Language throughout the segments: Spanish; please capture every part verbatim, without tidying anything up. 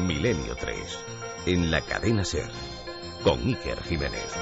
Milenio tres, en la cadena SER, con Iker Jiménez.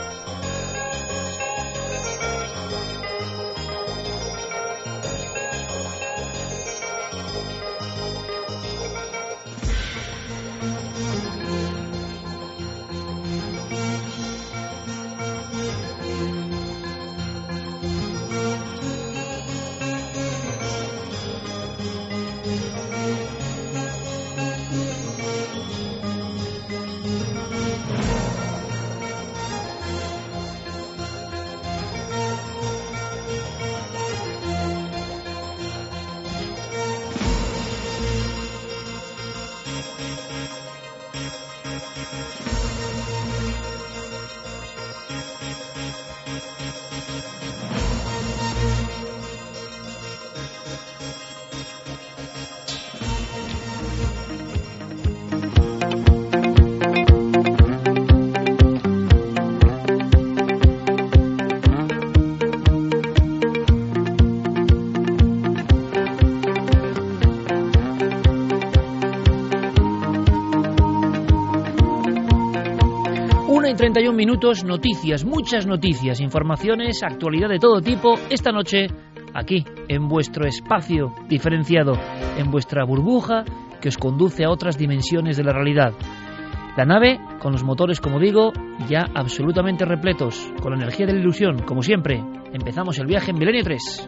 treinta y un minutos, noticias, muchas noticias, informaciones, actualidad de todo tipo, esta noche aquí, en vuestro espacio diferenciado, en vuestra burbuja que os conduce a otras dimensiones de la realidad. La nave, con los motores, como digo, ya absolutamente repletos, con la energía de la ilusión, como siempre. Empezamos el viaje en Milenio tres.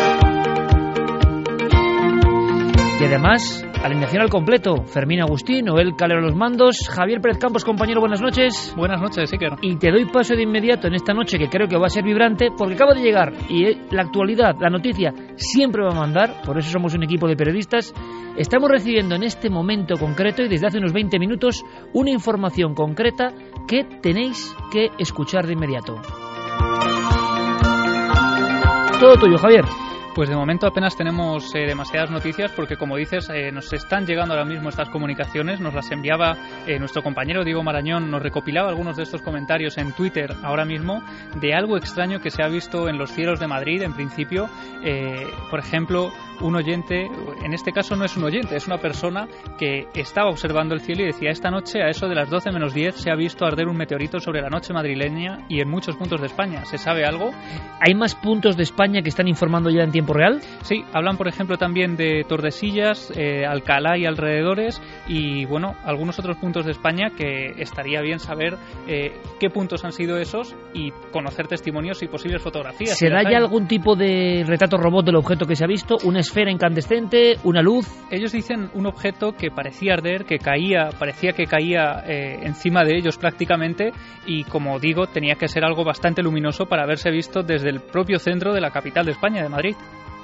Y además, alineación al completo. Fermín Agustín, Noel Calero a los mandos, Javier Pérez Campos, compañero, buenas noches. Buenas noches, Iker. Y te doy paso de inmediato en esta noche, que creo que va a ser vibrante, porque acabo de llegar y la actualidad, la noticia, siempre va a mandar, por eso somos un equipo de periodistas. Estamos recibiendo en este momento concreto y desde hace unos veinte minutos una información concreta que tenéis que escuchar de inmediato. Todo tuyo, Javier. Pues de momento apenas tenemos eh, demasiadas noticias porque, como dices, eh, nos están llegando ahora mismo estas comunicaciones. Nos las enviaba eh, nuestro compañero Diego Marañón, nos recopilaba algunos de estos comentarios en Twitter ahora mismo de algo extraño que se ha visto en los cielos de Madrid, en principio. Eh, por ejemplo, un oyente, en este caso no es un oyente, es una persona que estaba observando el cielo y decía: esta noche a eso de las doce menos diez se ha visto arder un meteorito sobre la noche madrileña y en muchos puntos de España. ¿Se sabe algo? ¿Hay más puntos de España que están informando ya en tiempo real? Sí, hablan por ejemplo también de Tordesillas, eh, Alcalá y alrededores, y bueno, algunos otros puntos de España que estaría bien saber eh, qué puntos han sido esos y conocer testimonios y posibles fotografías. ¿Será ya algún tipo de retrato robot del objeto que se ha visto? ¿Una esfera incandescente? ¿Una luz? Ellos dicen un objeto que parecía arder, que caía, parecía que caía eh, encima de ellos prácticamente, y como digo, tenía que ser algo bastante luminoso para haberse visto desde el propio centro de la capital de España, de Madrid.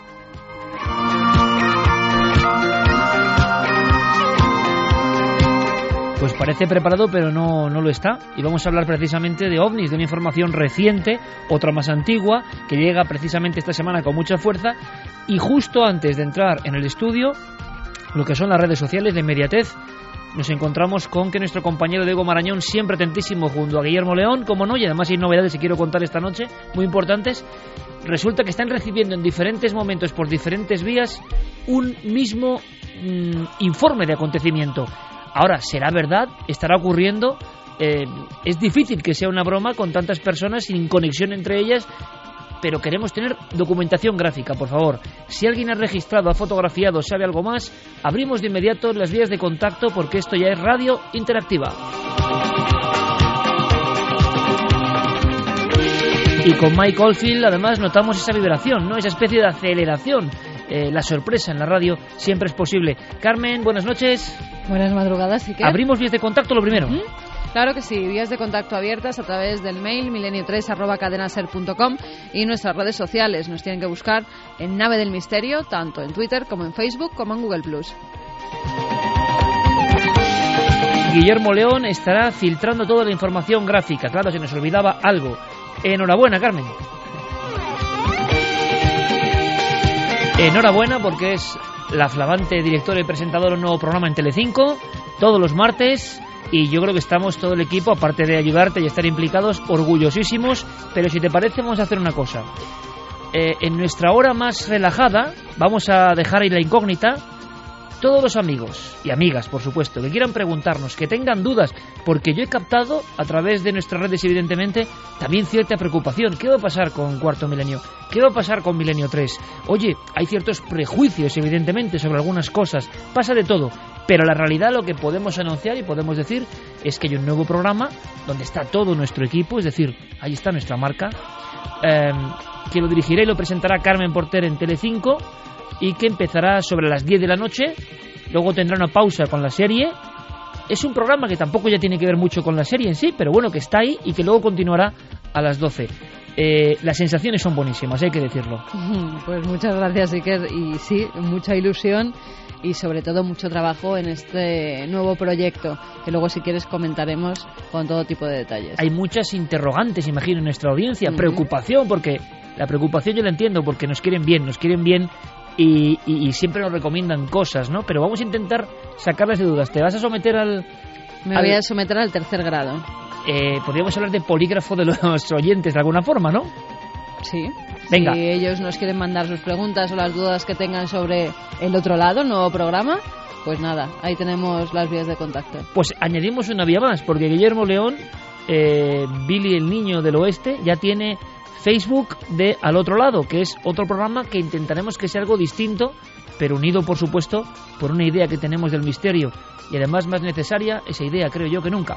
Pues parece preparado, pero no, no lo está. Y vamos a hablar precisamente de ovnis, de una información reciente, otra más antigua, que llega precisamente esta semana con mucha fuerza. Y justo antes de entrar en el estudio, lo que son las redes sociales de inmediatez, nos encontramos con que nuestro compañero Diego Marañón, siempre atentísimo junto a Guillermo León, como no, y además hay novedades que quiero contar esta noche, muy importantes. Resulta que están recibiendo en diferentes momentos, por diferentes vías, un mismo mmm, informe de acontecimiento. Ahora, ¿será verdad? ¿Estará ocurriendo? Eh, es difícil que sea una broma con tantas personas sin conexión entre ellas, pero queremos tener documentación gráfica, por favor. Si alguien ha registrado, ha fotografiado, sabe algo más, abrimos de inmediato las vías de contacto, porque esto ya es radio interactiva. Y con Mike Oldfield, además, notamos esa vibración, ¿no? Esa especie de aceleración. Eh, la sorpresa en la radio siempre es posible. Carmen, buenas noches. Buenas madrugadas, ¿y qué? Abrimos vías de contacto lo primero. ¿Mm? Claro que sí, vías de contacto abiertas a través del mail milenio tres arroba cadenaser punto com y nuestras redes sociales. Nos tienen que buscar en Nave del Misterio, tanto en Twitter como en Facebook como en Google plus. Guillermo León estará filtrando toda la información gráfica. Claro, se nos olvidaba algo. Enhorabuena, Carmen. Enhorabuena porque es la flamante directora y presentadora de un nuevo programa en Telecinco, todos los martes, y yo creo que estamos todo el equipo, aparte de ayudarte y estar implicados, orgullosísimos. Pero si te parece, vamos a hacer una cosa. Eh, en nuestra hora más relajada vamos a dejar ahí la incógnita todos los amigos y amigas, por supuesto, que quieran preguntarnos, que tengan dudas, porque yo he captado a través de nuestras redes, evidentemente, también cierta preocupación. ¿Qué va a pasar con Cuarto Milenio? ¿Qué va a pasar con Milenio tres? Oye, hay ciertos prejuicios, evidentemente, sobre algunas cosas. Pasa de todo. Pero la realidad, lo que podemos anunciar y podemos decir es que hay un nuevo programa donde está todo nuestro equipo, es decir, ahí está nuestra marca, eh, que lo dirigirá y lo presentará Carmen Porter en Telecinco, y que empezará sobre las diez de la noche, luego tendrá una pausa con la serie. Es un programa que tampoco ya tiene que ver mucho con la serie en sí, pero bueno, que está ahí y que luego continuará a las doce. Eh, las sensaciones son buenísimas, hay que decirlo. Pues muchas gracias, Iker, y sí, mucha ilusión y sobre todo mucho trabajo en este nuevo proyecto, que luego, si quieres, comentaremos con todo tipo de detalles. Hay muchas interrogantes, imagino, en nuestra audiencia, uh-huh. preocupación, porque la preocupación yo la entiendo, porque nos quieren bien, nos quieren bien y, y, y siempre nos recomiendan cosas, ¿no? Pero vamos a intentar sacarles de dudas. ¿Te vas a someter al...? Me al... voy a someter al tercer grado. Eh, podríamos hablar de polígrafo de los oyentes de alguna forma, ¿no? Sí. Venga. Si ellos nos quieren mandar sus preguntas o las dudas que tengan sobre el otro lado, el nuevo programa, pues nada, ahí tenemos las vías de contacto. Pues añadimos una vía más, porque Guillermo León, eh, Billy el Niño del Oeste, ya tiene Facebook de Al Otro Lado, que es otro programa que intentaremos que sea algo distinto, pero unido, por supuesto, por una idea que tenemos del misterio, y además más necesaria esa idea, creo yo, que nunca.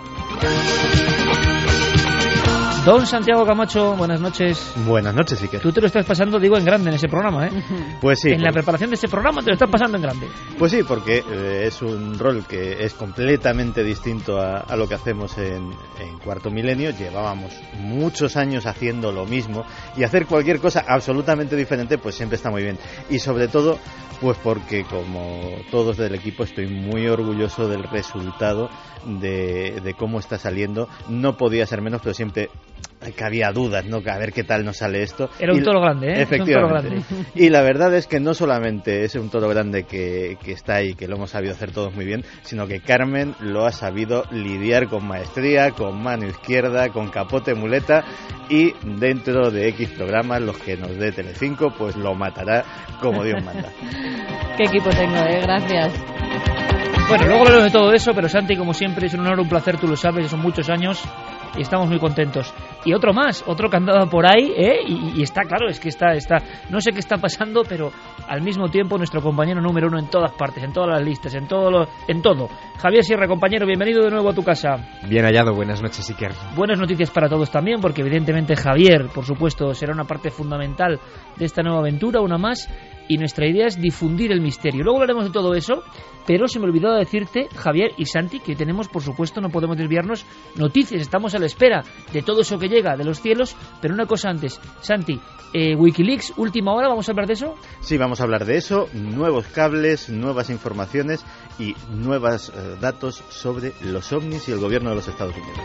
Don Santiago Camacho, buenas noches. Buenas noches, Iker. Tú te lo estás pasando, digo, en grande en ese programa, ¿eh? Pues sí. En pues... la preparación de ese programa te lo estás pasando en grande. Pues sí, porque eh, es un rol que es completamente distinto a, a lo que hacemos en, en Cuarto Milenio. Llevábamos muchos años haciendo lo mismo, y hacer cualquier cosa absolutamente diferente pues siempre está muy bien. Y sobre todo, pues porque, como todos del equipo, estoy muy orgulloso del resultado, de, de cómo está saliendo. No podía ser menos, pero siempre que había dudas, ¿no? A ver qué tal nos sale esto. Era un toro grande, ¿eh? Efectivamente. Un toro grande. Y la verdad es que no solamente es un toro grande que, que está ahí, que lo hemos sabido hacer todos muy bien, sino que Carmen lo ha sabido lidiar con maestría, con mano izquierda, con capote muleta, y dentro de X programas, los que nos dé Telecinco, pues lo matará como Dios manda. Qué equipo tengo, ¿eh? Gracias. Bueno, luego hablaremos de todo eso, pero Santi, como siempre, es un honor, un placer, tú lo sabes, son muchos años y estamos muy contentos. Y otro más, otro que andaba por ahí, ¿eh? Y, y está claro, es que está, está, no sé qué está pasando, pero al mismo tiempo nuestro compañero número uno en todas partes, en todas las listas, en todo, lo, en todo. Javier Sierra, compañero, bienvenido de nuevo a tu casa. Bien hallado, buenas noches, Iker. Buenas noticias para todos también, porque evidentemente Javier, por supuesto, será una parte fundamental de esta nueva aventura, una más, y nuestra idea es difundir el misterio. Luego hablaremos de todo eso, pero se me olvidó decirte, Javier y Santi, que tenemos, por supuesto, no podemos desviarnos, noticias, estamos a la espera de todo eso que llega de los cielos, pero una cosa antes, Santi, eh, Wikileaks, última hora, ¿vamos a hablar de eso? Sí, vamos a hablar de eso, nuevos cables, nuevas informaciones y nuevos eh, datos sobre los ovnis y el gobierno de los Estados Unidos.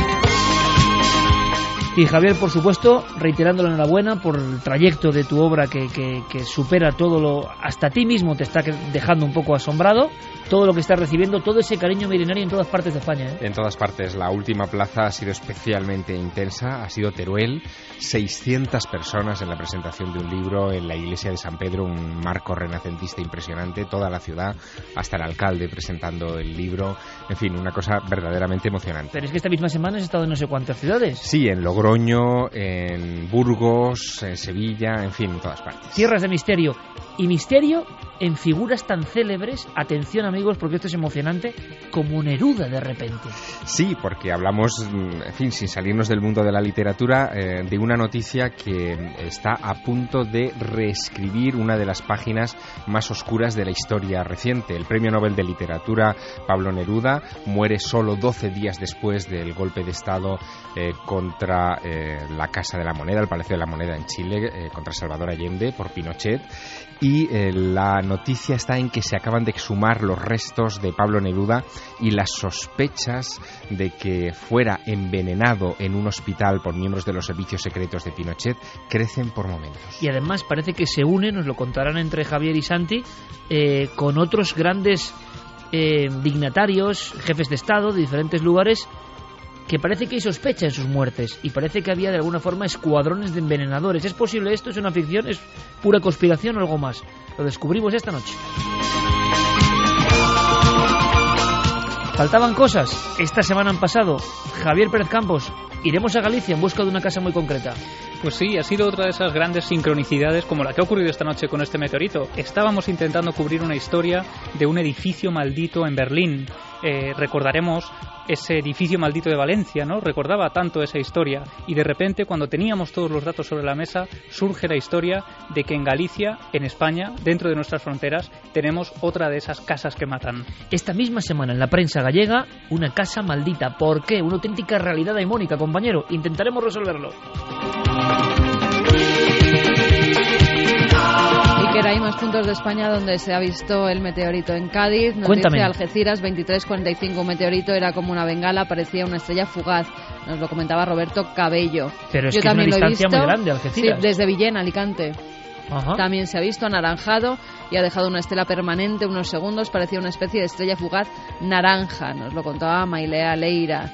Y Javier, por supuesto, reiterando la enhorabuena por el trayecto de tu obra que, que, que supera todo lo... Hasta ti mismo te está dejando un poco asombrado, todo lo que estás recibiendo, todo ese cariño milenario en todas partes de España, ¿eh? En todas partes. La última plaza ha sido especialmente intensa, ha sido Teruel, seiscientas personas en la presentación de un libro en la iglesia de San Pedro, un marco renacentista impresionante, toda la ciudad, hasta el alcalde presentando el libro, en fin, una cosa verdaderamente emocionante. Pero es que esta misma semana has estado en no sé cuántas ciudades. Sí, en Logroño, en Burgos, en Sevilla, en fin, en todas partes. Tierras de misterio. Y misterio en figuras tan célebres, atención amigos, porque esto es emocionante, como Neruda de repente. Sí, porque hablamos, en fin, sin salirnos del mundo de la literatura, eh, de una noticia que está a punto de reescribir una de las páginas más oscuras de la historia reciente. El Premio Nobel de Literatura, Pablo Neruda, muere solo doce días después del golpe de Estado eh, contra eh, la Casa de la Moneda, el Palacio de la Moneda en Chile, eh, contra Salvador Allende por Pinochet. Y eh, la noticia está en que se acaban de exhumar los restos de Pablo Neruda y las sospechas de que fuera envenenado en un hospital por miembros de los servicios secretos de Pinochet crecen por momentos. Y además parece que se une, nos lo contarán entre Javier y Santi, eh, con otros grandes eh, dignatarios, jefes de Estado de diferentes lugares, que parece que hay sospecha en sus muertes y parece que había de alguna forma escuadrones de envenenadores. ¿Es posible esto? ¿Es una ficción? ¿Es pura conspiración o algo más? Lo descubrimos esta noche. Faltaban cosas. Esta semana han pasado. Javier Pérez Campos, iremos a Galicia en busca de una casa muy concreta. Pues sí, ha sido otra de esas grandes sincronicidades como la que ha ocurrido esta noche con este meteorito. Estábamos intentando cubrir una historia de un edificio maldito en Berlín. Eh, recordaremos ese edificio maldito de Valencia, ¿no? Recordaba tanto esa historia. Y de repente, cuando teníamos todos los datos sobre la mesa, surge la historia de que en Galicia, en España, dentro de nuestras fronteras, tenemos otra de esas casas que matan. Esta misma semana en la prensa gallega, una casa maldita. ¿Por qué? Una auténtica realidad daimónica, compañero. Intentaremos resolverlo. Que hay más puntos de España donde se ha visto el meteorito. En Cádiz, nos Cuéntame. dice Algeciras, veintitrés cuarenta y cinco, un meteorito, era como una bengala, parecía una estrella fugaz. Nos lo comentaba Roberto Cabello. Pero es Yo que es una también lo he distancia visto, muy grande, Algeciras. Sí, desde Villena, Alicante. Ajá. También se ha visto anaranjado y ha dejado una estela permanente unos segundos, parecía una especie de estrella fugaz naranja. Nos lo contaba Mailea Leira.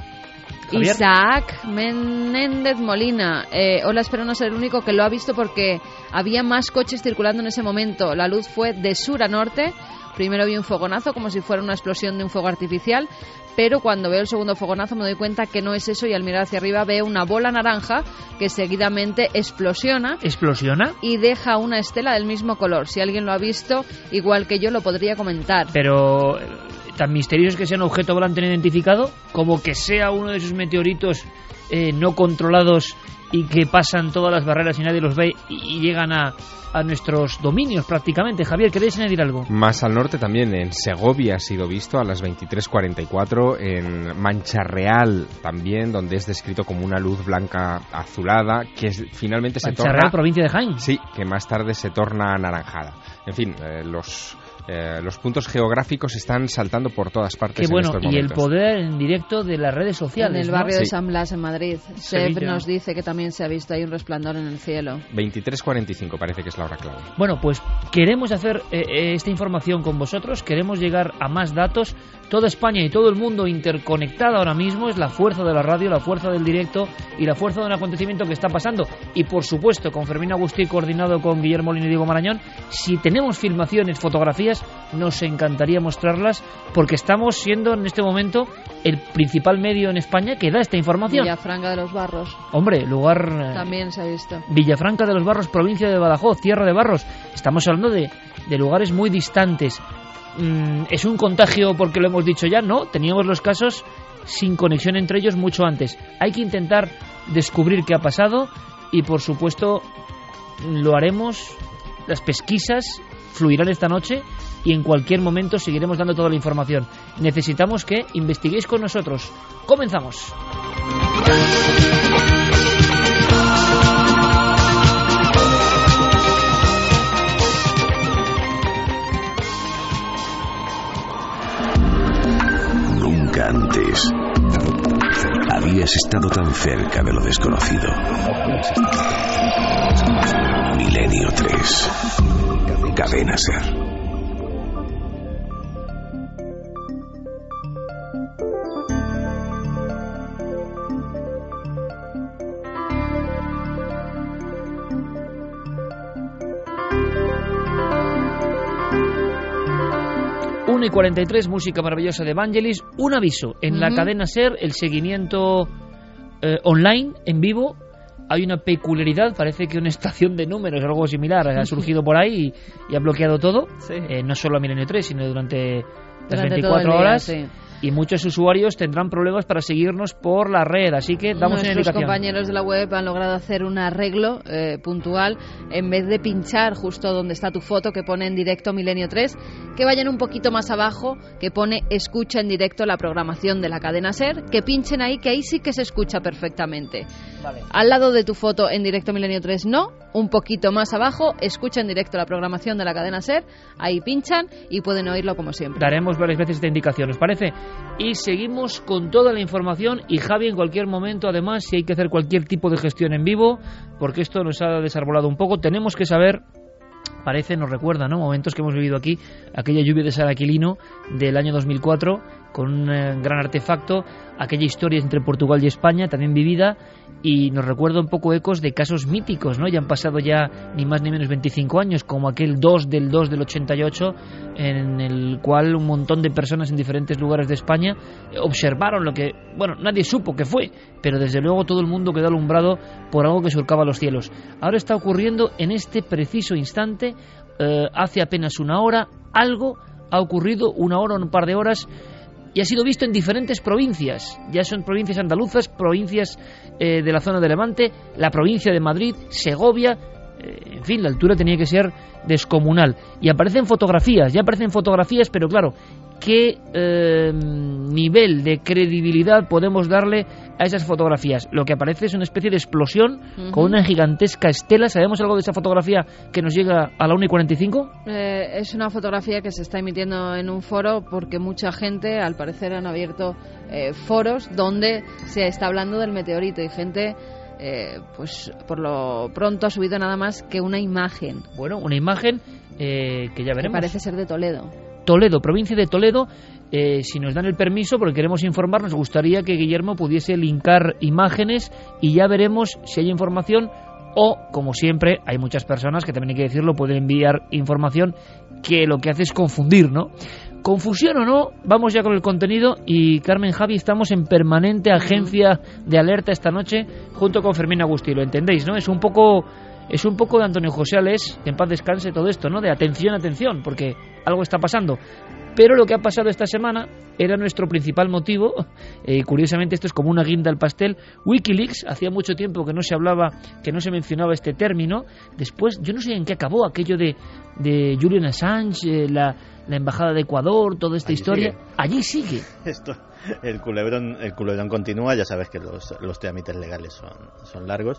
Javier. Isaac Menéndez Molina. Eh, hola, espero no ser el único que lo ha visto porque había más coches circulando en ese momento. La luz fue de sur a norte. Primero vi un fogonazo como si fuera una explosión de un fuego artificial, pero cuando veo el segundo fogonazo me doy cuenta que no es eso y al mirar hacia arriba veo una bola naranja que seguidamente explosiona. ¿Explosiona? Y deja una estela del mismo color. Si alguien lo ha visto, igual que yo, lo podría comentar. Pero tan misterioso que sea un objeto volante no identificado como que sea uno de esos meteoritos eh, no controlados y que pasan todas las barreras y nadie los ve y, y llegan a, a nuestros dominios prácticamente. Javier, ¿queréis añadir algo? Más al norte también, en Segovia ha sido visto a las veintitrés cuarenta y cuatro, en Mancha Real también, donde es descrito como una luz blanca azulada que es, finalmente se Mancha torna... Real, provincia de Jaén. Sí, que más tarde se torna anaranjada. En fin, eh, los... Eh, los puntos geográficos están saltando por todas partes. Qué bueno, en estos y el momentos. poder en directo de las redes sociales. En el ¿no? barrio de Sí. San Blas, en Madrid. Seb Sevilla. nos dice que también se ha visto ahí un resplandor en el cielo. veintitrés cuarenta y cinco parece que es la hora clave. Bueno, pues queremos hacer eh, eh, esta información con vosotros, queremos llegar a más datos. Toda España y todo el mundo interconectada ahora mismo, es la fuerza de la radio, la fuerza del directo y la fuerza de un acontecimiento que está pasando. Y por supuesto, con Fermín Agustí, coordinado con Guillermo Molina y Diego Marañón, si tenemos filmaciones, fotografías, nos encantaría mostrarlas, porque estamos siendo en este momento el principal medio en España que da esta información. Villafranca de los Barros Hombre, lugar... eh, también se ha visto. Villafranca de los Barros, provincia de Badajoz, tierra de barros. Estamos hablando de, de lugares muy distantes. Mm, ¿Es un contagio porque lo hemos dicho ya? No, teníamos los casos sin conexión entre ellos mucho antes. Hay que intentar descubrir qué ha pasado y, por supuesto, lo haremos. Las pesquisas fluirán esta noche y en cualquier momento seguiremos dando toda la información. Necesitamos que investiguéis con nosotros. ¡Comenzamos! Nunca antes habías estado tan cerca de lo desconocido. Milenio tres. Cadena Ser. una y cuarenta y tres, música maravillosa de Vangelis. Un aviso, en la Ujú. cadena SER, el seguimiento eh, online, en vivo, hay una peculiaridad, parece que una estación de números o algo similar ha surgido por ahí y, y ha bloqueado todo, Sí. eh, no solo a Milenio tres, sino durante las Durante todo el veinticuatro día, horas, sí. y muchos usuarios tendrán problemas para seguirnos por la red, así que damos una Nuestros indicación. compañeros de la web han logrado hacer un arreglo eh, puntual. En vez de pinchar justo donde está tu foto que pone en directo Milenio tres, que vayan un poquito más abajo, que pone escucha en directo la programación de la cadena SER, que pinchen ahí, que ahí sí que se escucha perfectamente. Vale. Al lado de tu foto en directo Milenio tres no, un poquito más abajo, escucha en directo la programación de la cadena SER, ahí pinchan y pueden oírlo como siempre. Daremos varias veces esta indicación, ¿os parece? Y seguimos con toda la información y Javi en cualquier momento, además, si hay que hacer cualquier tipo de gestión en vivo, porque esto nos ha desarbolado un poco, tenemos que saber, parece, nos recuerda, ¿no? Momentos que hemos vivido aquí, aquella lluvia de Saraquilino del año dos mil cuatro, con un eh, gran artefacto, aquella historia entre Portugal y España, también vivida, y nos recuerda un poco ecos de casos míticos, ¿no? Ya han pasado ya ni más ni menos veinticinco años, como aquel dos del dos del ochenta y ocho, en el cual un montón de personas en diferentes lugares de España observaron lo que, bueno, nadie supo qué fue, pero desde luego todo el mundo quedó alumbrado por algo que surcaba los cielos. Ahora está ocurriendo en este preciso instante, eh, hace apenas una hora, algo ha ocurrido, una hora o un par de horas, y ha sido visto en diferentes provincias. Ya son provincias andaluzas, provincias eh, de la zona de Levante, la provincia de Madrid, Segovia, eh, en fin, la altura tenía que ser descomunal. Y aparecen fotografías, ya aparecen fotografías, pero claro, ¿qué eh, nivel de credibilidad podemos darle a esas fotografías? Lo que aparece es una especie de explosión uh-huh. con una gigantesca estela. ¿Sabemos algo de esa fotografía que nos llega a la una y cuarenta y cinco? Eh, es una fotografía que se está emitiendo en un foro porque mucha gente, al parecer, han abierto eh, foros donde se está hablando del meteorito y gente... Eh, pues por lo pronto ha subido nada más que una imagen. Bueno, una imagen eh, que ya veremos. Que parece ser de Toledo. Toledo, provincia de Toledo. Eh, si nos dan el permiso, porque queremos informar, nos gustaría que Guillermo pudiese linkar imágenes y ya veremos si hay información o, como siempre, hay muchas personas que también hay que decirlo, pueden enviar información que lo que hace es confundir, ¿no? Confusión o no, vamos ya con el contenido y Carmen, Javi, estamos en permanente agencia de alerta esta noche junto con Fermín Agustí, lo entendéis, ¿no? Es un poco es un poco de Antonio José Alés, que en paz descanse todo esto, ¿no? De atención, atención, porque algo está pasando. Pero lo que ha pasado esta semana era nuestro principal motivo. Eh, curiosamente esto es como una guinda al pastel. Wikileaks, hacía mucho tiempo que no se hablaba, que no se mencionaba este término. Después, yo no sé en qué acabó aquello de, de Julian Assange, eh, la, la embajada de Ecuador, toda esta Allí historia. Sigue. Allí sigue. Esto, el culebrón, el culebrón continúa. Ya sabes que los, los trámites legales son, son largos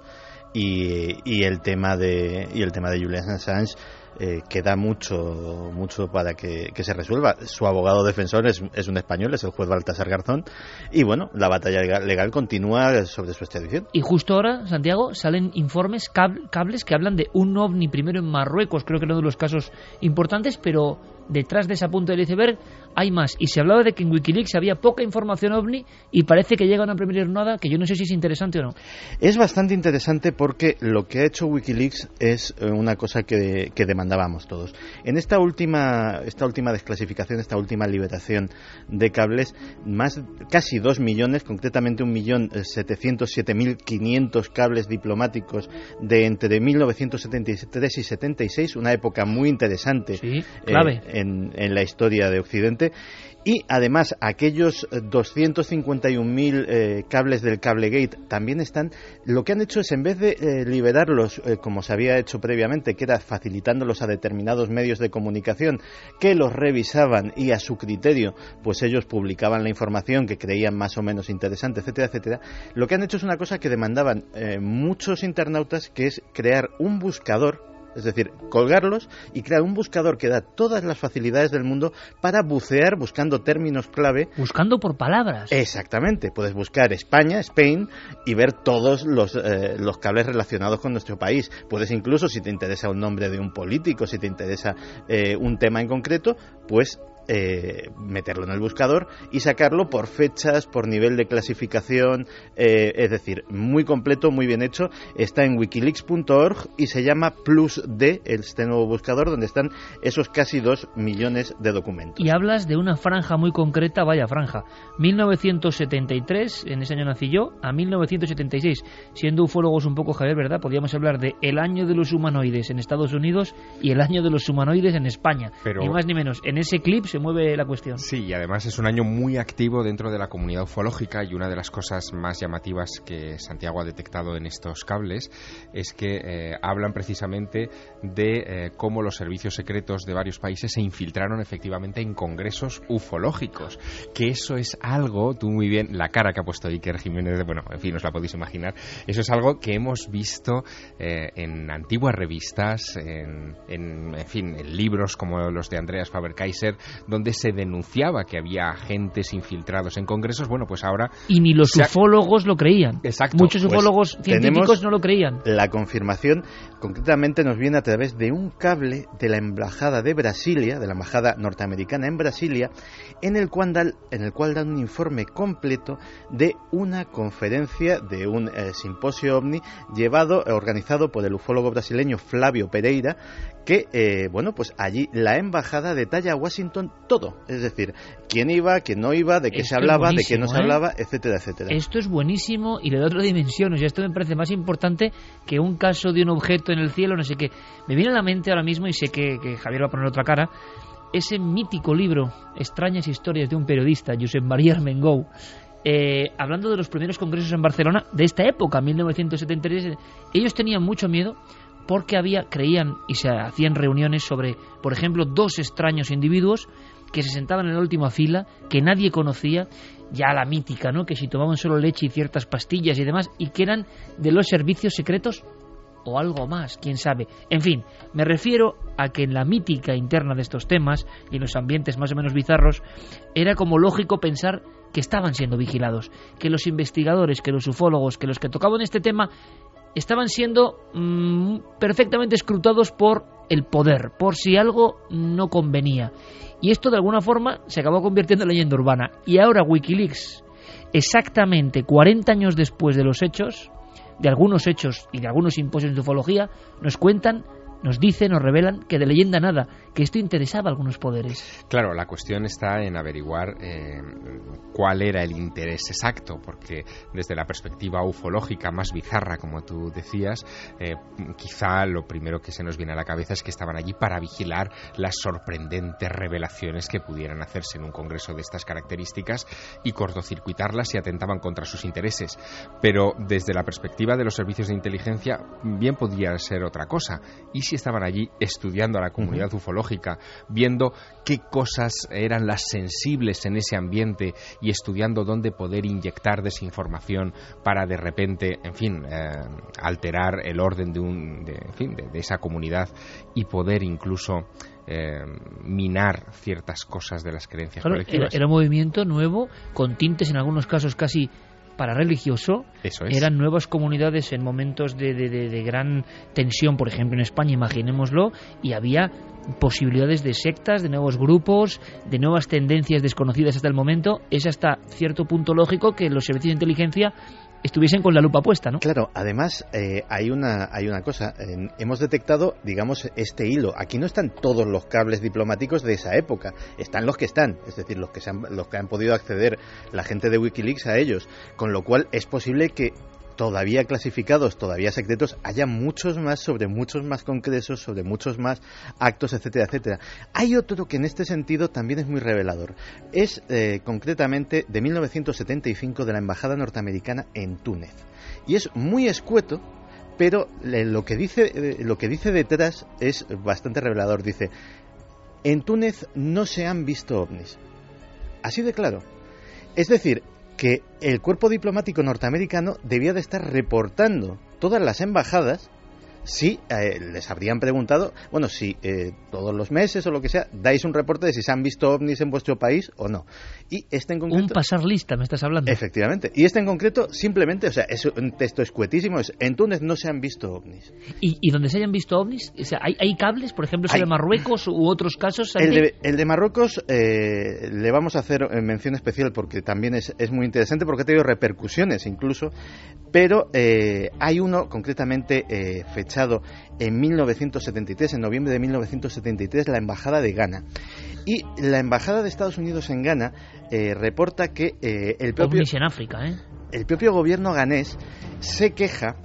y, y el tema de y el tema de Julian Assange. Eh, queda mucho mucho para que, que se resuelva. Su abogado defensor es, es un español, es el juez Baltasar Garzón, y bueno, la batalla legal continúa sobre su extradición. Y justo ahora, Santiago, salen informes, cab- cables que hablan de un ovni primero en Marruecos, creo que uno de los casos importantes, pero detrás de esa punta del iceberg hay más, y se hablaba de que en Wikileaks había poca información ovni y parece que llega una primera nada que yo no sé si es interesante o no. Es bastante interesante porque lo que ha hecho Wikileaks es una cosa que, que demandábamos todos. En esta última esta última desclasificación, esta última liberación de cables, más casi dos millones, concretamente un millón setecientos siete mil quinientos cables diplomáticos de entre mil novecientos setenta y tres y setenta y seis, una época muy interesante. Sí, clave. Eh, En, en la historia de Occidente, y además aquellos doscientos cincuenta y un mil eh, cables del Cablegate también están. Lo que han hecho es, en vez de eh, liberarlos eh, como se había hecho previamente, que era facilitándolos a determinados medios de comunicación que los revisaban y a su criterio pues ellos publicaban la información que creían más o menos interesante, etcétera, etcétera, lo que han hecho es una cosa que demandaban eh, muchos internautas, que es crear un buscador. Es decir, colgarlos y crear un buscador que da todas las facilidades del mundo para bucear buscando términos clave. Buscando por palabras. Exactamente. Puedes buscar España, Spain, y ver todos los, eh, los cables relacionados con nuestro país. Puedes incluso, si te interesa un nombre de un político, si te interesa eh, un tema en concreto, pues Eh, meterlo en el buscador y sacarlo por fechas, por nivel de clasificación, eh, es decir, muy completo, muy bien hecho. Está en wikileaks punto org y se llama Plus D, este nuevo buscador, donde están esos casi dos millones de documentos. Y hablas de una franja muy concreta, vaya franja, mil novecientos setenta y tres, en ese año nací yo, a mil novecientos setenta y seis. Siendo ufólogos un poco, Javier, ¿verdad? Podríamos hablar de el año de los humanoides en Estados Unidos y el año de los humanoides en España. Pero... ni más ni menos. En ese clip se mueve la cuestión. Sí, y además es un año muy activo dentro de la comunidad ufológica, y una de las cosas más llamativas que Santiago ha detectado en estos cables es que eh, hablan precisamente de eh, cómo los servicios secretos de varios países se infiltraron efectivamente en congresos ufológicos, que eso es algo, tú muy bien, la cara que ha puesto Iker Jiménez, bueno, en fin, os la podéis imaginar, eso es algo que hemos visto eh, en antiguas revistas, en, en, en fin, en libros como los de Andreas Faber-Kaiser, donde se denunciaba que había agentes infiltrados en congresos, bueno, pues ahora... Y ni los se... ufólogos lo creían. Exacto. Muchos ufólogos pues científicos no lo creían. La confirmación, concretamente, nos viene a través de un cable de la embajada de Brasilia, de la embajada norteamericana en Brasilia, en el cual dan, en el cual dan un informe completo de una conferencia, de un eh, simposio ovni llevado, organizado por el ufólogo brasileño Flávio Pereira, que, eh, bueno, pues allí la embajada detalla a Washington todo, es decir, quién iba, quién no iba, de qué Esto se hablaba, de qué no se ¿eh? hablaba, etcétera, etcétera. Esto es buenísimo y le da otra dimensión. O sea, esto me parece más importante que un caso de un objeto en el cielo, no sé qué. Me viene a la mente ahora mismo, y sé que, que Javier va a poner otra cara, ese mítico libro, Extrañas historias de un periodista, Josep María Armengou, eh, hablando de los primeros congresos en Barcelona, de esta época, mil novecientos setenta y tres. Ellos tenían mucho miedo porque había, creían y se hacían reuniones sobre, por ejemplo, dos extraños individuos que se sentaban en la última fila, que nadie conocía, ya la mítica, ¿no?, que si tomaban solo leche y ciertas pastillas y demás, y que eran de los servicios secretos o algo más, quién sabe. En fin, me refiero a que en la mítica interna de estos temas y en los ambientes más o menos bizarros era como lógico pensar que estaban siendo vigilados, que los investigadores, que los ufólogos, que los que tocaban este tema estaban siendo mmm, perfectamente escrutados por el poder, por si algo no convenía. Y esto de alguna forma se acabó convirtiendo en leyenda urbana. Y ahora Wikileaks, exactamente cuarenta años después de los hechos, de algunos hechos y de algunos simposios de ufología, nos cuentan, nos dicen, nos revelan que de leyenda nada, que esto interesaba a algunos poderes. Claro, la cuestión está en averiguar eh, cuál era el interés exacto, porque desde la perspectiva ufológica más bizarra, como tú decías, eh, quizá lo primero que se nos viene a la cabeza es que estaban allí para vigilar las sorprendentes revelaciones que pudieran hacerse en un congreso de estas características y cortocircuitarlas si atentaban contra sus intereses. Pero desde la perspectiva de los servicios de inteligencia, bien podría ser otra cosa. ¿Y si estaban allí estudiando a la comunidad uh-huh. ufológica, viendo qué cosas eran las sensibles en ese ambiente y estudiando dónde poder inyectar desinformación para de repente, en fin, eh, alterar el orden de, un, de, en fin, de, de esa comunidad y poder incluso eh, minar ciertas cosas de las creencias claro, colectivas? Era, era un movimiento nuevo, con tintes en algunos casos casi para religioso. Eso es. Eran nuevas comunidades en momentos de, de, de, de gran tensión, por ejemplo en España, imaginémoslo, y había posibilidades de sectas, de nuevos grupos, de nuevas tendencias desconocidas hasta el momento. Es hasta cierto punto lógico que los servicios de inteligencia estuviesen con la lupa puesta, ¿no? Claro, además eh, hay una hay una cosa, eh, hemos detectado, digamos, este hilo. Aquí no están todos los cables diplomáticos de esa época, están los que están, es decir, los que se han, los que han podido acceder la gente de Wikileaks a ellos, con lo cual es posible que todavía clasificados, todavía secretos, haya muchos más sobre muchos más congresos, sobre muchos más actos, etcétera, etcétera. Hay otro que en este sentido también es muy revelador. Es eh, concretamente de mil novecientos setenta y cinco de la Embajada Norteamericana en Túnez. Y es muy escueto, pero eh, lo que dice, eh, lo que dice detrás es bastante revelador. Dice, en Túnez no se han visto ovnis. Así de claro. Es decir, que el cuerpo diplomático norteamericano debía de estar reportando todas las embajadas si eh, les habrían preguntado, bueno, si eh, todos los meses o lo que sea, dais un reporte de si se han visto ovnis en vuestro país o no. Y este en concreto... Un pasar lista, me estás hablando. Efectivamente. Y este en concreto, simplemente, o sea, es un texto escuetísimo, es, en Túnez no se han visto ovnis. ¿Y, y donde se hayan visto ovnis? O sea, ¿hay, hay cables, por ejemplo, sobre hay. Marruecos u otros casos? El de, el de Marruecos eh, le vamos a hacer mención especial porque también es, es muy interesante, porque ha tenido repercusiones incluso, pero eh, hay uno concretamente eh, fechado en mil novecientos setenta y tres, en noviembre de mil novecientos setenta y tres, la Embajada de Ghana. Y la Embajada de Estados Unidos en Ghana eh, reporta que eh, el propio... ovnis en África, ¿eh? El propio gobierno ganés se queja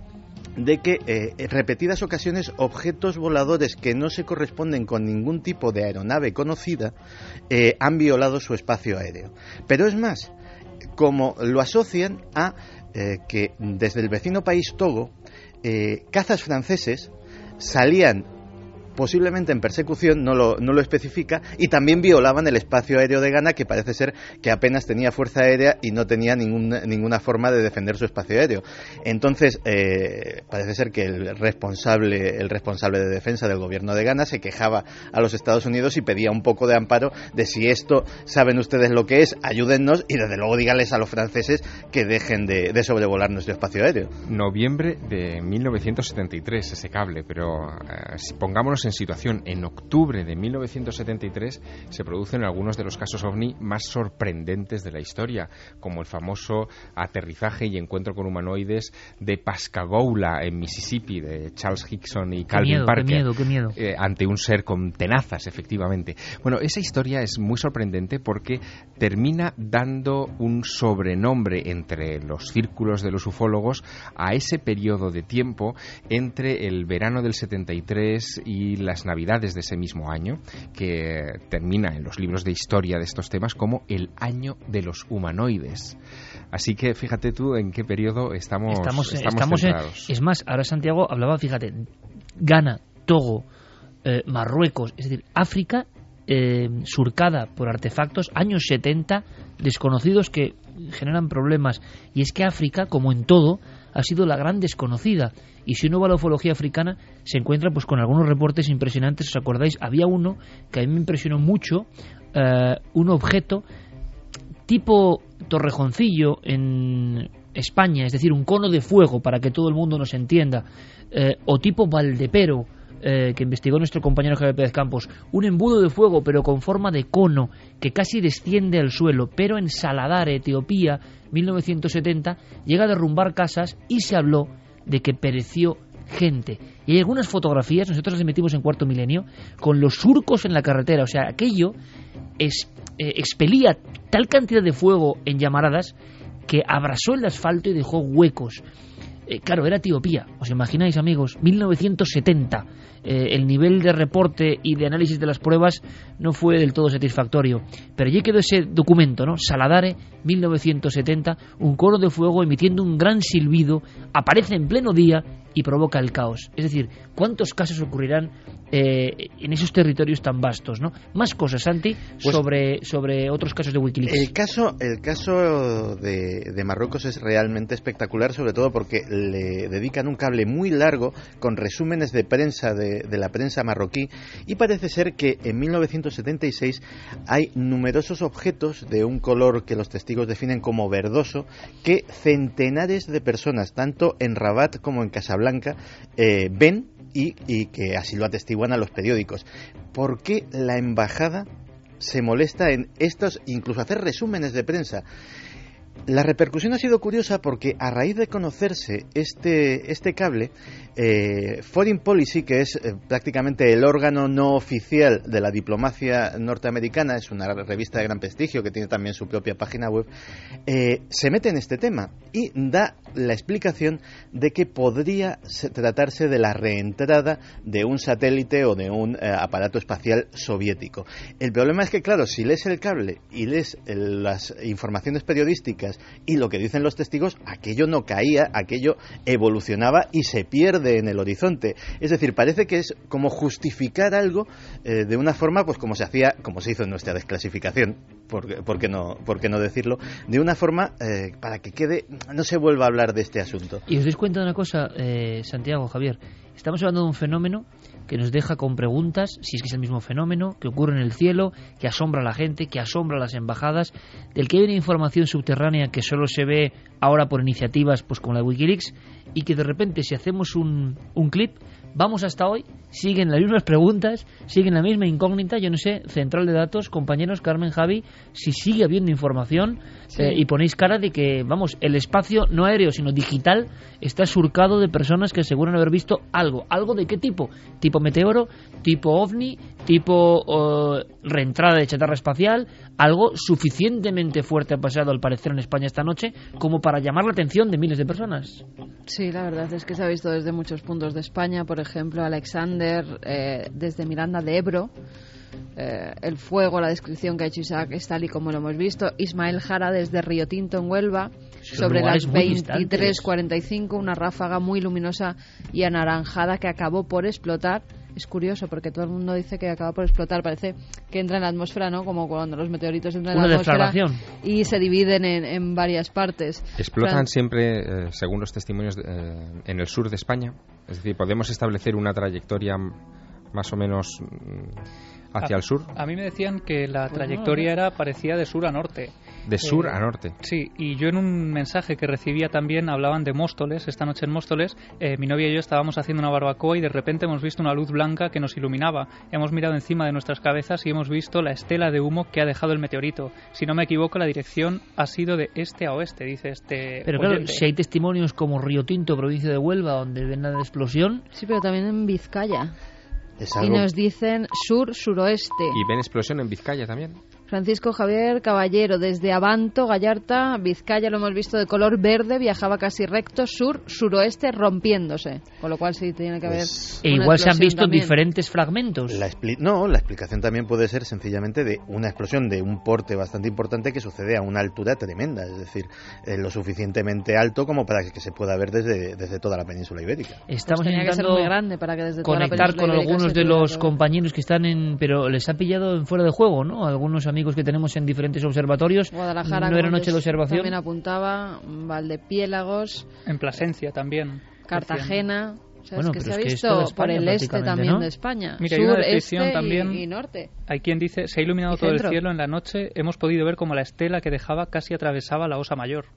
de que eh, en repetidas ocasiones objetos voladores que no se corresponden con ningún tipo de aeronave conocida eh, han violado su espacio aéreo. Pero es más, como lo asocian a eh, que desde el vecino país Togo, eh, cazas franceses salían posiblemente en persecución, no lo, no lo especifica, y también violaban el espacio aéreo de Ghana, que parece ser que apenas tenía fuerza aérea y no tenía ningún, ninguna forma de defender su espacio aéreo. Entonces, eh, parece ser que el responsable, el responsable de defensa del gobierno de Ghana se quejaba a los Estados Unidos y pedía un poco de amparo de si esto saben ustedes lo que es, ayúdennos, y desde luego díganles a los franceses que dejen de, de sobrevolar nuestro espacio aéreo. Noviembre de mil novecientos setenta y tres ese cable, pero eh, si pongámonos en situación, en octubre de mil novecientos setenta y tres se producen algunos de los casos ovni más sorprendentes de la historia, como el famoso aterrizaje y encuentro con humanoides de Pascagoula en Mississippi, de Charles Hickson y Calvin qué miedo, Parker, qué miedo, qué miedo. Eh, ante un ser con tenazas, efectivamente. Bueno, esa historia es muy sorprendente porque termina dando un sobrenombre entre los círculos de los ufólogos a ese periodo de tiempo entre el verano del setenta y tres y las navidades de ese mismo año, que termina en los libros de historia de estos temas como el año de los humanoides. Así que fíjate tú en qué periodo estamos estamos, estamos, estamos centrados. En, es más, ahora Santiago hablaba, fíjate, Ghana, Togo, eh, Marruecos, es decir, África eh, surcada por artefactos, años setenta, desconocidos que generan problemas. Y es que África, como en todo, ha sido la gran desconocida. Y si uno va a la ufología africana, se encuentra pues con algunos reportes impresionantes. ¿Os acordáis? Había uno que a mí me impresionó mucho, eh, un objeto tipo Torrejoncillo en España, es decir, un cono de fuego, para que todo el mundo nos entienda, eh, o tipo Valdepero, eh, que investigó nuestro compañero Javier Pérez Campos, un embudo de fuego pero con forma de cono que casi desciende al suelo, pero en Saladare, Etiopía, mil novecientos setenta, llega a derrumbar casas y se habló de que pereció gente. Y hay algunas fotografías, nosotros las emitimos en Cuarto Milenio, con los surcos en la carretera. O sea, aquello es, eh, expelía tal cantidad de fuego en llamaradas que abrasó el asfalto y dejó huecos. Eh, claro, era Etiopía, os imagináis, amigos, mil novecientos setenta. Eh, el nivel de reporte y de análisis de las pruebas no fue del todo satisfactorio. Pero allí quedó ese documento, ¿no? Saladare, mil novecientos setenta, un cono de fuego emitiendo un gran silbido, aparece en pleno día y provoca el caos. Es decir, ¿cuántos casos ocurrirán eh, en esos territorios tan vastos, ¿no? Más cosas, Santi, pues, sobre, sobre otros casos de Wikileaks. El caso, el caso de, de Marruecos es realmente espectacular, sobre todo porque le dedican un cable muy largo con resúmenes de prensa de, de la prensa marroquí, y parece ser que en mil novecientos setenta y seis hay numerosos objetos de un color que los testigos definen como verdoso que centenares de personas, tanto en Rabat como en Casablanca, eh, ven y, y que así lo atestiguan a los periódicos. ¿Por qué la embajada se molesta en estos, incluso hacer resúmenes de prensa? La repercusión ha sido curiosa porque a raíz de conocerse este, este cable, eh, Foreign Policy, que es eh, prácticamente el órgano no oficial de la diplomacia norteamericana, es una revista de gran prestigio que tiene también su propia página web, eh, se mete en este tema y da la explicación de que podría tratarse de la reentrada de un satélite o de un eh, aparato espacial soviético. El problema es que, claro, si lees el cable y lees eh, las informaciones periodísticas y lo que dicen los testigos, aquello no caía, aquello evolucionaba y se pierde en el horizonte. Es decir, parece que es como justificar algo eh, de una forma, pues como se hacía, como se hizo en nuestra desclasificación, por, por qué no, por qué no decirlo, de una forma eh, para que quede, no se vuelva a hablar de este asunto. Y os dais cuenta de una cosa, eh, Santiago, Javier, estamos hablando de un fenómeno que nos deja con preguntas, si es que es el mismo fenómeno, que ocurre en el cielo, que asombra a la gente, que asombra a las embajadas, del que hay una información subterránea que solo se ve ahora por iniciativas pues como la de Wikileaks, y que de repente, si hacemos un, un clip, vamos hasta hoy, siguen las mismas preguntas, siguen la misma incógnita. Yo no sé, central de datos, compañeros, Carmen, Javi, si sigue habiendo información, sí. eh, y ponéis cara de que, vamos, el espacio no aéreo, sino digital, está surcado de personas que aseguran haber visto algo. ¿Algo de qué tipo? ¿Tipo meteoro? ¿Tipo ovni? ¿Tipo uh, reentrada de chatarra espacial? Algo suficientemente fuerte ha pasado, al parecer, en España esta noche como para llamar la atención de miles de personas. Sí, la verdad es que se ha visto desde muchos puntos de España. Por ejemplo, Alexander, eh, desde Miranda de Ebro. Eh, el fuego, la descripción que ha hecho Isaac es tal y como lo hemos visto. Ismael Jara, desde Río Tinto, en Huelva. Son sobre las veintitrés cuarenta y cinco, una ráfaga muy luminosa y anaranjada que acabó por explotar Es curioso porque todo el mundo dice que acaba por explotar. Parece que entra en la atmósfera, ¿no? Como cuando los meteoritos entran Una en la atmósfera deflagración. y se dividen en, en varias partes. Explotan Fran- siempre, eh, según los testimonios, eh, en el sur de España. Es decir, podemos establecer una trayectoria m- más o menos mm, hacia a, el sur, A mí me decían que la Pues trayectoria era parecía de sur a norte. de sur Eh, a norte. Sí, y yo en un mensaje que recibía también hablaban de Móstoles. Esta noche en Móstoles, eh, mi novia y yo estábamos haciendo una barbacoa y de repente hemos visto una luz blanca que nos iluminaba. Hemos mirado encima de nuestras cabezas y hemos visto la estela de humo que ha dejado el meteorito. Si no me equivoco, la dirección ha sido de este a oeste, dice este Pero claro, oyente. si hay testimonios como Río Tinto, provincia de Huelva, donde ven la explosión, Sí, pero también en Vizcaya. Es Y algo nos dicen sur-suroeste. Y ven explosión en Vizcaya también. Francisco Javier Caballero, desde Abanto, Gallarta, Vizcaya, lo hemos visto de color verde, viajaba casi recto, sur-suroeste, rompiéndose. Con lo cual sí tiene que haber. Pues- e una igual se han explosión visto también. diferentes fragmentos. La expli- no, la explicación también puede ser sencillamente de una explosión de un porte bastante importante que sucede a una altura tremenda, es decir, eh, lo suficientemente alto como para que se pueda ver desde, desde toda la península ibérica. Estamos Pues tenía que ser intentando muy grande para que desde toda la conectar península con ibérica algunos se de pudiera los ver. compañeros que están en... Pero les ha pillado en fuera de juego, ¿no? Algunos amigos que tenemos en diferentes observatorios. Guadalajara, No era como noche de les observación. También apuntaba, Valdepiélagos, En Plasencia también. Cartagena. O sea, Bueno, es que pero se es ha que es visto toda por España el este prácticamente, también ¿no? de España. Mira, hay una Sur, descripción este y- también. y norte. Hay quien dice, se ha iluminado Y todo centro. el cielo en la noche, hemos podido ver como la estela que dejaba casi atravesaba la Osa Mayor.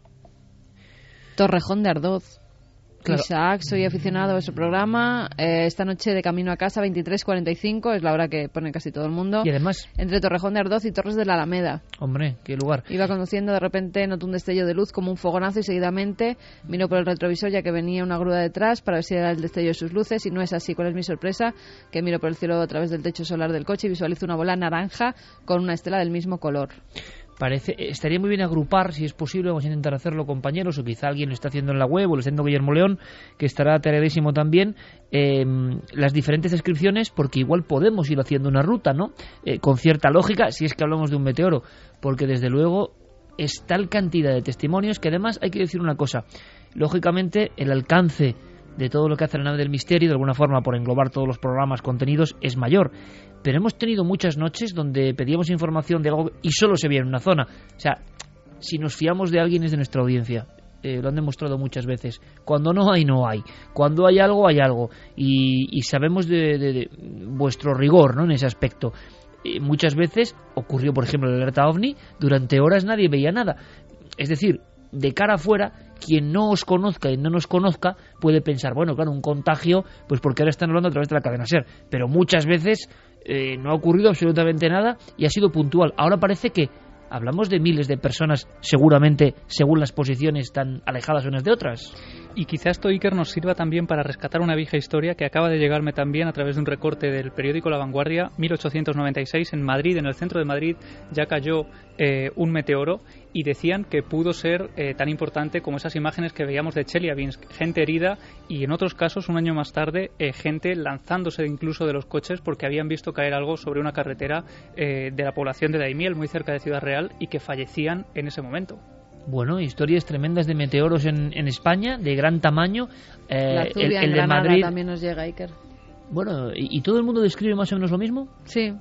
Torrejón de Ardoz. Claro. Isaac, soy aficionado a su programa. Eh, esta noche de camino a casa, veintitrés cuarenta y cinco, es la hora que pone casi todo el mundo. Y además, Entre Torrejón de Ardoz y Torres de la Alameda. hombre, qué lugar. Iba conduciendo, de repente notó un destello de luz como un fogonazo y seguidamente miró por el retrovisor ya que venía una grúa detrás para ver si era el destello de sus luces y no es así. ¿Cuál es mi sorpresa? Que miro por el cielo a través del techo solar del coche y visualizo una bola naranja con una estela del mismo color. Parece, estaría muy bien agrupar, si es posible, vamos a intentar hacerlo, compañeros, o quizá alguien lo está haciendo en la web, o lo está haciendo Guillermo León, que estará atareadísimo también, eh, las diferentes descripciones, porque igual podemos ir haciendo una ruta, ¿no? Eh, con cierta lógica, si es que hablamos de un meteoro, porque desde luego es tal cantidad de testimonios que además hay que decir una cosa, lógicamente el alcance de todo lo que hace la nave del misterio, de alguna forma por englobar todos los programas, contenidos, es mayor. Pero hemos tenido muchas noches donde pedíamos información de algo y solo se veía en una zona. O sea, si nos fiamos de alguien es de nuestra audiencia. Eh, lo han demostrado muchas veces. Cuando no hay, no hay. Cuando hay algo, hay algo. Y, y sabemos de, de, de vuestro rigor, ¿no?, en ese aspecto. Eh, muchas veces ocurrió, por ejemplo, la alerta OVNI, durante horas nadie veía nada. Es decir, de cara afuera, quien no os conozca y no nos conozca puede pensar, bueno, claro, un contagio, pues porque ahora están hablando a través de la cadena SER, pero muchas veces eh, no ha ocurrido absolutamente nada y ha sido puntual. Ahora parece que hablamos de miles de personas, seguramente, según las posiciones tan alejadas unas de otras. Y quizá esto, Iker, nos sirva también para rescatar una vieja historia que acaba de llegarme también a través de un recorte del periódico La Vanguardia. mil ochocientos noventa y seis, en Madrid, en el centro de Madrid, ya cayó eh, un meteoro y decían que pudo ser eh, tan importante como esas imágenes que veíamos de Chelyabinsk, gente herida y en otros casos, un año más tarde, eh, gente lanzándose incluso de los coches porque habían visto caer algo sobre una carretera eh, de la población de Daimiel, muy cerca de Ciudad Real, y que fallecían en ese momento. Bueno, historias tremendas de meteoros en, en España, de gran tamaño. Eh, La el, Zubia el en de Granada Madrid. también nos llega, Iker. Bueno, ¿y, ¿y todo el mundo describe más o menos lo mismo? Sí,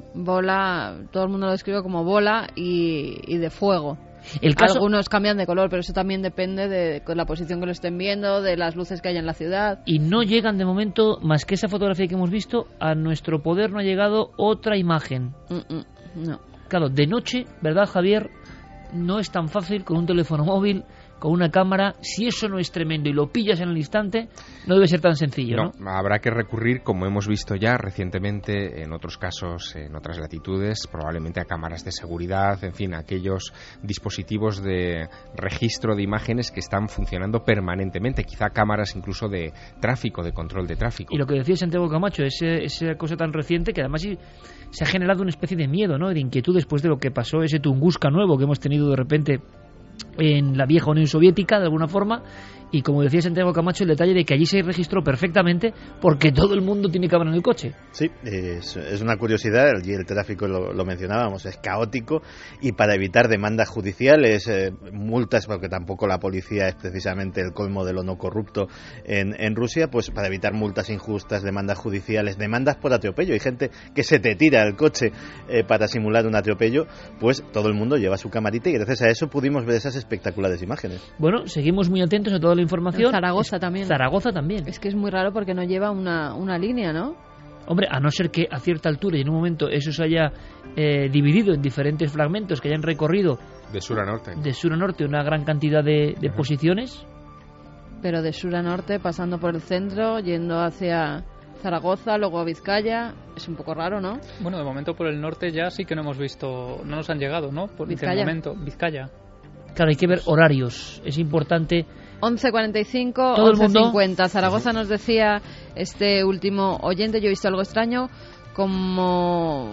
bola, todo el mundo lo describe como bola y, y de fuego. El caso, Algunos cambian de color, pero eso también depende de la posición que lo estén viendo, de las luces que hay en la ciudad. y no llegan de momento, más que esa fotografía que hemos visto, a nuestro poder no ha llegado otra imagen. Mm, mm, no. Claro, de noche, ¿verdad, Javier? No es tan fácil con un teléfono móvil, con una cámara. Si eso no es tremendo y lo pillas en el instante, no debe ser tan sencillo, ¿no? No, habrá que recurrir, como hemos visto ya recientemente, en otros casos, en otras latitudes, probablemente a cámaras de seguridad, en fin, a aquellos dispositivos de registro de imágenes que están funcionando permanentemente, quizá cámaras incluso de tráfico, de control de tráfico. Y lo que decía Santiago Camacho, ese, esa cosa tan reciente que además sí, se ha generado una especie de miedo, ¿no?, de inquietud después de lo que pasó, ese Tunguska nuevo que hemos tenido de repente en la vieja Unión Soviética, de alguna forma. Y como decía Santiago Camacho, el detalle de que allí se registró perfectamente porque todo el mundo tiene cámara en el coche. Sí, es, es una curiosidad, allí el tráfico lo, lo mencionábamos, es caótico, y para evitar demandas judiciales, eh, multas, porque tampoco la policía es precisamente el colmo de lo no corrupto en, en Rusia, pues para evitar multas injustas, demandas judiciales, demandas por atropello, hay gente que se te tira el coche eh, para simular un atropello, pues todo el mundo lleva su camarita y gracias a eso pudimos ver esas espectaculares imágenes. Bueno, seguimos muy atentos a todo la información. Zaragoza también. Zaragoza también. Es que es muy raro porque no lleva una, una línea, ¿no? Hombre, a no ser que a cierta altura y en un momento eso se haya eh, dividido en diferentes fragmentos que hayan recorrido de sur a norte. De sur a norte una gran cantidad de, de posiciones. Pero de sur a norte, pasando por el centro, yendo hacia Zaragoza, luego a Vizcaya, es un poco raro, ¿no? Bueno, de momento por el norte ya sí que no hemos visto, no nos han llegado, ¿no? Por Vizcaya. De momento, Vizcaya. Claro, hay que ver horarios, es importante. once cuarenta y cinco, Todo el once mundo. cincuenta. Zaragoza nos decía este último oyente, yo he visto algo extraño, como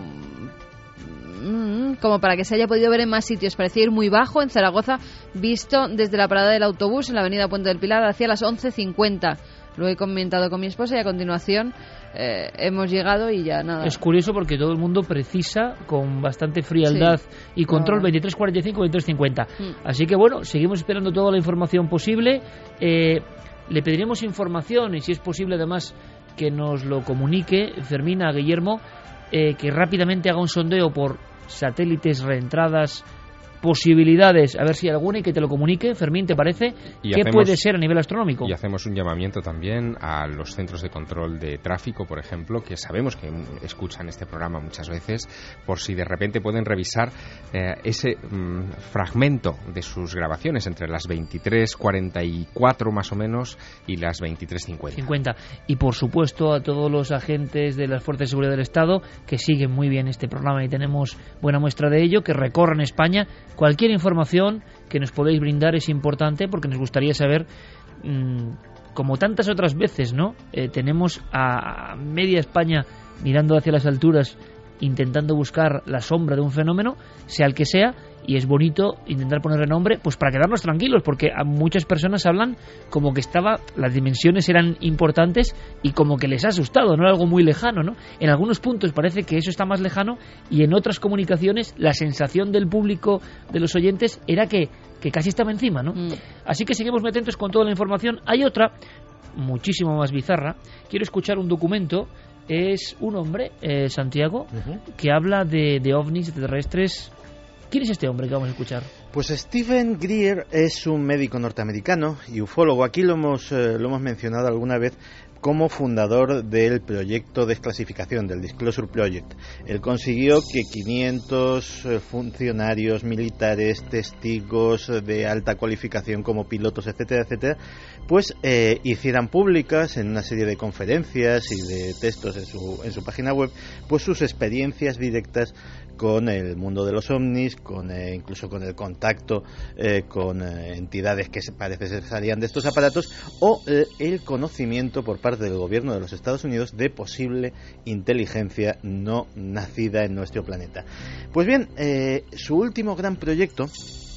como para que se haya podido ver en más sitios. Parecía ir muy bajo en Zaragoza, visto desde la parada del autobús en la avenida Puente del Pilar hacia las once cincuenta. Lo he comentado con mi esposa y a continuación eh, hemos llegado y ya nada. Es curioso porque todo el mundo precisa con bastante frialdad sí. y control ah. veintitrés cuarenta y cinco, veintitrés cincuenta. Mm. Así que bueno, seguimos esperando toda la información posible. Eh, le pediremos información y si es posible además que nos lo comunique Fermín a Guillermo, eh, que rápidamente haga un sondeo por satélites, reentradas, posibilidades, a ver si hay alguna y que te lo comunique. Fermín, ¿te parece? Y ¿Qué hacemos, puede ser a nivel astronómico? Y hacemos un llamamiento también a los centros de control de tráfico, por ejemplo, que sabemos que escuchan este programa muchas veces, por si de repente pueden revisar eh, ese mm, fragmento de sus grabaciones entre las veintitrés cuarenta y cuatro más o menos y las veintitrés cincuenta. Y por supuesto a todos los agentes de las Fuerzas de Seguridad del Estado que siguen muy bien este programa y tenemos buena muestra de ello, que recorren España. Cualquier información que nos podéis brindar es importante porque nos gustaría saber, mmm, como tantas otras veces, ¿no? Eh, tenemos a media España mirando hacia las alturas, intentando buscar la sombra de un fenómeno, sea el que sea, y es bonito intentar ponerle nombre, pues para quedarnos tranquilos, porque a muchas personas hablan como que estaba, las dimensiones eran importantes y como que les ha asustado, no era algo muy lejano, ¿no? En algunos puntos parece que eso está más lejano y en otras comunicaciones la sensación del público, de los oyentes, era que, que casi estaba encima, ¿no? Mm. Así que seguimos muy atentos con toda la información. Hay otra, muchísimo más bizarra. Quiero escuchar un documento. Es un hombre, eh, Santiago, uh-huh. que habla de, de ovnis extraterrestres. ¿Quién es este hombre que vamos a escuchar? Pues Stephen Greer es un médico norteamericano y ufólogo. Aquí lo hemos, eh, lo hemos mencionado alguna vez como fundador del proyecto de desclasificación, del Disclosure Project. Él consiguió que quinientos funcionarios militares, testigos de alta cualificación como pilotos, etcétera, etcétera, pues eh, hicieran públicas en una serie de conferencias y de textos en su, en su página web, pues sus experiencias directas con el mundo de los ovnis, con eh, incluso con el contacto eh, con eh, entidades que se, parece ser salían de estos aparatos, o eh, el conocimiento por parte del gobierno de los Estados Unidos de posible inteligencia no nacida en nuestro planeta. Pues bien, eh, su último gran proyecto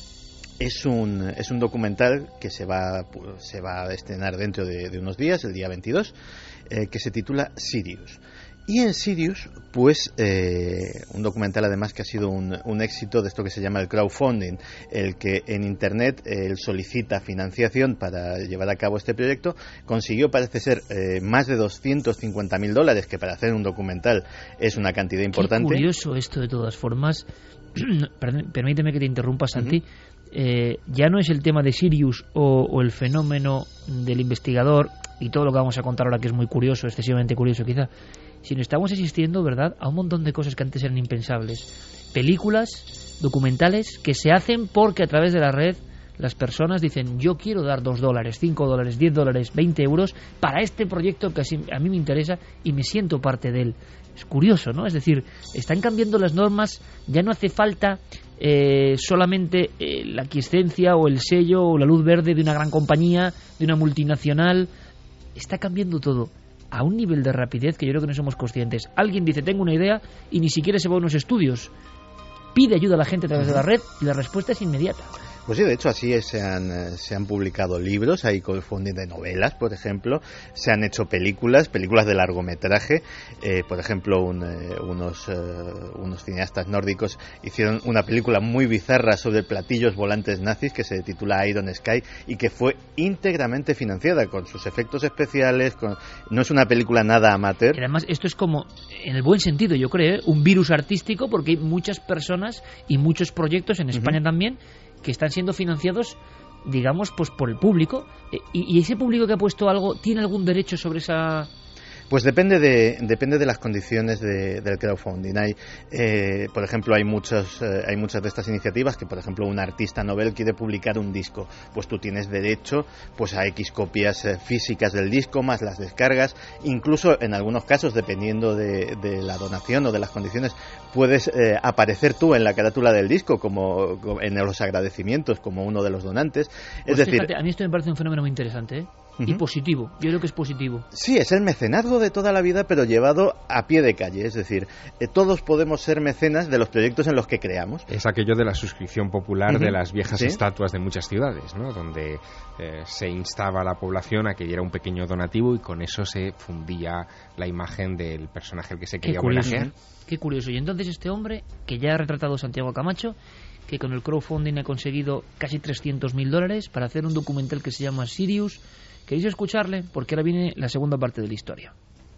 es un, es un documental que se va, se va a estrenar dentro de, de unos días, el día veintidós, eh, que se titula Sirius. Y en Sirius, pues, eh, un documental además que ha sido un, un éxito de esto que se llama el crowdfunding, el que en Internet él solicita financiación para llevar a cabo este proyecto, consiguió, parece ser, eh, más de doscientos cincuenta mil dólares, que para hacer un documental es una cantidad importante. Qué curioso esto, de todas formas. Permíteme que te interrumpa, Santi. Uh-huh. Eh, ya no es el tema de Sirius o, o el fenómeno del investigador y todo lo que vamos a contar ahora, que es muy curioso, excesivamente curioso quizá, sino estamos asistiendo, ¿verdad?, a un montón de cosas que antes eran impensables. Películas, documentales que se hacen porque a través de la red las personas dicen: yo quiero dar dos dólares, cinco dólares, diez dólares, veinte euros para este proyecto que a mí me interesa y me siento parte de él. Es curioso, ¿no? Es decir, están cambiando las normas, ya no hace falta eh, solamente eh, la aquiescencia o el sello o la luz verde de una gran compañía, de una multinacional. Está cambiando todo a un nivel de rapidez que yo creo que no somos conscientes. Alguien dice: tengo una idea, y ni siquiera se va a unos estudios. Pide ayuda a la gente a través de la red y la respuesta es inmediata. Pues sí, de hecho así es, se han, se han publicado libros, hay crowdfunding de novelas, por ejemplo, se han hecho películas, películas de largometraje, eh, por ejemplo, un, eh, unos, eh, unos cineastas nórdicos hicieron una película muy bizarra sobre platillos volantes nazis que se titula Iron Sky y que fue íntegramente financiada con sus efectos especiales, con, no es una película nada amateur. Y además esto es como, en el buen sentido yo creo, ¿eh? un virus artístico, porque hay muchas personas y muchos proyectos en España uh-huh. también que están siendo financiados, digamos, pues por el público. Y, y ese público que ha puesto algo, ¿tiene algún derecho sobre esa...? Pues depende de depende de las condiciones de, del crowdfunding. Hay, eh, por ejemplo, hay muchos eh, hay muchas de estas iniciativas que, por ejemplo, un artista novel quiere publicar un disco, pues tú tienes derecho pues a X copias eh, físicas del disco más las descargas. Incluso en algunos casos, dependiendo de, de la donación o de las condiciones, puedes eh, aparecer tú en la carátula del disco como, como en los agradecimientos como uno de los donantes. Pues es decir, fíjate, a mí esto me parece un fenómeno muy interesante, ¿eh? Y uh-huh. positivo, yo creo que es positivo. Sí, es el mecenazgo de toda la vida, pero llevado a pie de calle. Es decir, eh, todos podemos ser mecenas de los proyectos en los que creamos. Es aquello de la suscripción popular uh-huh. de las viejas ¿Sí? estatuas de muchas ciudades, ¿no? Donde eh, se instaba a la población a que diera un pequeño donativo y con eso se fundía la imagen del personaje al que se quería homenajear. Qué curioso. Y entonces este hombre, que ya ha retratado Santiago Camacho, que con el crowdfunding ha conseguido casi trescientos mil dólares para hacer un documental que se llama Sirius. ¿Queréis escucharle? Porque ahora viene la segunda parte de la historia.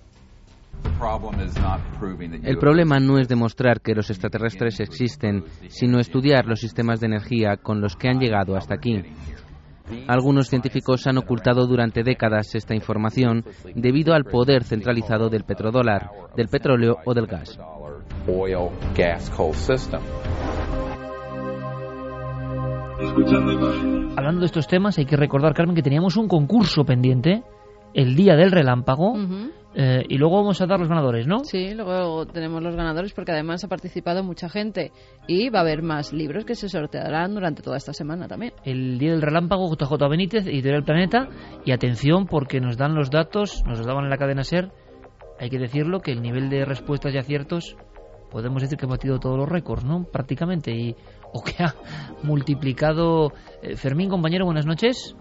El problema no es demostrar que los extraterrestres existen, sino estudiar los sistemas de energía con los que han llegado hasta aquí. Algunos científicos han ocultado durante décadas esta información debido al poder centralizado del petrodólar, del petróleo o del gas. Hablando de estos temas, hay que recordar, Carmen, que teníamos un concurso pendiente el día del relámpago uh-huh. eh, y luego vamos a dar los ganadores, ¿no? Sí, luego tenemos los ganadores porque además ha participado mucha gente y va a haber más libros que se sortearán durante toda esta semana también. El día del relámpago, J J Benítez, Editorial Planeta, y atención porque nos dan los datos, nos los daban en la cadena SER, hay que decirlo, que el nivel de respuestas y aciertos podemos decir que ha batido todos los récords, ¿no? Prácticamente, y o que ha multiplicado. eh, Fermín, compañero, buenas noches.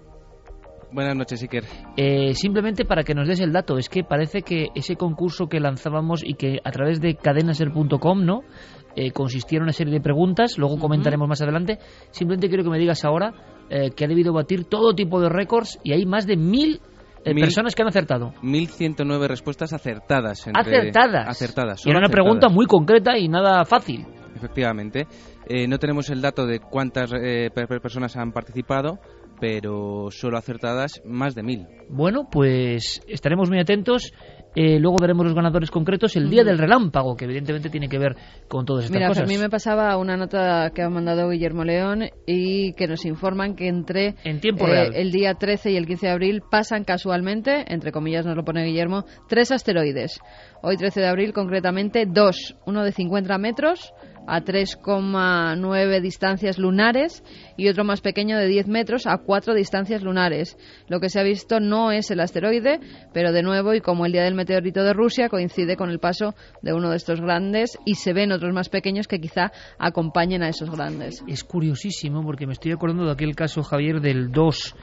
Buenas noches, Iker. Eh, simplemente para que nos des el dato, es que parece que ese concurso que lanzábamos y que a través de cadenaser punto com, ¿no? Eh, consistía en una serie de preguntas, luego uh-huh. comentaremos más adelante. Simplemente quiero que me digas ahora eh, que ha debido batir todo tipo de récords y hay más de mil, eh, mil personas que han acertado. mil ciento nueve respuestas acertadas. Entre... Acertadas. Acertadas. Y era una acertadas. pregunta muy concreta y nada fácil. Efectivamente. Eh, no tenemos el dato de cuántas eh, personas han participado, pero solo acertadas más de mil. Bueno, pues estaremos muy atentos. Eh, luego veremos los ganadores concretos el día del relámpago, que evidentemente tiene que ver con todas estas Mira, cosas. Mira, a mí me pasaba una nota que ha mandado Guillermo León y que nos informan que entre en tiempo eh, real. el día trece y el quince de abril pasan casualmente, entre comillas nos lo pone Guillermo, tres asteroides. Hoy trece de abril concretamente dos, uno de cincuenta metros a tres coma nueve distancias lunares y otro más pequeño de diez metros a cuatro distancias lunares. Lo que se ha visto no es el asteroide, pero de nuevo, y como el día del meteorito de Rusia, coincide con el paso de uno de estos grandes y se ven otros más pequeños que quizá acompañen a esos grandes. Es curiosísimo porque me estoy acordando de aquel caso, Javier, del dos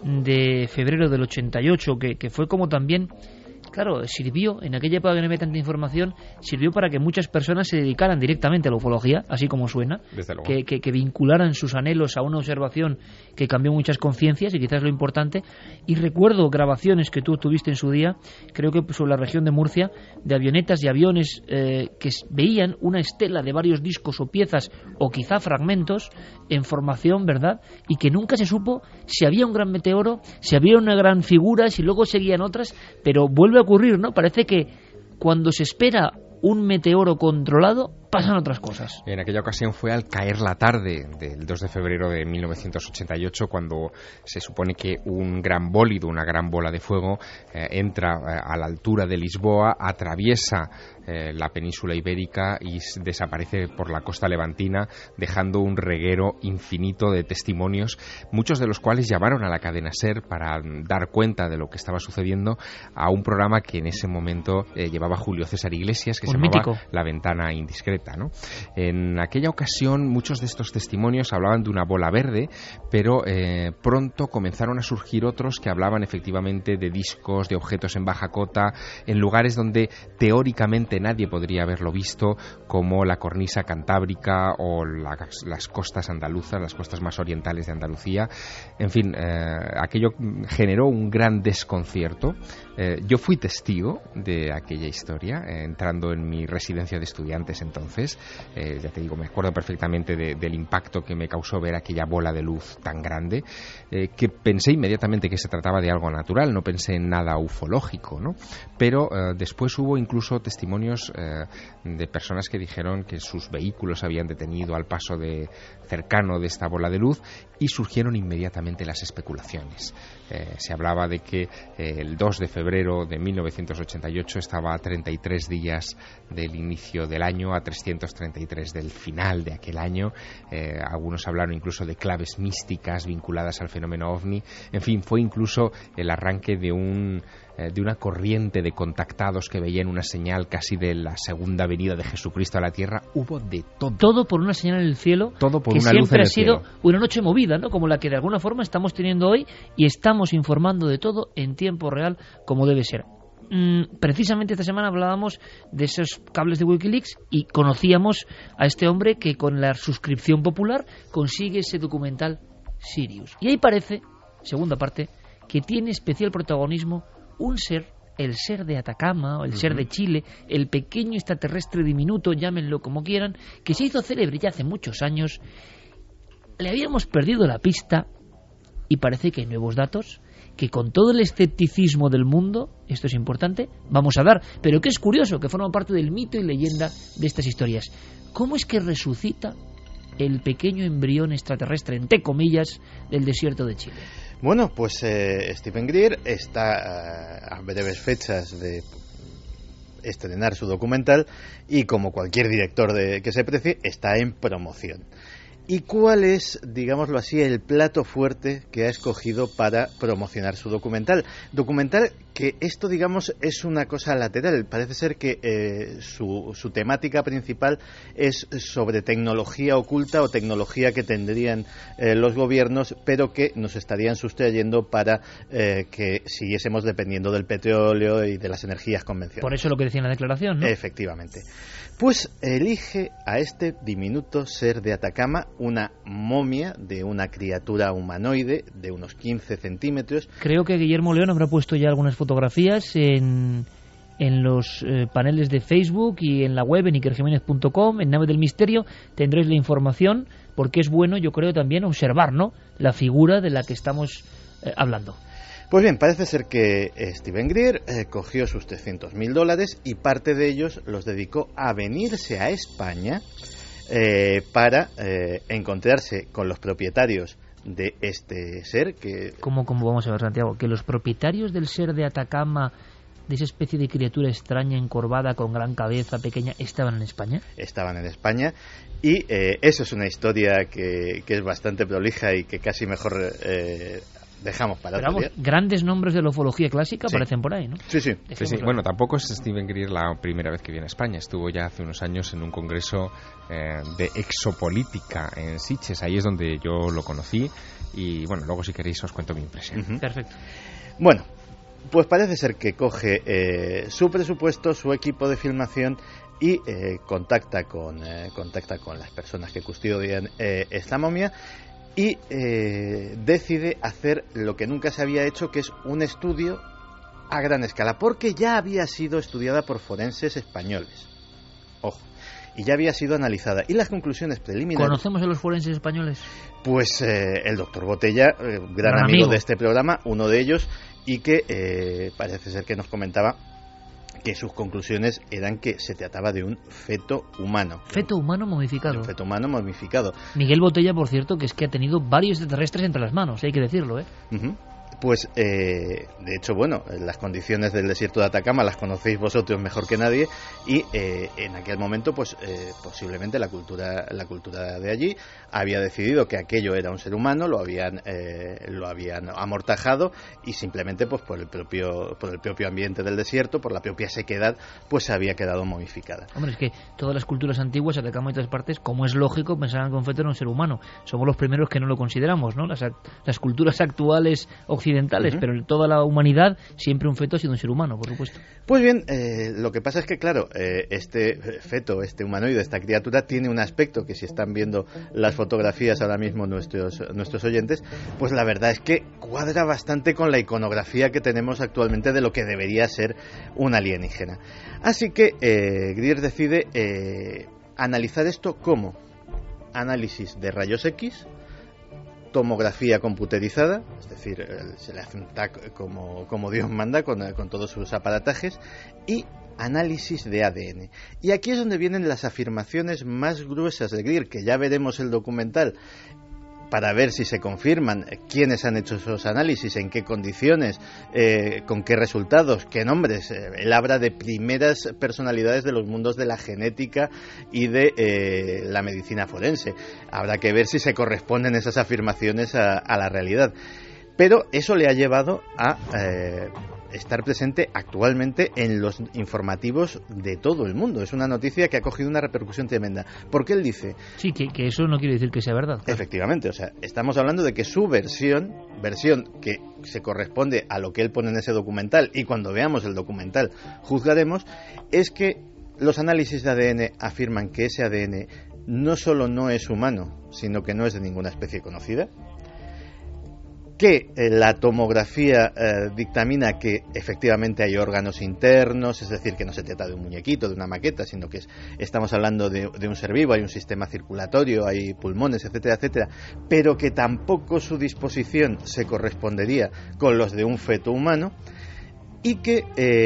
de febrero del ochenta y ocho, que, que fue como también... Claro, sirvió, en aquella época que no había tanta información, sirvió para que muchas personas se dedicaran directamente a la ufología, así como suena, que, que, que vincularan sus anhelos a una observación que cambió muchas conciencias y quizás lo importante. Y recuerdo grabaciones que tú tuviste en su día, creo que sobre la región de Murcia, de avionetas y aviones eh, que veían una estela de varios discos o piezas o quizá fragmentos en formación, ¿verdad? Y que nunca se supo si había un gran meteoro, si había una gran figura, si luego seguían otras, pero vuelve a ocurrir, ¿no? Parece que cuando se espera un meteoro controlado, pasan otras cosas. En aquella ocasión fue al caer la tarde del dos de febrero de mil novecientos ochenta y ocho, cuando se supone que un gran bólido, una gran bola de fuego, eh, entra eh, a la altura de Lisboa, atraviesa eh, la península ibérica y desaparece por la costa levantina, dejando un reguero infinito de testimonios, muchos de los cuales llamaron a la cadena SER para dar cuenta de lo que estaba sucediendo, a un programa que en ese momento eh, llevaba Julio César Iglesias, que un se llamaba mítico. La Ventana Indiscreta. concreta, ¿no? En aquella ocasión muchos de estos testimonios hablaban de una bola verde, pero eh, pronto comenzaron a surgir otros que hablaban efectivamente de discos, de objetos en baja cota, en lugares donde teóricamente nadie podría haberlo visto, como la cornisa cantábrica o la, las costas andaluzas, las costas más orientales de Andalucía. En fin, eh, aquello generó un gran desconcierto. Eh, yo fui testigo de aquella historia, eh, entrando en mi residencia de estudiantes entonces. Eh, ya te digo, me acuerdo perfectamente de, del impacto que me causó ver aquella bola de luz tan grande, eh, que pensé inmediatamente que se trataba de algo natural, no pensé en nada ufológico, ¿no? Pero eh, después hubo incluso testimonios eh, de personas que dijeron que sus vehículos habían detenido al paso de cercano de esta bola de luz, y surgieron inmediatamente las especulaciones. Eh, se hablaba de que eh, el dos de febrero de mil novecientos ochenta y ocho estaba a treinta y tres días del inicio del año, a trescientos treinta y tres del final de aquel año. Eh, algunos hablaron incluso de claves místicas vinculadas al fenómeno ovni. En fin, fue incluso el arranque de un eh, de una corriente de contactados que veían una señal casi de la segunda venida de Jesucristo a la tierra. Hubo de todo. Todo por una señal en el cielo, todo por que una siempre luz en ha el sido cielo. Una noche movida, ¿no? Como la que de alguna forma estamos teniendo hoy, y estamos informando de todo en tiempo real, como debe ser. Mm, precisamente esta semana hablábamos de esos cables de Wikileaks y conocíamos a este hombre que con la suscripción popular consigue ese documental Sirius. Y ahí parece, segunda parte, que tiene especial protagonismo un ser, el ser de Atacama o el uh-huh. ser de Chile, el pequeño extraterrestre diminuto, llámenlo como quieran, que se hizo célebre ya hace muchos años. Le habíamos perdido la pista y parece que hay nuevos datos que, con todo el escepticismo del mundo, esto es importante, vamos a dar, pero que es curioso, que forma parte del mito y leyenda de estas historias. ¿Cómo es que resucita el pequeño embrión extraterrestre, entre comillas, del desierto de Chile? Bueno, pues eh, Stephen Greer está uh, a breves fechas de estrenar su documental y, como cualquier director de, que se precie, está en promoción. ¿Y cuál es, digámoslo así, el plato fuerte que ha escogido para promocionar su documental? Documental que esto, digamos, es una cosa lateral. Parece ser que eh, su, su temática principal es sobre tecnología oculta o tecnología que tendrían eh, los gobiernos, pero que nos estarían sustrayendo para eh, que siguiésemos dependiendo del petróleo y de las energías convencionales. Por eso lo que decía en la declaración, ¿no? Efectivamente. Pues elige a este diminuto ser de Atacama, una momia de una criatura humanoide de unos quince centímetros. Creo que Guillermo León habrá puesto ya algunas fotografías en, en los eh, paneles de Facebook y en la web, en iker jiménez punto com, en Nave del Misterio. Tendréis la información, porque es bueno, yo creo, también observar, ¿no?, la figura de la que estamos eh, hablando. Pues bien, parece ser que Stephen Greer eh, cogió sus trescientos mil dólares y parte de ellos los dedicó a venirse a España eh, para eh, encontrarse con los propietarios de este ser que... ¿Cómo, cómo vamos a ver, Santiago? Que los propietarios del ser de Atacama, de esa especie de criatura extraña, encorvada, con gran cabeza, pequeña, ¿estaban en España? Estaban en España y eh, eso es una historia que, que es bastante prolija y que casi mejor... Eh, dejamos para Pero otro vamos, día. Grandes nombres de la ufología clásica sí. aparecen por ahí, ¿no? Sí, sí. sí, sí. Bueno, tampoco es Stephen Greer la primera vez que viene a España. Estuvo ya hace unos años en un congreso eh, de exopolítica en Sitges. Ahí es donde yo lo conocí. Y bueno, luego si queréis os cuento mi impresión. Uh-huh. Perfecto. Bueno, pues parece ser que coge eh, su presupuesto, su equipo de filmación y eh, contacta con eh, contacta con las personas que custodian eh, esta momia. Y eh, decide hacer lo que nunca se había hecho, que es un estudio a gran escala, porque ya había sido estudiada por forenses españoles. Ojo, y ya había sido analizada. Y las conclusiones preliminares... ¿Conocemos a los forenses españoles? Pues eh, el doctor Botella, eh, gran, gran amigo, amigo de este programa, uno de ellos, y que eh, parece ser que nos comentaba que sus conclusiones eran que se trataba de un feto humano. Feto humano momificado. Un feto humano momificado. Miguel Botella, por cierto, que es que ha tenido varios extraterrestres entre las manos, hay que decirlo, ¿eh? Uh-huh. Pues, eh, de hecho, bueno, las condiciones del desierto de Atacama las conocéis vosotros mejor que nadie y eh, en aquel momento, pues, eh, posiblemente la cultura, la cultura de allí había decidido que aquello era un ser humano, lo habían, eh, lo habían amortajado y simplemente, pues, por el propio, por el propio ambiente del desierto, por la propia sequedad, pues, se había quedado momificada. Hombre, es que todas las culturas antiguas, Atacama y otras partes, como es lógico, pensaban que un feto era un ser humano. Somos los primeros que no lo consideramos, ¿no? Las, las culturas actuales occidentales, uh-huh. pero en toda la humanidad siempre un feto ha sido un ser humano, por supuesto. Pues bien, eh, lo que pasa es que, claro, eh, este feto, este humanoide, esta criatura tiene un aspecto que, si están viendo las fotografías ahora mismo nuestros, nuestros oyentes, pues la verdad es que cuadra bastante con la iconografía que tenemos actualmente de lo que debería ser un alienígena. Así que eh, Greer decide eh, analizar esto como análisis de rayos X, tomografía computerizada, es decir, se le hace un tac como, como Dios manda con, con todos sus aparatajes, y análisis de A D N. Y aquí es donde vienen las afirmaciones más gruesas de Greer, que ya veremos el documental para ver si se confirman quiénes han hecho esos análisis, en qué condiciones, eh, con qué resultados, qué nombres. Eh, él habla de primeras personalidades de los mundos de la genética y de eh, la medicina forense. Habrá que ver si se corresponden esas afirmaciones a, a la realidad. Pero eso le ha llevado a eh, estar presente actualmente en los informativos de todo el mundo. Es una noticia que ha cogido una repercusión tremenda. Porque él dice... Sí, que, que eso no quiere decir que sea verdad. Claro. Efectivamente, o sea, estamos hablando de que su versión, versión que se corresponde a lo que él pone en ese documental, y cuando veamos el documental juzgaremos, es que los análisis de A D N afirman que ese A D N no solo no es humano, sino que no es de ninguna especie conocida, que eh, la tomografía eh, dictamina que efectivamente hay órganos internos, es decir, que no se trata de un muñequito, de una maqueta, sino que es, estamos hablando de, de un ser vivo, hay un sistema circulatorio, hay pulmones, etcétera, etcétera, pero que tampoco su disposición se correspondería con los de un feto humano, y que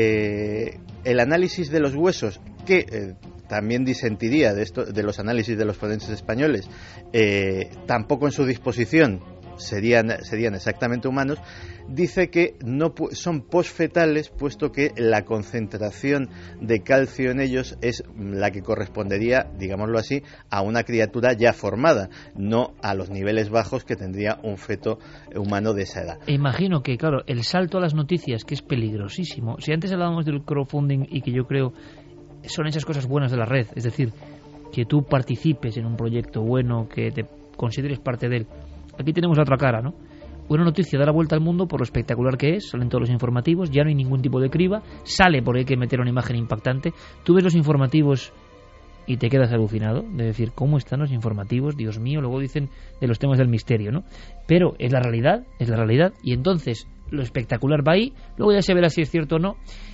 eh, el análisis de los huesos, que eh, también disentiría de, esto, de los análisis de los forenses españoles, eh, tampoco en su disposición Serían, serían exactamente humanos, dice que no son posfetales, puesto que la concentración de calcio en ellos es la que correspondería, digámoslo así, a una criatura ya formada, no a los niveles bajos que tendría un feto humano de esa edad. Imagino que, claro, el salto a las noticias, que es peligrosísimo. Si antes hablábamos del crowdfunding, y que yo creo son esas cosas buenas de la red, es decir, que tú participes en un proyecto bueno, que te consideres parte de él. Aquí tenemos la otra cara, ¿no? Una noticia da la vuelta al mundo por lo espectacular que es, salen todos los informativos, ya no hay ningún tipo de criba, sale porque hay que meter una imagen impactante. Tú ves los informativos y te quedas alucinado de decir, ¿cómo están los informativos? Dios mío, luego dicen de los temas del misterio, ¿no? Pero es la realidad, es la realidad, y entonces lo espectacular va ahí, luego ya se verá si es cierto o no,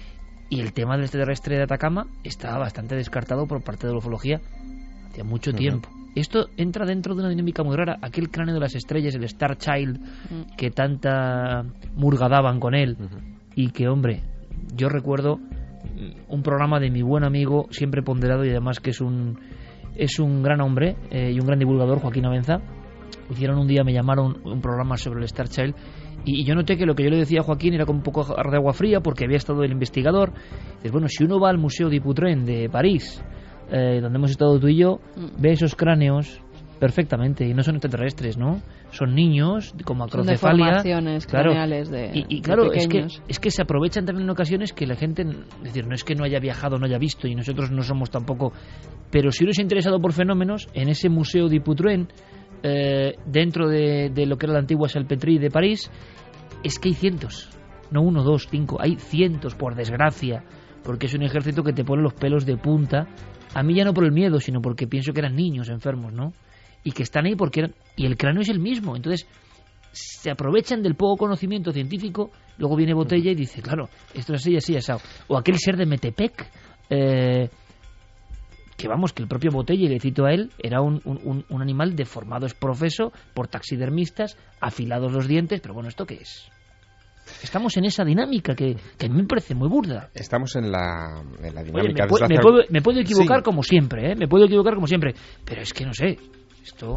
y el tema del extraterrestre de Atacama está bastante descartado por parte de la ufología hacía mucho uh-huh. tiempo. Esto entra dentro de una dinámica muy rara. Aquel cráneo de las estrellas, el Star Child, uh-huh. que tanta murga daban con él, uh-huh. y que, hombre, yo recuerdo un programa de mi buen amigo, siempre ponderado, y además que es un es un gran hombre eh, y un gran divulgador, Joaquín Abenza. Hicieron un día, me llamaron un programa sobre el Star Child, y, y yo noté que lo que yo le decía a Joaquín era como un poco de agua fría, porque había estado el investigador. Dices, bueno, si uno va al Museo Dupuytren de París, eh, donde hemos estado tú y yo, mm. ve esos cráneos perfectamente, y no son extraterrestres, ¿no? Son niños con macrocefalia, son deformaciones claro, craneales de y, y claro, de es que es que se aprovechan también en ocasiones que la gente, es decir, no es que no haya viajado, no haya visto, y nosotros no somos tampoco, pero si uno es interesado por fenómenos, en ese Museo Dupuytren, eh, dentro de, de lo que era la antigua Salpêtrière de París, es que hay cientos, no uno, dos, cinco, hay cientos, por desgracia, porque es un ejército que te pone los pelos de punta. A mí ya no por el miedo, sino porque pienso que eran niños enfermos, ¿no? Y que están ahí porque eran... Y el cráneo es el mismo. Entonces, se aprovechan del poco conocimiento científico. Luego viene Botella y dice, claro, esto es así, así, así. O aquel ser de Metepec, eh, que vamos, que el propio Botella, y le cito a él, era un, un, un animal deformado, es profeso, por taxidermistas, afilados los dientes. Pero bueno, ¿esto qué es? Estamos en esa dinámica que, que a mí me parece muy burda. Estamos en la, en la dinámica. Oye, me, de pu- me, puedo, me puedo equivocar sí. como siempre, ¿eh? Me puedo equivocar como siempre. Pero es que no sé, esto...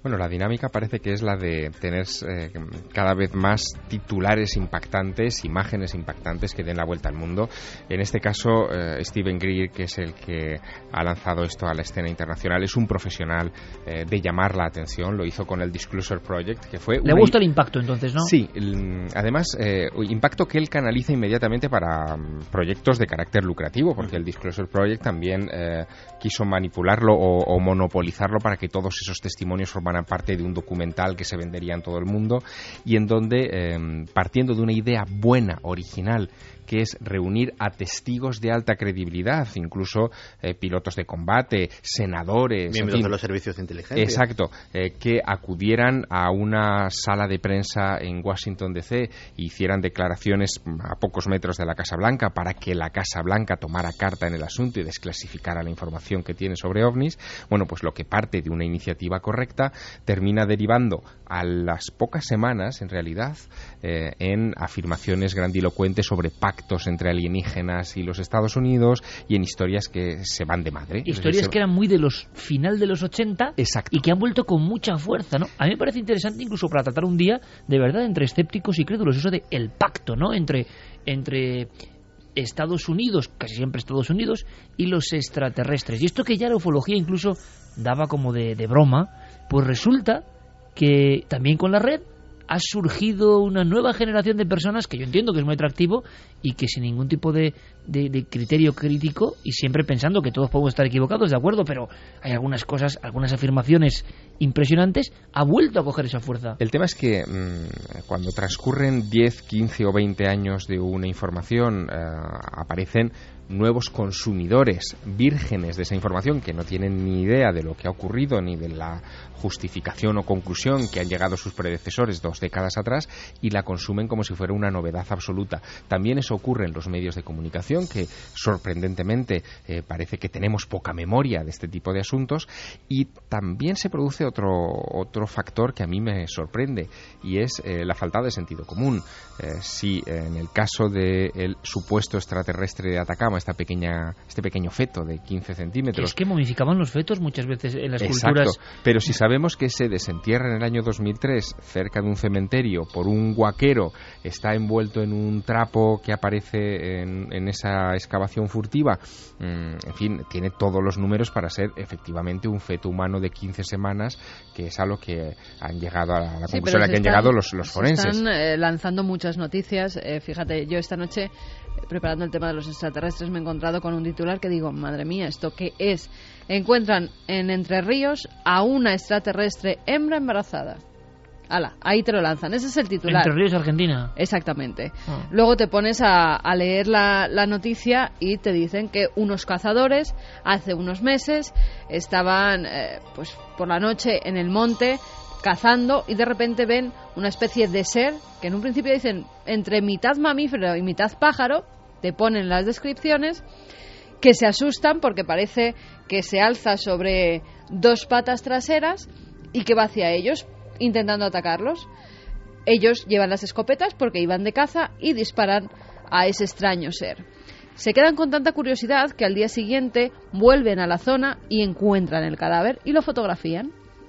Bueno, la dinámica parece que es la de tener eh, cada vez más titulares impactantes, imágenes impactantes que den la vuelta al mundo. En este caso, eh, Steven Greer, que es el que ha lanzado esto a la escena internacional, es un profesional eh, de llamar la atención. Lo hizo con el Disclosure Project, que fue... ¿Le gusta el impacto entonces, no? Sí, el, además, eh, impacto que él canaliza inmediatamente para um, proyectos de carácter lucrativo, porque el Disclosure Project también eh, quiso manipularlo o, o monopolizarlo para que todos esos testimonios formaran parte de un documental que se vendería en todo el mundo y en donde, eh, partiendo de una idea buena, original, que es reunir a testigos de alta credibilidad, incluso eh, pilotos de combate, senadores... Miembros en fin, de los servicios de inteligencia. Exacto, eh, que acudieran a una sala de prensa en Washington D C e hicieran declaraciones a pocos metros de la Casa Blanca para que la Casa Blanca tomara carta en el asunto y desclasificara la información que tiene sobre ovnis. Bueno, pues lo que parte de una iniciativa correcta termina derivando a las pocas semanas, en realidad, eh, en afirmaciones grandilocuentes sobre pactos entre alienígenas y los Estados Unidos y en historias que se van de madre. Historias decir, que eran muy de los final de los ochenta. Exacto. Y que han vuelto con mucha fuerza, ¿no? A mí me parece interesante incluso para tratar un día de verdad entre escépticos y crédulos, eso de el pacto, ¿no? Entre, entre Estados Unidos, casi siempre Estados Unidos, y los extraterrestres. Y esto que ya la ufología incluso daba como de, de broma, pues resulta que también con la red ha surgido una nueva generación de personas que yo entiendo que es muy atractivo y que sin ningún tipo de, de, de criterio crítico y siempre pensando que todos podemos estar equivocados, de acuerdo, pero hay algunas cosas, algunas afirmaciones impresionantes, ha vuelto a coger esa fuerza. El tema es que mmm, cuando transcurren diez, quince o veinte años de una información, eh, aparecen nuevos consumidores vírgenes de esa información que no tienen ni idea de lo que ha ocurrido ni de la justificación o conclusión que han llegado sus predecesores dos décadas atrás y la consumen como si fuera una novedad absoluta. También eso ocurre en los medios de comunicación, que sorprendentemente eh, parece que tenemos poca memoria de este tipo de asuntos, y también se produce otro, otro factor que a mí me sorprende y es eh, la falta de sentido común. Eh, si eh, en el caso del supuesto extraterrestre de Atacama, esta pequeña, este pequeño feto de quince centímetros... Es que momificaban los fetos muchas veces en las Exacto, culturas. Pero si sabemos que se desentierra en el año dos mil tres cerca de un cementerio por un huaquero, está envuelto en un trapo que aparece en, en esa excavación furtiva, mmm, en fin, tiene todos los números para ser efectivamente un feto humano de quince semanas, que es a lo que han llegado, a la, a la sí, conclusión a la que han están, llegado los, los forenses. Están eh, lanzando muchas noticias. Eh, fíjate, yo esta noche, preparando el tema de los extraterrestres, me he encontrado con un titular que digo, madre mía, ¿esto qué es? Encuentran en Entre Ríos a una extraterrestre hembra embarazada. Ala, ahí te lo lanzan, ese es el titular. Entre Ríos, Argentina. Exactamente. Oh. Luego te pones a, a leer la, la noticia y te dicen que unos cazadores hace unos meses estaban eh, pues por la noche en el monte cazando y de repente ven una especie de ser que en un principio dicen entre mitad mamífero y mitad pájaro, te ponen las descripciones, que se asustan porque parece que se alza sobre dos patas traseras y que va hacia ellos intentando atacarlos. Ellos llevan las escopetas porque iban de caza y disparan a ese extraño ser. Se quedan con tanta curiosidad que al día siguiente vuelven a la zona y encuentran el cadáver y lo fotografían.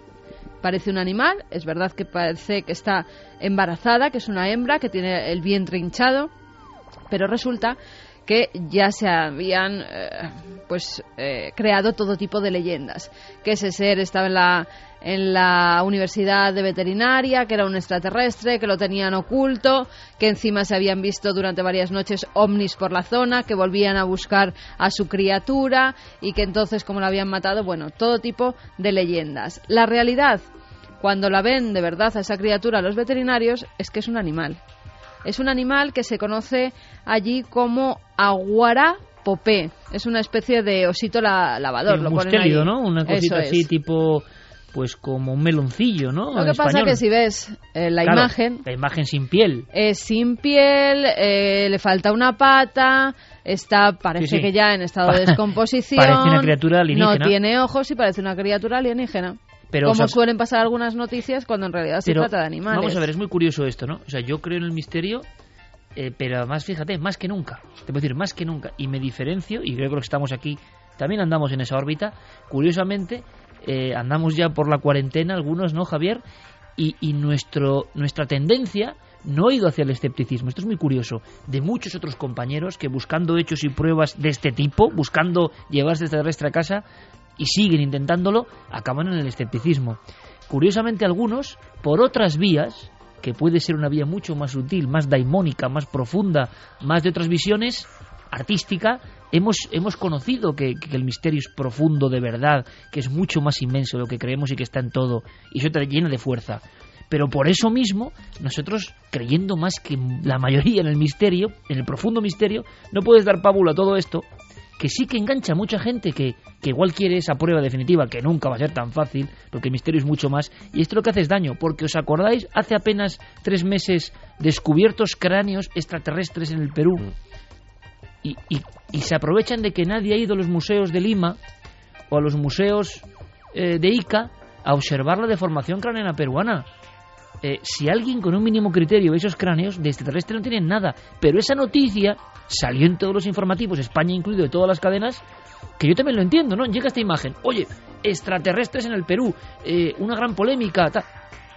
Parece un animal, es verdad que parece que está embarazada, que es una hembra, que tiene el vientre hinchado, pero resulta que ya se habían eh, pues eh, creado todo tipo de leyendas, que ese ser estaba en la en la universidad de veterinaria, que era un extraterrestre, que lo tenían oculto, que encima se habían visto durante varias noches ovnis por la zona, que volvían a buscar a su criatura y que entonces como la habían matado, bueno, todo tipo de leyendas. La realidad, cuando la ven de verdad a esa criatura los veterinarios, es que es un animal. Es un animal que se conoce allí como aguara popé. Es una especie de osito la, lavador. Un lo mustélido, ponen ahí. ¿no? Una cosita Eso así es. tipo, pues como un meloncillo, ¿no? Lo que en pasa español. que si ves eh, la Claro, imagen... la imagen sin piel. Es sin piel, eh, le falta una pata, está parece Sí, sí. que ya en estado de descomposición. Parece una criatura alienígena. No tiene ojos y parece una criatura alienígena. Pero, como o sea, suelen pasar algunas noticias cuando en realidad se pero, trata de animales. Vamos a ver, es muy curioso esto, ¿no? O sea, yo creo en el misterio, eh, pero además, fíjate, más que nunca. Te puedo decir, más que nunca. Y me diferencio, y creo que los que estamos aquí también andamos en esa órbita. Curiosamente, eh, andamos ya por la cuarentena, algunos, ¿no, Javier? Y, y nuestro, nuestra tendencia no ha ido hacia el escepticismo. Esto es muy curioso. De muchos otros compañeros que buscando hechos y pruebas de este tipo, buscando llevarse extraterrestre a casa y siguen intentándolo, acaban en el escepticismo. Curiosamente algunos, por otras vías, que puede ser una vía mucho más sutil, más daimónica, más profunda, más de otras visiones, artística, hemos, hemos conocido que, que el misterio es profundo de verdad, que es mucho más inmenso de lo que creemos y que está en todo, y eso te llena de fuerza. Pero por eso mismo, nosotros, creyendo más que la mayoría en el misterio, en el profundo misterio, no puedes dar pábulo a todo esto, que sí que engancha a mucha gente que, que igual quiere esa prueba definitiva, que nunca va a ser tan fácil, porque el misterio es mucho más, y esto es lo que hace es daño, porque os acordáis, hace apenas tres meses, descubiertos cráneos extraterrestres en el Perú, y, y, y se aprovechan de que nadie ha ido a los museos de Lima, o a los museos eh, de Ica, a observar la deformación craneana peruana. Eh, si alguien con un mínimo criterio ve esos cráneos, de extraterrestre no tienen nada, pero esa noticia salió en todos los informativos, España incluido, de todas las cadenas, que yo también lo entiendo, ¿no? Llega esta imagen, oye, extraterrestres en el Perú, eh, una gran polémica, tal.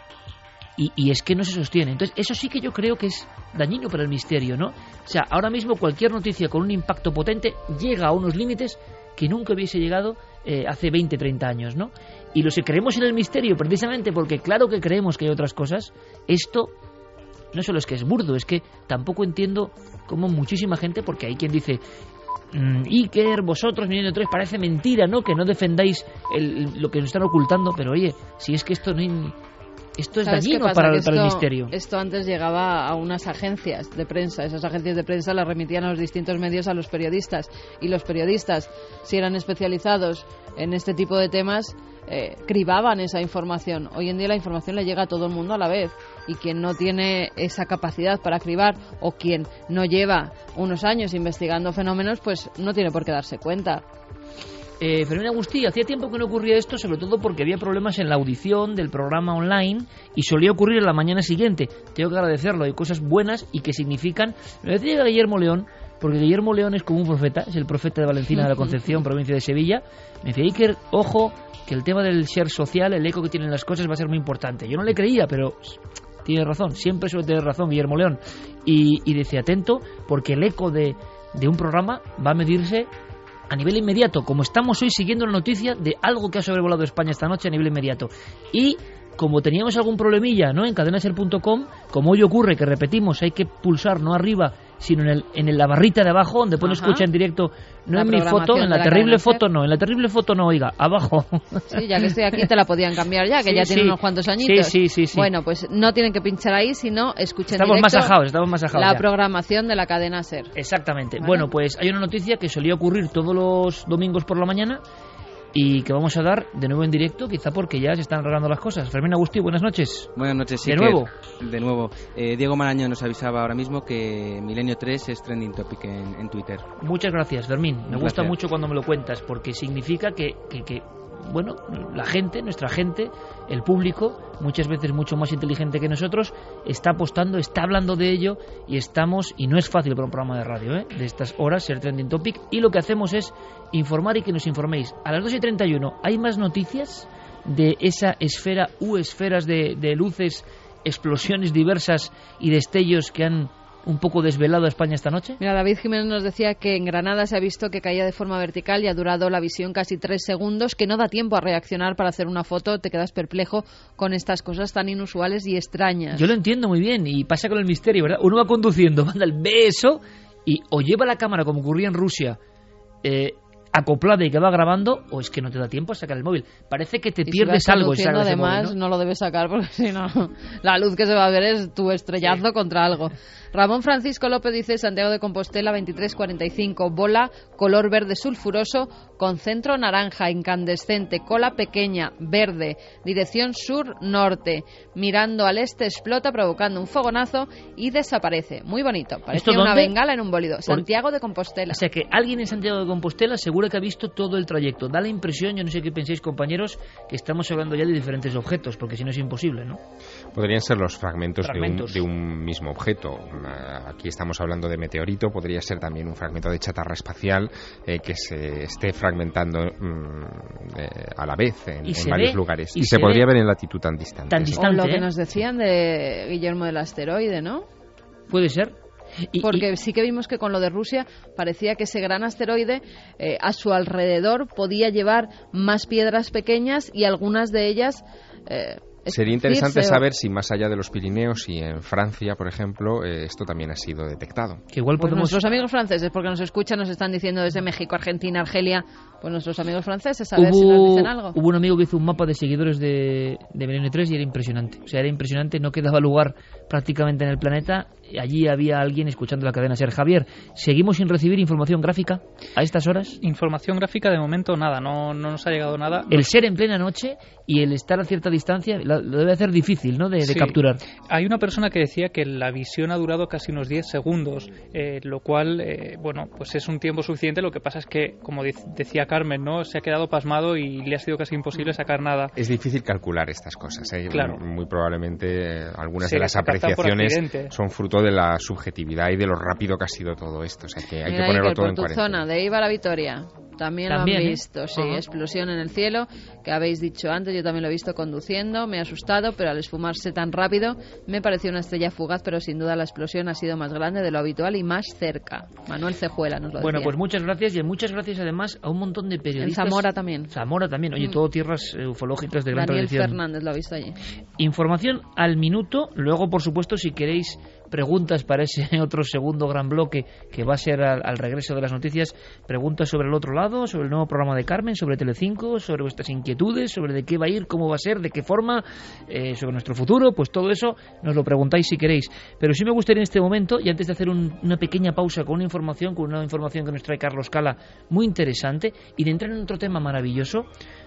Y, y es que no se sostiene. Entonces, eso sí que yo creo que es dañino para el misterio, ¿no? O sea, ahora mismo cualquier noticia con un impacto potente llega a unos límites que nunca hubiese llegado eh, hace veinte, treinta años, ¿no? Y los que creemos en el misterio, precisamente porque claro que creemos que hay otras cosas, esto no solo es que es burdo, es que tampoco entiendo cómo muchísima gente, porque hay quien dice, mmm, Iker, vosotros, Milenio tres, parece mentira, ¿no? Que no defendáis el, lo que nos están ocultando, pero oye, si es que esto no hay... Esto es dañino para, para esto, el misterio. Esto antes llegaba a unas agencias de prensa. Esas agencias de prensa las remitían a los distintos medios a los periodistas. Y los periodistas, si eran especializados en este tipo de temas, eh, cribaban esa información. Hoy en día la información le llega a todo el mundo a la vez. Y quien no tiene esa capacidad para cribar o quien no lleva unos años investigando fenómenos, pues no tiene por qué darse cuenta. Eh, Fermín Agustí, hacía tiempo que no ocurría esto, sobre todo porque había problemas en la audición del programa online y solía ocurrir en la mañana siguiente. Tengo que agradecerlo, hay cosas buenas y que significan... Me decía Guillermo León, porque Guillermo León es como un profeta, es el profeta de Valencina de la Concepción, provincia de Sevilla. Me decía, Iker, ojo, que el tema del share social, el eco que tienen las cosas va a ser muy importante. Yo no le creía, pero... tiene razón, siempre suele tener razón Guillermo León. Y, y decía, atento, porque el eco de, de un programa va a medirse a nivel inmediato, como estamos hoy siguiendo la noticia de algo que ha sobrevolado España esta noche a nivel inmediato. Y como teníamos algún problemilla, ¿no?, en cadena ser punto com, como hoy ocurre, que repetimos, hay que pulsar no arriba, sino en, el, en la barrita de abajo, donde pone escucha en directo, no la en mi foto, en la, la terrible foto no, en la terrible foto no, oiga, abajo. Sí, ya que estoy aquí te la podían cambiar ya, que sí, ya tiene sí. unos cuantos añitos. Sí, sí, sí, sí. Bueno, pues no tienen que pinchar ahí, sino escuchen estamos directo masajados, estamos masajados la ya. programación de la cadena SER. Exactamente. ¿Vale? Bueno, pues hay una noticia que solía ocurrir todos los domingos por la mañana y que vamos a dar de nuevo en directo, quizá porque ya se están arreglando las cosas. Fermín Agustí, buenas noches. Buenas noches, sí. De nuevo. De nuevo. Eh, Diego Marañón nos avisaba ahora mismo que Milenio tres es trending topic en, en Twitter. Muchas gracias, Fermín. Me Un gusta placer. mucho cuando me lo cuentas, porque significa que, que, que, bueno, la gente, nuestra gente, el público, muchas veces mucho más inteligente que nosotros, está apostando, está hablando de ello y estamos, y no es fácil para un programa de radio, ¿eh?, de estas horas, ser trending topic, y lo que hacemos es informar y que nos informéis. A las dos y treinta y uno hay más noticias de esa esfera u esferas de, de luces, explosiones diversas y destellos que han un poco desvelado a España esta noche. Mira, David Jiménez nos decía que en Granada se ha visto que caía de forma vertical y ha durado la visión casi tres segundos, que no da tiempo a reaccionar para hacer una foto. Te quedas perplejo con estas cosas tan inusuales y extrañas. Yo lo entiendo muy bien y pasa con el misterio, ¿verdad? Uno va conduciendo, manda el beso y o lleva la cámara como ocurría en Rusia, eh, acoplada y que va grabando, o es que no te da tiempo a sacar el móvil. Parece que te y pierdes si vas algo y sacas además, móvil, ¿no? no lo debes sacar porque si no, la luz que se va a ver es tu estrellazo sí. contra algo. Ramón Francisco López dice: Santiago de Compostela veintitrés cuarenta y cinco, bola color verde sulfuroso con centro naranja incandescente, cola pequeña, verde, dirección sur-norte, mirando al este explota provocando un fogonazo y desaparece. Muy bonito, parece una bengala en un bólido. Santiago de Compostela. O sea que alguien en Santiago de Compostela seguro asegura que ha visto todo el trayecto. Da la impresión, yo no sé qué pensáis, compañeros, que estamos hablando ya de diferentes objetos, porque si no es imposible, ¿no? Podrían ser los fragmentos, fragmentos. De, un, de un mismo objeto. Aquí estamos hablando de meteorito, podría ser también un fragmento de chatarra espacial eh, que se esté fragmentando mmm, eh, a la vez en, en varios ve, lugares. Y, y se, se podría ver en latitud tan distante. Tan distante, o lo que nos decían de Guillermo del asteroide, ¿no? Puede ser. Y, Porque y... sí que vimos que con lo de Rusia parecía que ese gran asteroide eh, a su alrededor podía llevar más piedras pequeñas y algunas de ellas... Eh, Sería interesante saber si más allá de los Pirineos y en Francia, por ejemplo, eh, esto también ha sido detectado. Que igual pues podemos... Nuestros amigos franceses, porque nos escuchan, nos están diciendo desde México, Argentina, Argelia, pues nuestros amigos franceses, a ver hubo, si nos dicen algo. Hubo un amigo que hizo un mapa de seguidores de, de Milenio tres y era impresionante. O sea, era impresionante, no quedaba lugar prácticamente en el planeta. Allí había alguien escuchando la cadena SER. Javier, ¿seguimos sin recibir información gráfica a estas horas? Información gráfica de momento nada, no, no nos ha llegado nada. El ser en plena noche y el estar a cierta distancia lo debe hacer difícil, ¿no?, de, sí. de capturar. Hay una persona que decía que la visión ha durado casi unos diez segundos, eh, lo cual, eh, bueno, pues es un tiempo suficiente. Lo que pasa es que, como de- decía Carmen, ¿no?, se ha quedado pasmado y le ha sido casi imposible sacar nada. Es difícil calcular estas cosas, ¿eh? Claro. Muy, muy probablemente eh, algunas Sí, de las se captan por apreciaciones accidente. son fruto de la subjetividad y de lo rápido que ha sido todo esto. O sea, que hay Mira, que ponerlo Iker, todo por en tu cuarentena. zona, de Iba a la Vitoria. También, También, lo han ¿eh? visto, sí, Ajá. explosión en el cielo, que habéis dicho antes, yo también lo he visto conduciendo, me ha asustado, pero al esfumarse tan rápido me pareció una estrella fugaz, pero sin duda la explosión ha sido más grande de lo habitual y más cerca. Manuel Cejuela nos lo Bueno, decía. pues muchas gracias y muchas gracias además a un montón de periodistas. En Zamora también. Zamora también, oye, Mm. todo tierras eh, ufológicas de gran Daniel tradición. Fernández lo ha visto allí. Información al minuto, luego por supuesto si queréis preguntas para ese otro segundo gran bloque que va a ser al, al regreso de las noticias, preguntas sobre el otro lado, sobre el nuevo programa de Carmen, sobre Telecinco, sobre vuestras inquietudes, sobre de qué va a ir, cómo va a ser, de qué forma, eh, sobre nuestro futuro, pues todo eso nos lo preguntáis si queréis. Pero sí me gustaría en este momento, y antes de hacer un, una pequeña pausa con una información, con una información que nos trae Carlos Cala muy interesante, y de entrar en otro tema maravilloso,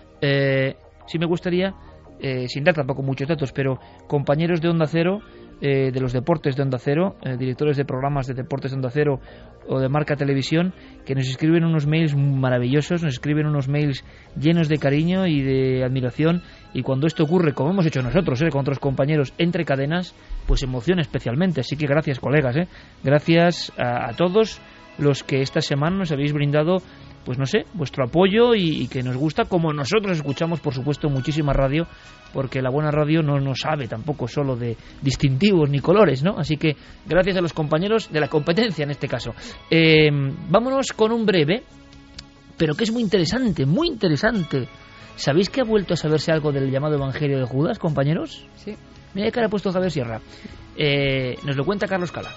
eh, sí me gustaría, eh, sin dar tampoco muchos datos, pero compañeros de Onda Cero, eh, de los deportes de Onda Cero, eh, directores de programas de deportes de Onda Cero o de Marca Televisión, que nos escriben unos mails maravillosos, nos escriben unos mails llenos de cariño y de admiración, y cuando esto ocurre, como hemos hecho nosotros, eh, con otros compañeros entre cadenas, pues emociona especialmente. Así que gracias, colegas, eh. gracias a, a todos los que esta semana nos habéis brindado, pues no sé, vuestro apoyo y, y que nos gusta, como nosotros escuchamos, por supuesto, muchísima radio, porque la buena radio no nos sabe tampoco solo de distintivos ni colores, ¿no? Así que gracias a los compañeros de la competencia en este caso. Eh, vámonos con un breve, pero que es muy interesante, muy interesante. ¿Sabéis que ha vuelto a saberse algo del llamado Evangelio de Judas, compañeros? Sí. Mira qué cara ha puesto Javier Sierra. Eh, nos lo cuenta Carlos Cala.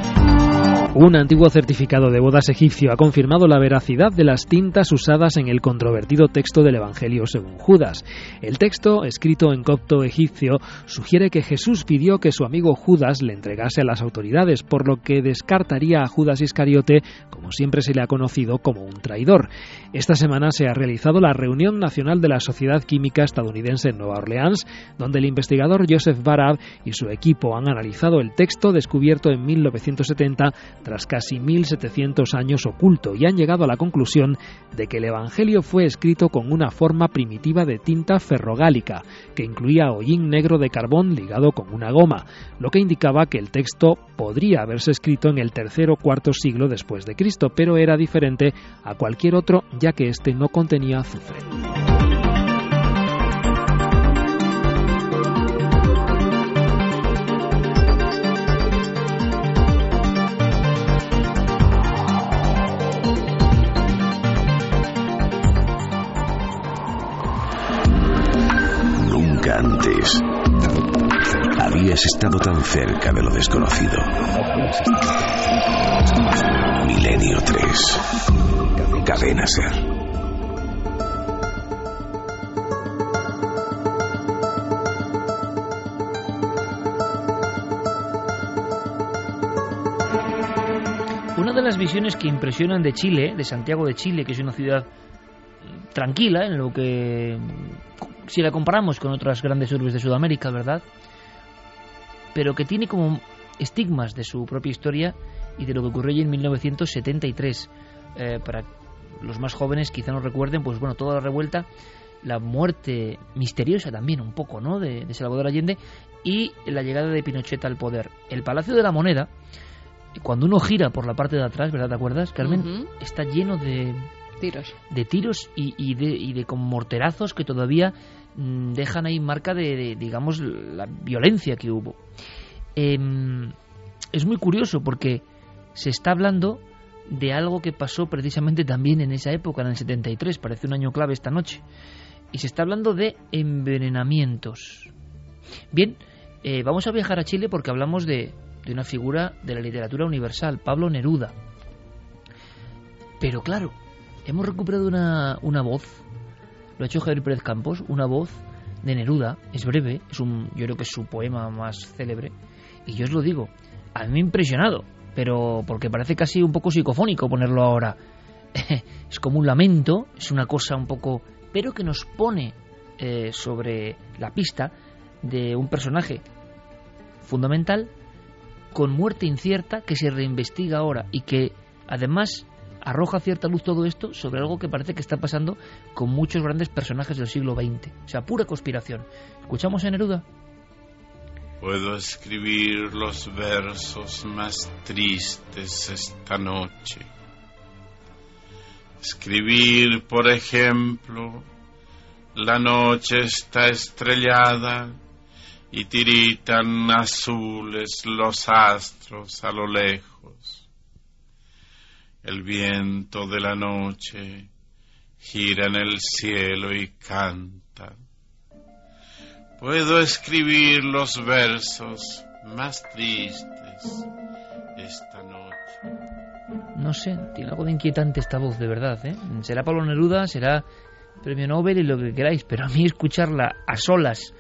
Un antiguo certificado de bodas egipcio ha confirmado la veracidad de las tintas usadas en el controvertido texto del Evangelio según Judas. El texto, escrito en copto egipcio, sugiere que Jesús pidió que su amigo Judas le entregase a las autoridades, por lo que descartaría a Judas Iscariote, como siempre se le ha conocido, como un traidor. Esta semana se ha realizado la reunión nacional de la Sociedad Química Estadounidense en Nueva Orleans, donde el investigador Joseph Barab y su equipo han analizado el texto descubierto en mil novecientos setenta tras casi mil setecientos años oculto, y han llegado a la conclusión de que el Evangelio fue escrito con una forma primitiva de tinta ferrogálica, que incluía hollín negro de carbón ligado con una goma, lo que indicaba que el texto podría haberse escrito en el tercer o cuarto siglo después de Cristo, pero era diferente a cualquier otro, ya que este no contenía azufre. Antes habías estado tan cerca de lo desconocido. Milenio tres. Cadena SER. Una de las visiones que impresionan de Chile, de Santiago de Chile, que es una ciudad tranquila en lo que, si la comparamos con otras grandes urbes de Sudamérica, ¿verdad?, pero que tiene como estigmas de su propia historia y de lo que ocurrió allí en mil novecientos setenta y tres. Eh, para los más jóvenes quizá nos recuerden, pues bueno, toda la revuelta, la muerte misteriosa también un poco, ¿no?, de, de Salvador Allende y la llegada de Pinochet al poder. El Palacio de la Moneda, cuando uno gira por la parte de atrás, ¿verdad? ¿Te acuerdas, Carmen? Uh-huh. Está lleno de tiros, de tiros y, y de y de con morterazos que todavía mmm, dejan ahí marca de, de, digamos, la violencia que hubo. Eh, es muy curioso porque se está hablando de algo que pasó precisamente también en esa época, en el setenta y tres, parece un año clave esta noche, y se está hablando de envenenamientos. Bien, eh, vamos a viajar a Chile porque hablamos de, de una figura de la literatura universal, Pablo Neruda. Pero claro, hemos recuperado una, una voz, lo ha hecho Javier Pérez Campos, una voz de Neruda, es breve, es un, yo creo que es su poema más célebre, y yo os lo digo, a mí me ha impresionado, pero porque parece casi un poco psicofónico ponerlo ahora. Es como un lamento, es una cosa un poco, pero que nos pone eh, sobre la pista de un personaje fundamental con muerte incierta que se reinvestiga ahora y que además arroja cierta luz todo esto sobre algo que parece que está pasando con muchos grandes personajes del siglo veinte. O sea, pura conspiración. ¿Escuchamos a Neruda? Puedo escribir los versos más tristes esta noche. Escribir, por ejemplo, la noche está estrellada y tiritan azules los astros a lo lejos. El viento de la noche gira en el cielo y canta. Puedo escribir los versos más tristes esta noche. No sé, tiene algo de inquietante esta voz, de verdad, ¿eh? Será Pablo Neruda, será premio Nobel y lo que queráis, pero a mí escucharla a solas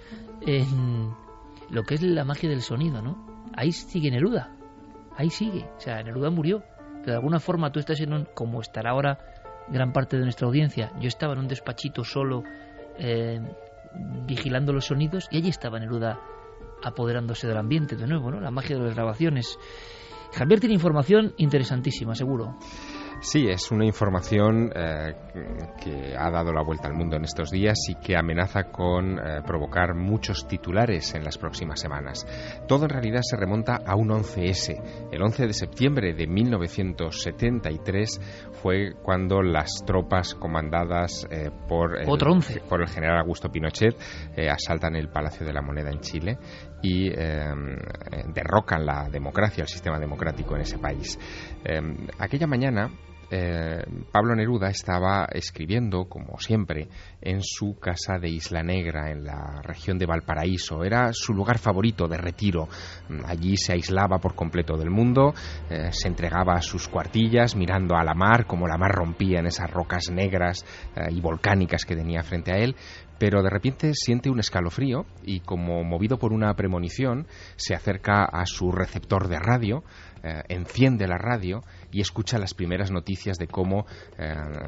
en lo que es la magia del sonido, ¿no? Ahí sigue Neruda, ahí sigue. O sea, Neruda murió, que de alguna forma tú estás en un, como estará ahora gran parte de nuestra audiencia. Yo estaba en un despachito solo, eh, vigilando los sonidos, y allí estaba Neruda apoderándose del ambiente de nuevo, ¿no? La magia de las grabaciones. Javier tiene información interesantísima, seguro. Sí, es una información eh, que ha dado la vuelta al mundo en estos días y que amenaza con eh, provocar muchos titulares en las próximas semanas. Todo en realidad se remonta a un once ese. El once de septiembre de mil novecientos setenta y tres fue cuando las tropas comandadas eh, por, el, Otro once. por el general Augusto Pinochet eh, asaltan el Palacio de la Moneda en Chile y eh, derrocan la democracia, el sistema democrático en ese país. Eh, aquella mañana Eh, Pablo Neruda estaba escribiendo, como siempre, en su casa de Isla Negra, en la región de Valparaíso. Era su lugar favorito de retiro. Allí se aislaba por completo del mundo, eh, se entregaba a sus cuartillas mirando a la mar, como la mar rompía en esas rocas negras eh, y volcánicas que tenía frente a él. Pero de repente siente un escalofrío y, como movido por una premonición, se acerca a su receptor de radio, eh, enciende la radio y escucha las primeras noticias de cómo eh,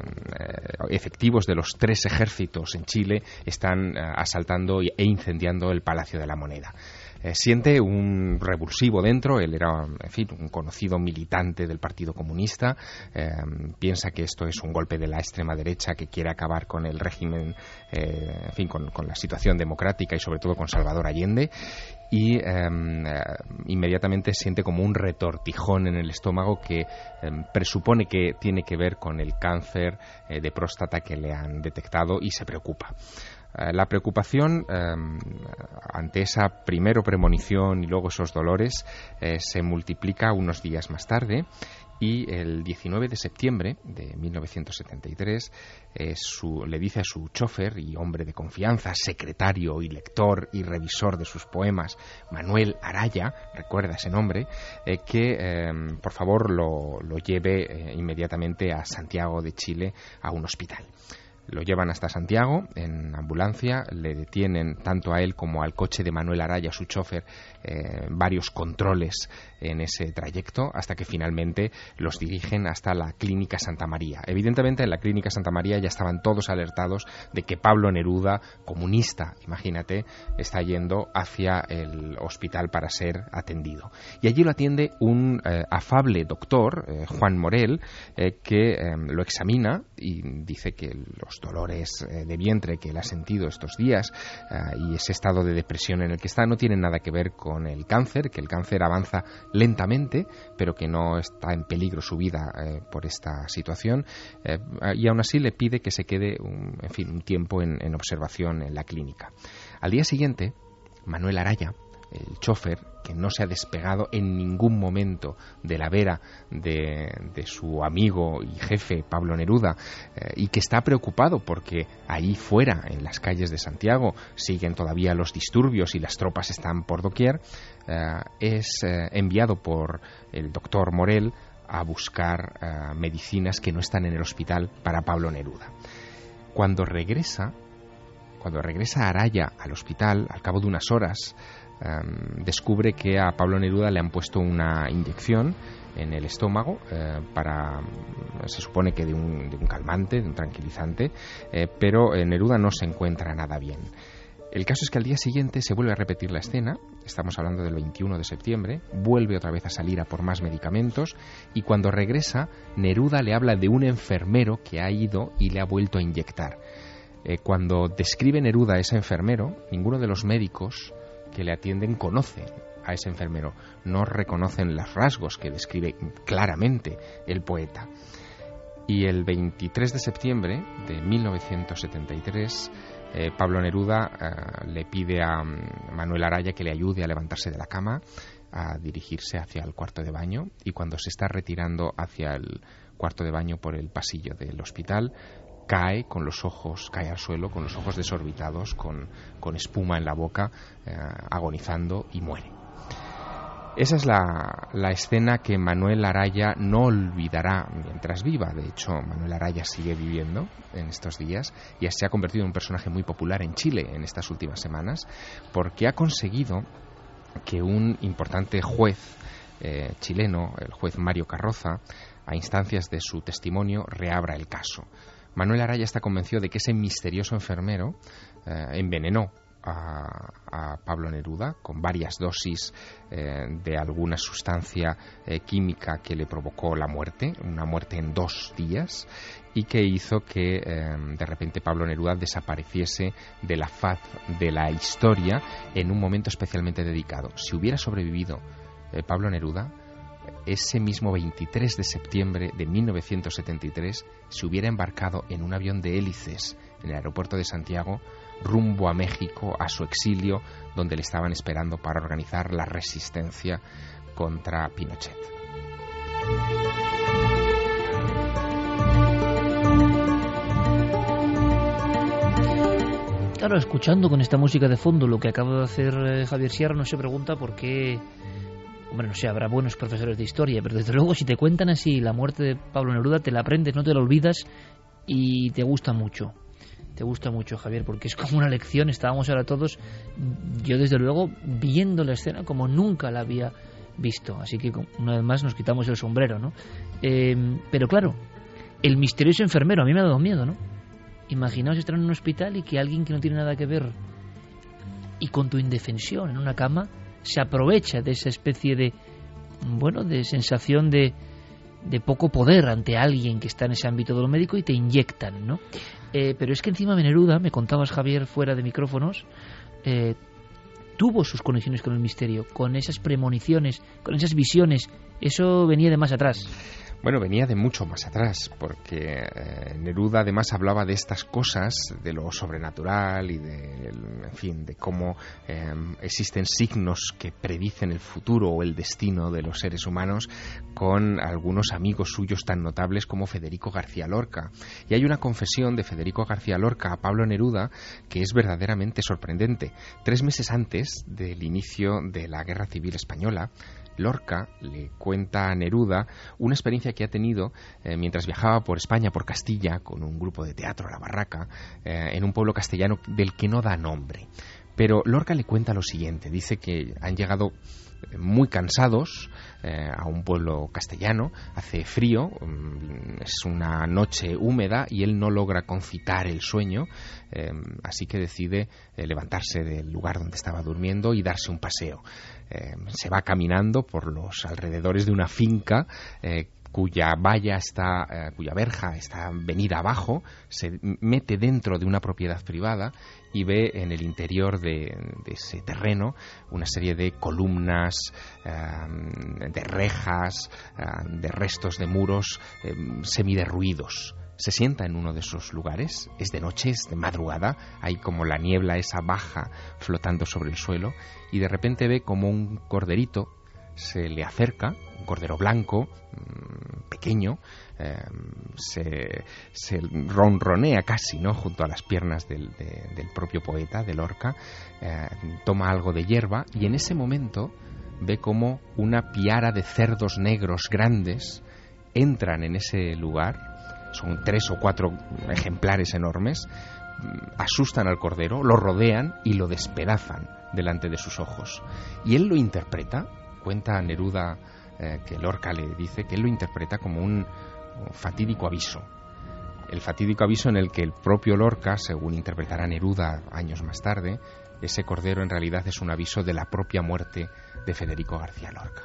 eh, efectivos de los tres ejércitos en Chile están eh, asaltando e incendiando el Palacio de la Moneda. Eh, siente un revulsivo dentro. Él era, en fin, un conocido militante del Partido Comunista. Eh, piensa que esto es un golpe de la extrema derecha que quiere acabar con el régimen, eh, en fin, con, con la situación democrática y sobre todo con Salvador Allende. Y eh, inmediatamente siente como un retortijón en el estómago que eh, presupone que tiene que ver con el cáncer eh, de próstata que le han detectado y se preocupa. Eh, la preocupación eh, ante esa primero premonición y luego esos dolores eh, se multiplica unos días más tarde. Y el diecinueve de septiembre de mil novecientos setenta y tres eh, su, le dice a su chofer y hombre de confianza, secretario y lector y revisor de sus poemas, Manuel Araya, recuerda ese nombre, eh, que eh, por favor lo, lo lleve eh, inmediatamente a Santiago de Chile a un hospital. Lo llevan hasta Santiago en ambulancia, le detienen tanto a él como al coche de Manuel Araya, su chofer, eh, varios controles en ese trayecto, hasta que finalmente los dirigen hasta la Clínica Santa María. Evidentemente, en la Clínica Santa María ya estaban todos alertados de que Pablo Neruda, comunista, imagínate, está yendo hacia el hospital para ser atendido. Y allí lo atiende un eh, afable doctor, eh, Juan Morel, eh, que eh, lo examina y dice que los dolores eh, de vientre que él ha sentido estos días eh, y ese estado de depresión en el que está no tienen nada que ver con el cáncer, que el cáncer avanza lentamente, pero que no está en peligro su vida eh, por esta situación, eh, y aún así le pide que se quede un, en fin, un tiempo en, en observación en la clínica. Al día siguiente, Manuel Araya, el chofer, que no se ha despegado en ningún momento de la vera de, de su amigo y jefe Pablo Neruda, eh, y que está preocupado porque ahí fuera, en las calles de Santiago, siguen todavía los disturbios y las tropas están por doquier, eh, es eh, enviado por el doctor Morel a buscar eh, medicinas que no están en el hospital para Pablo Neruda. Cuando regresa, cuando regresa Araya al hospital, al cabo de unas horas, Um, descubre que a Pablo Neruda le han puesto una inyección en el estómago eh, para, se supone que de un, de un calmante, de un tranquilizante, eh, pero eh, Neruda no se encuentra nada bien. El caso es que al día siguiente se vuelve a repetir la escena, estamos hablando del veintiuno de septiembre, vuelve otra vez a salir a por más medicamentos y cuando regresa, Neruda le habla de un enfermero que ha ido y le ha vuelto a inyectar. Eh, cuando describe Neruda a ese enfermero, ninguno de los médicos que le atienden conocen a ese enfermero, no reconocen los rasgos que describe claramente el poeta. Y el veintitrés de septiembre de mil novecientos setenta y tres, eh, Pablo Neruda eh, le pide a um, Manuel Araya que le ayude a levantarse de la cama, a dirigirse hacia el cuarto de baño, y cuando se está retirando hacia el cuarto de baño por el pasillo del hospital, cae con los ojos, cae al suelo con los ojos desorbitados, con, con espuma en la boca, eh, agonizando y muere. Esa es la, la escena que Manuel Araya no olvidará mientras viva. De hecho, Manuel Araya sigue viviendo en estos días y se ha convertido en un personaje muy popular en Chile en estas últimas semanas, porque ha conseguido que un importante juez eh, chileno, el juez Mario Carroza, a instancias de su testimonio, reabra el caso. Manuel Araya está convencido de que ese misterioso enfermero eh, envenenó a, a Pablo Neruda con varias dosis eh, de alguna sustancia eh, química que le provocó la muerte, una muerte en dos días, y que hizo que eh, de repente Pablo Neruda desapareciese de la faz de la historia en un momento especialmente dedicado. Si hubiera sobrevivido eh, Pablo Neruda, ese mismo veintitrés de septiembre de mil novecientos setenta y tres se hubiera embarcado en un avión de hélices en el aeropuerto de Santiago rumbo a México, a su exilio, donde le estaban esperando para organizar la resistencia contra Pinochet. Claro, escuchando con esta música de fondo lo que acaba de hacer eh, Javier Sierra, no se pregunta por qué. Hombre, no sé, habrá buenos profesores de historia, pero desde luego si te cuentan así la muerte de Pablo Neruda, te la aprendes, no te la olvidas y te gusta mucho. Te gusta mucho, Javier, porque es como una lección. Estábamos ahora todos, yo desde luego, viendo la escena como nunca la había visto. Así que una vez más nos quitamos el sombrero, ¿no? Eh, pero claro, el misterioso enfermero, a mí me ha dado miedo, ¿no? Imaginaos estar en un hospital y que alguien que no tiene nada que ver y con tu indefensión en una cama se aprovecha de esa especie de, bueno, de sensación de, de poco poder ante alguien que está en ese ámbito de lo médico y te inyectan, ¿no? Eh, pero es que encima Neruda, me contabas, Javier, fuera de micrófonos, eh, tuvo sus conexiones con el misterio, con esas premoniciones, con esas visiones. Eso venía de más atrás. Bueno, venía de mucho más atrás, porque eh, Neruda además hablaba de estas cosas, de lo sobrenatural y de, en fin, de cómo eh, existen signos que predicen el futuro o el destino de los seres humanos, con algunos amigos suyos tan notables como Federico García Lorca. Y hay una confesión de Federico García Lorca a Pablo Neruda que es verdaderamente sorprendente. Tres meses antes del inicio de la Guerra Civil Española, Lorca le cuenta a Neruda una experiencia que ha tenido eh, mientras viajaba por España, por Castilla, con un grupo de teatro, La Barraca, eh, en un pueblo castellano del que no da nombre. Pero Lorca le cuenta lo siguiente, dice que han llegado muy cansados eh, a un pueblo castellano, hace frío, es una noche húmeda y él no logra concitar el sueño, eh, así que decide eh, levantarse del lugar donde estaba durmiendo y darse un paseo. Eh, se va caminando por los alrededores de una finca eh, cuya valla está, eh, cuya verja está venida abajo, se mete dentro de una propiedad privada y ve en el interior de, de ese terreno una serie de columnas, eh, de rejas, eh, de restos de muros eh, semiderruidos. Se sienta en uno de esos lugares, es de noche, es de madrugada, hay como la niebla esa baja flotando sobre el suelo y de repente ve como un corderito se le acerca, un cordero blanco, pequeño, eh, se, se ronronea casi, ¿no?, junto a las piernas del, de, del propio poeta, de Lorca, eh, toma algo de hierba y en ese momento ve como una piara de cerdos negros grandes entran en ese lugar, son tres o cuatro ejemplares enormes, asustan al cordero, lo rodean y lo despedazan delante de sus ojos. Y él lo interpreta, cuenta Neruda eh, que Lorca le dice que él lo interpreta como un, un fatídico aviso. El fatídico aviso en el que el propio Lorca, según interpretará Neruda años más tarde, ese cordero en realidad es un aviso de la propia muerte de Federico García Lorca.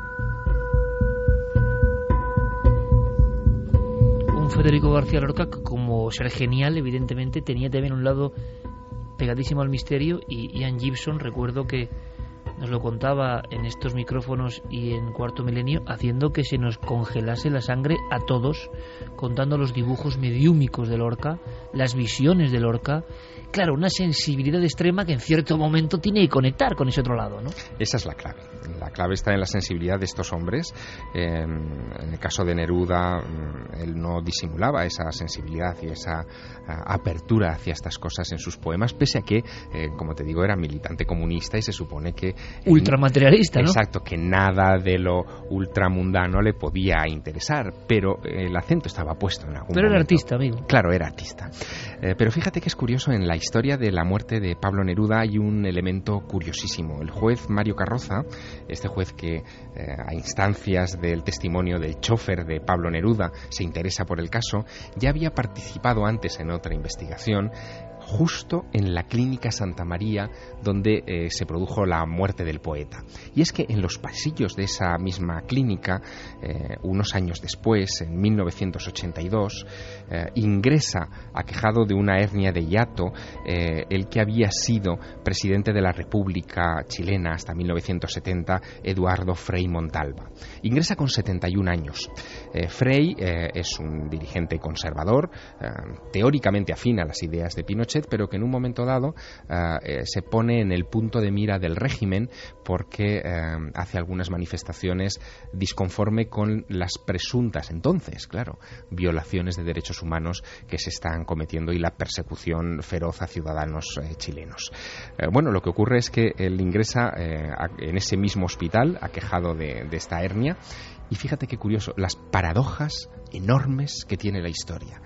Un Federico García Lorca que, como ser genial, evidentemente tenía también un lado pegadísimo al misterio, y Ian Gibson, recuerdo que nos lo contaba en estos micrófonos y en Cuarto Milenio, haciendo que se nos congelase la sangre a todos, contando los dibujos mediúmicos de Lorca, las visiones de Lorca. Claro, una sensibilidad extrema que en cierto momento tiene que conectar con ese otro lado, ¿no? Esa es la clave. La clave está en la sensibilidad de estos hombres. Eh, en el caso de Neruda, él no disimulaba esa sensibilidad y esa uh, apertura hacia estas cosas en sus poemas, pese a que, eh, como te digo, era militante comunista y se supone que... Ultramaterialista, ¿no? Exacto, que nada de lo ultramundano le podía interesar, pero el acento estaba puesto en algún Pero momento. era artista, amigo. Claro, era artista. Eh, pero fíjate que es curioso, en la historia de la muerte de Pablo Neruda hay un elemento curiosísimo. El juez Mario Carroza, este juez que eh, a instancias del testimonio del chofer de Pablo Neruda se interesa por el caso, ya había participado antes en otra investigación justo en la clínica Santa María donde eh, se produjo la muerte del poeta. Y es que en los pasillos de esa misma clínica, eh, unos años después, en mil novecientos ochenta y dos, eh, ingresa aquejado de una hernia de hiato eh, el que había sido presidente de la República Chilena hasta mil novecientos setenta, Eduardo Frei Montalva. Ingresa con setenta y un años. Eh, Frei eh, es un dirigente conservador, eh, teóricamente afín a las ideas de Pinochet, pero que en un momento dado uh, eh, se pone en el punto de mira del régimen porque uh, hace algunas manifestaciones disconforme con las presuntas, entonces, claro, violaciones de derechos humanos que se están cometiendo y la persecución feroz a ciudadanos eh, chilenos. Eh, bueno, lo que ocurre es que él ingresa eh, a, en ese mismo hospital aquejado de, de esta hernia, y fíjate qué curioso, las paradojas enormes que tiene la historia.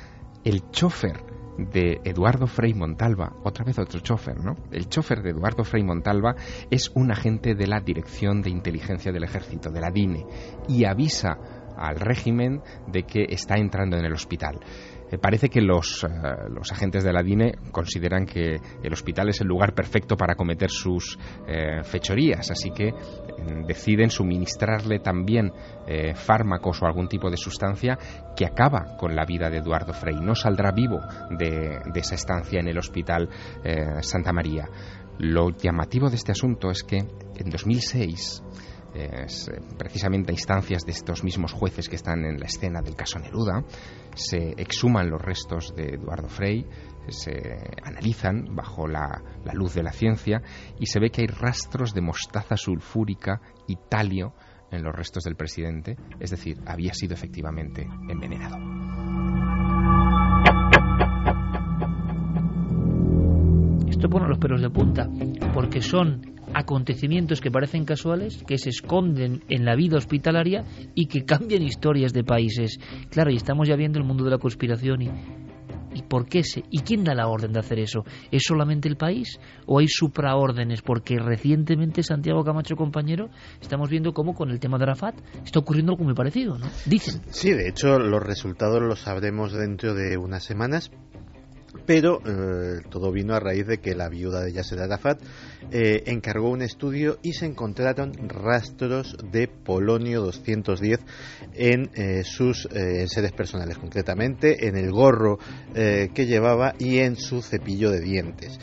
El chofer de Eduardo Frei Montalva, otra vez otro chofer, ¿no? El chofer de Eduardo Frei Montalva es un agente de la Dirección de Inteligencia del Ejército, de la D I N E, y avisa al régimen de que está entrando en el hospital. Eh, parece que los, uh, los agentes de la D I N E consideran que el hospital es el lugar perfecto para cometer sus eh, fechorías, así que eh, deciden suministrarle también eh, fármacos o algún tipo de sustancia que acaba con la vida de Eduardo Frei. No saldrá vivo de, de esa estancia en el hospital eh, Santa María. Lo llamativo de este asunto es que en dos mil seis... Es, precisamente a instancias de estos mismos jueces que están en la escena del caso Neruda, se exhuman los restos de Eduardo Frei, se analizan bajo la, la luz de la ciencia y se ve que hay rastros de mostaza sulfúrica y talio en los restos del presidente, es decir, había sido efectivamente envenenado. Esto pone los pelos de punta, porque son acontecimientos que parecen casuales, que se esconden en la vida hospitalaria y que cambian historias de países. Claro, y estamos ya viendo el mundo de la conspiración y... ¿Y por qué se? ¿Y quién da la orden de hacer eso? ¿Es solamente el país o hay supraórdenes? Porque recientemente, Santiago Camacho, compañero, estamos viendo cómo con el tema de Arafat está ocurriendo algo muy parecido, ¿no? Dicen. Sí, de hecho, los resultados los sabremos dentro de unas semanas. Pero eh, todo vino a raíz de que la viuda de Yasser Arafat eh, encargó un estudio y se encontraron rastros de polonio doscientos diez en eh, sus eh, enseres personales, concretamente en el gorro eh, que llevaba y en su cepillo de dientes.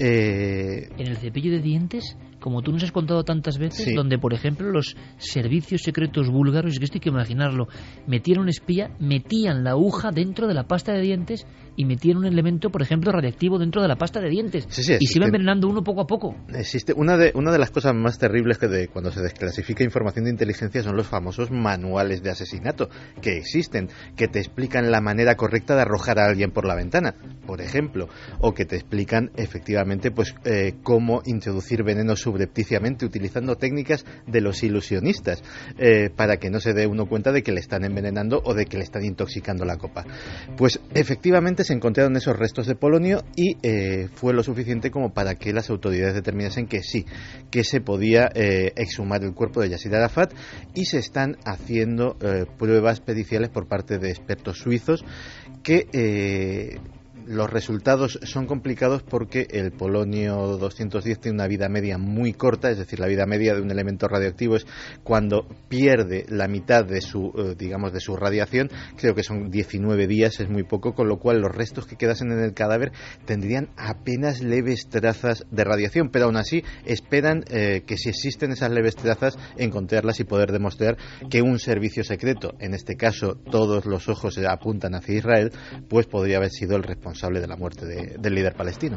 Eh, ¿En el cepillo de dientes? Como tú nos has contado tantas veces, sí. Donde, por ejemplo, los servicios secretos búlgaros, es que esto hay que imaginarlo, metían un espía, metían la aguja dentro de la pasta de dientes y metían un elemento, por ejemplo, radiactivo dentro de la pasta de dientes. Sí, sí, y se iba envenenando uno poco a poco. Existe una de, una de las cosas más terribles que de cuando se desclasifica información de inteligencia son los famosos manuales de asesinato que existen, que te explican la manera correcta de arrojar a alguien por la ventana, por ejemplo, o que te explican efectivamente pues eh, cómo introducir veneno subrepticiamente utilizando técnicas de los ilusionistas eh, para que no se dé uno cuenta de que le están envenenando o de que le están intoxicando la copa. Pues efectivamente se encontraron esos restos de polonio y eh, fue lo suficiente como para que las autoridades determinasen que sí, que se podía eh, exhumar el cuerpo de Yasser Arafat, y se están haciendo eh, pruebas periciales por parte de expertos suizos que... Eh, Los resultados son complicados porque el polonio doscientos diez tiene una vida media muy corta, es decir, la vida media de un elemento radioactivo es cuando pierde la mitad de su, eh, digamos, de su radiación, creo que son diecinueve días, es muy poco, con lo cual los restos que quedasen en el cadáver tendrían apenas leves trazas de radiación, pero aún así esperan eh, que si existen esas leves trazas, encontrarlas y poder demostrar que un servicio secreto, en este caso todos los ojos apuntan hacia Israel, pues podría haber sido el responsable de la muerte de, del líder palestino.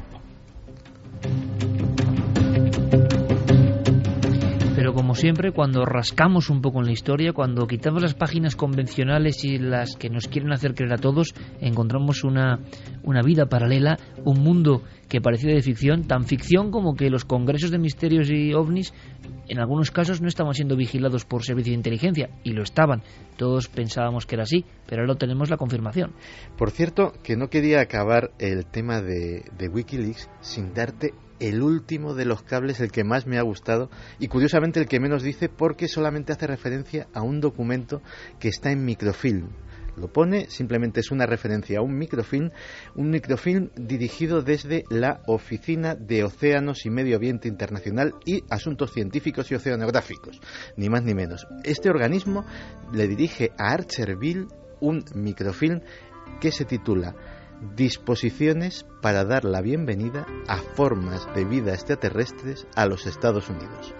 Pero como siempre, cuando rascamos un poco en la historia, cuando quitamos las páginas convencionales y las que nos quieren hacer creer a todos, encontramos una, una vida paralela, un mundo que parecía de ficción, tan ficción como que los congresos de misterios y ovnis en algunos casos no estaban siendo vigilados por servicios de inteligencia, y lo estaban. Todos pensábamos que era así, pero ahora tenemos la confirmación. Por cierto, que no quería acabar el tema de, de Wikileaks sin darte el último de los cables, el que más me ha gustado y curiosamente el que menos dice, porque solamente hace referencia a un documento que está en microfilm. Lo pone, simplemente es una referencia a un microfilm, un microfilm dirigido desde la Oficina de Océanos y Medio Ambiente Internacional y Asuntos Científicos y Oceanográficos, ni más ni menos. Este organismo le dirige a Archerville un microfilm que se titula Disposiciones para dar la bienvenida a formas de vida extraterrestres a los Estados Unidos.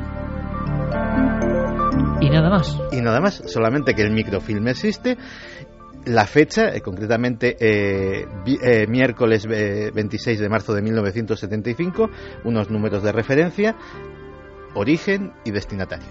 Y nada más. Y nada más, solamente que el microfilm existe, la fecha, eh, concretamente eh, vi, eh, miércoles eh, veintiséis de marzo de mil novecientos setenta y cinco, unos números de referencia, origen y destinatario.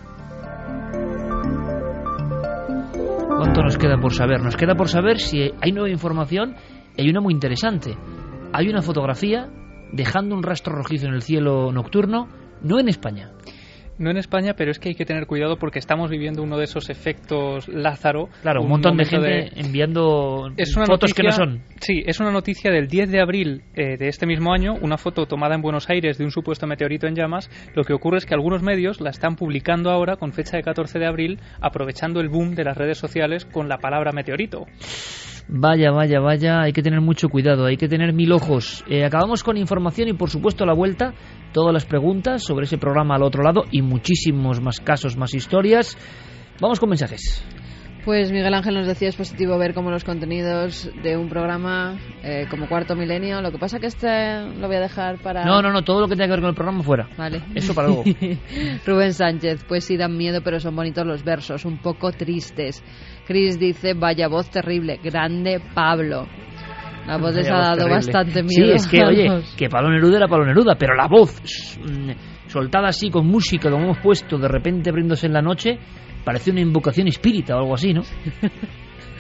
¿Cuánto nos queda por saber? Nos queda por saber si hay nueva información, y hay una muy interesante. Hay una fotografía dejando un rastro rojizo en el cielo nocturno, no en España. No en España, pero es que hay que tener cuidado porque estamos viviendo uno de esos efectos Lázaro. Claro, un, un montón de gente de... enviando es una fotos noticia, que no son. Sí, es una noticia del diez de abril eh, de este mismo año, una foto tomada en Buenos Aires de un supuesto meteorito en llamas. Lo que ocurre es que algunos medios la están publicando ahora con fecha de catorce de abril, aprovechando el boom de las redes sociales con la palabra meteorito. Vaya, vaya, vaya, hay que tener mucho cuidado, hay que tener mil ojos. Eh, acabamos con información y por supuesto a la vuelta todas las preguntas sobre ese programa al otro lado y muchísimos más casos, más historias. Vamos con mensajes. Pues Miguel Ángel nos decía, es positivo ver cómo los contenidos de un programa eh, como Cuarto Milenio, lo que pasa que este lo voy a dejar para... No, no, no, todo lo que tenga que ver con el programa fuera. Vale. Eso para luego. Rubén Sánchez, pues sí dan miedo, pero son bonitos los versos, un poco tristes. Chris dice, vaya voz terrible, grande Pablo. La voz les ha dado terrible. Bastante miedo. Sí, es que, oye, que Pablo Neruda era Pablo Neruda, pero la voz mmm, soltada así con música, como hemos puesto, de repente abriéndose en la noche, parece una invocación espírita o algo así, ¿no?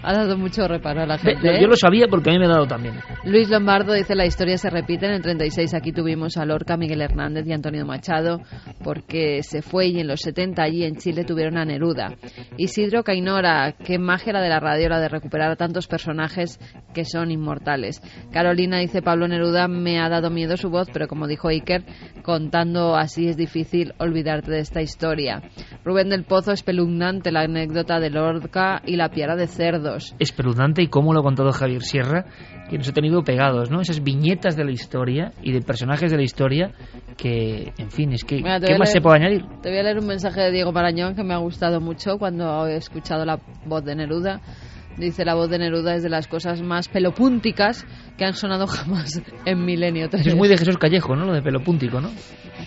Ha dado mucho reparo a la gente. Yo, yo lo sabía porque a mí me ha dado también. Luis Lombardo dice: la historia se repite. En el treinta y seis aquí tuvimos a Lorca, Miguel Hernández y Antonio Machado, porque se fue, y en los setenta allí en Chile tuvieron a Neruda. Isidro Cainora: qué magia la de la radio, la de recuperar a tantos personajes que son inmortales. Carolina dice: Pablo Neruda, me ha dado miedo su voz, pero como dijo Iker, contando así es difícil olvidarte de esta historia. Rubén del Pozo: espeluznante la anécdota de Lorca y la piara de cerdos. Espeluznante, y cómo lo ha contado Javier Sierra, que nos ha tenido pegados, ¿no? Esas viñetas de la historia y de personajes de la historia que, en fin, es que Mira, ¿qué más leer, se puede añadir? Te voy a leer un mensaje de Diego Marañón que me ha gustado mucho cuando he escuchado la voz de Neruda. Dice: la voz de Neruda es de las cosas más pelopúnticas que han sonado jamás en Milenio tres. Es muy de Jesús Callejo, ¿no? Lo de pelopúntico, ¿no?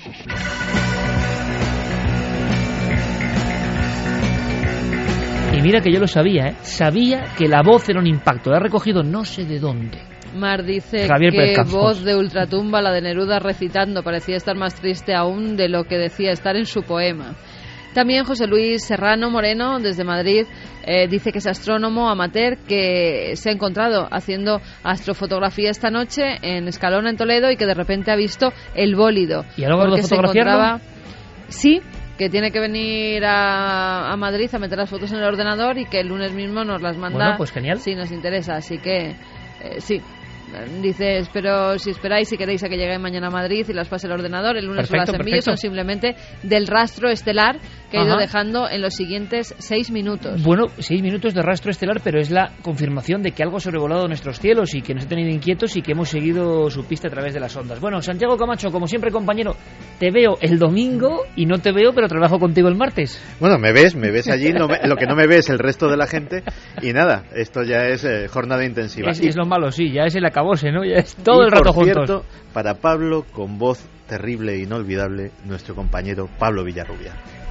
Y mira que yo lo sabía, ¿eh? Sabía que la voz era un impacto. La ha recogido no sé de dónde. Mar dice: Javier que voz de ultratumba la de Neruda recitando. Parecía estar más triste aún de lo que decía estar en su poema. También José Luis Serrano Moreno, desde Madrid, eh, dice que es astrónomo amateur, que se ha encontrado haciendo astrofotografía esta noche en Escalona, en Toledo, y que de repente ha visto el bólido. ¿Y ahora va a fotografiarlo? Sí, que tiene que venir a, a Madrid a meter las fotos en el ordenador y que el lunes mismo nos las manda. Bueno, pues genial. Si nos interesa, así que eh, sí. Dice: espero, si esperáis, si queréis, a que llegue mañana a Madrid y las pase el ordenador. El lunes perfecto, las envío. Perfecto. Son simplemente del rastro estelar que he ido Ajá. dejando en los siguientes seis minutos. Bueno, seis minutos de rastro estelar, pero es la confirmación de que algo ha sobrevolado nuestros cielos y que nos ha tenido inquietos y que hemos seguido su pista a través de las ondas. Bueno, Santiago Camacho, como siempre, compañero, te veo el domingo y no te veo, pero trabajo contigo el martes. Bueno, me ves, me ves allí, no me, lo que no me ve es el resto de la gente y nada, esto ya es eh, jornada intensiva. Es, y, es lo malo, sí, ya es el acabose, ¿no? Ya es todo y el rato por juntos. Cierto, para Pablo, con voz terrible e inolvidable, nuestro compañero Pablo Villarrubia.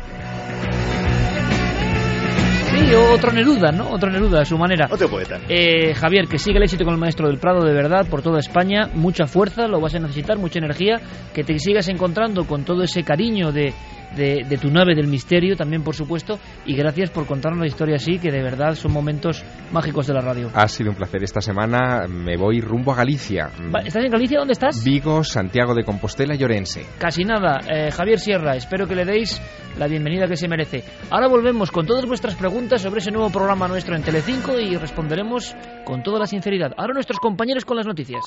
Sí, otro Neruda, ¿no? Otro Neruda a su manera. Otro poeta. Eh, Javier, que sigue el éxito con el Maestro del Prado, de verdad, por toda España. Mucha fuerza, lo vas a necesitar, mucha energía. Que te sigas encontrando con todo ese cariño de, de, de tu nave del misterio, también, por supuesto. Y gracias por contarnos la historia así, que de verdad son momentos mágicos de la radio. Ha sido un placer. Esta semana me voy rumbo a Galicia. ¿Estás en Galicia? ¿Dónde estás? Vigo, Santiago de Compostela y Orense. Casi nada. Eh, Javier Sierra, espero que le deis la bienvenida que se merece. Ahora volvemos con todas vuestras preguntas sobre ese nuevo programa nuestro en Telecinco y responderemos con toda la sinceridad. Ahora nuestros compañeros con las noticias.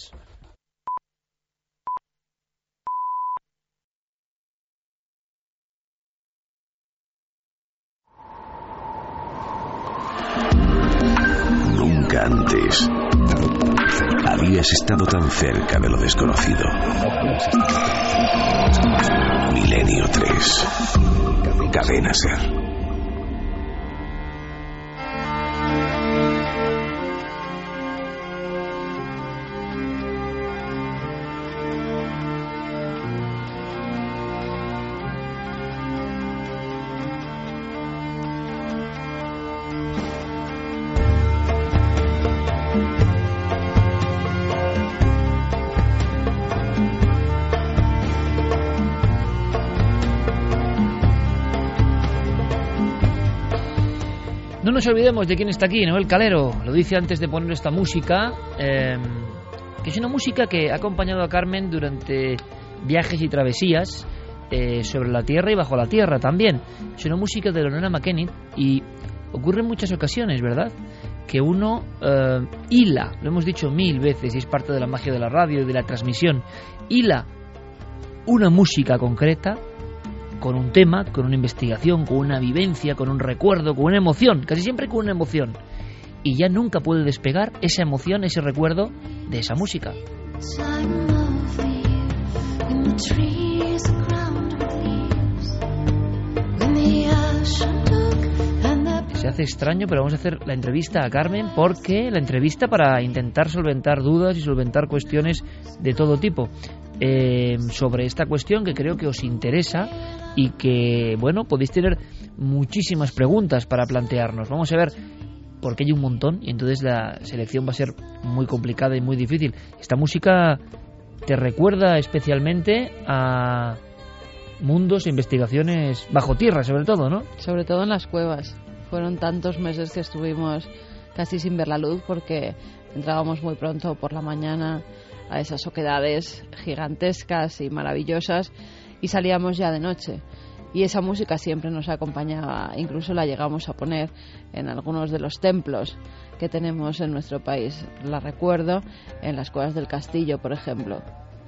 Nunca antes habías estado tan cerca de lo desconocido. Milenio tres. Cadena Ser. No nos olvidemos de quién está aquí, Noel Calero. Lo dice antes de poner esta música, eh, que es una música que ha acompañado a Carmen durante viajes y travesías eh, sobre la tierra y bajo la tierra también. Es una música de Leonora McKennitt y ocurre en muchas ocasiones, ¿verdad?, que uno eh, hila, lo hemos dicho mil veces y es parte de la magia de la radio y de la transmisión, hila una música concreta con un tema, con una investigación, con una vivencia, con un recuerdo, con una emoción, casi siempre con una emoción. Y ya nunca puede despegar esa emoción, ese recuerdo de esa música. Se hace extraño, pero vamos a hacer la entrevista a Carmen porque la entrevista para intentar solventar dudas y solventar cuestiones de todo tipo. Eh, sobre esta cuestión que creo que os interesa y que, bueno, podéis tener muchísimas preguntas para plantearnos. Vamos a ver, porque hay un montón y entonces la selección va a ser muy complicada y muy difícil. Esta música te recuerda especialmente a mundos e investigaciones bajo tierra, sobre todo, ¿no? Sobre todo en las cuevas. Fueron tantos meses que estuvimos casi sin ver la luz, porque entrábamos muy pronto por la mañana a esas oquedades gigantescas y maravillosas y salíamos ya de noche. Y esa música siempre nos acompañaba, incluso la llegamos a poner en algunos de los templos que tenemos en nuestro país. La recuerdo en las cuevas del castillo, por ejemplo.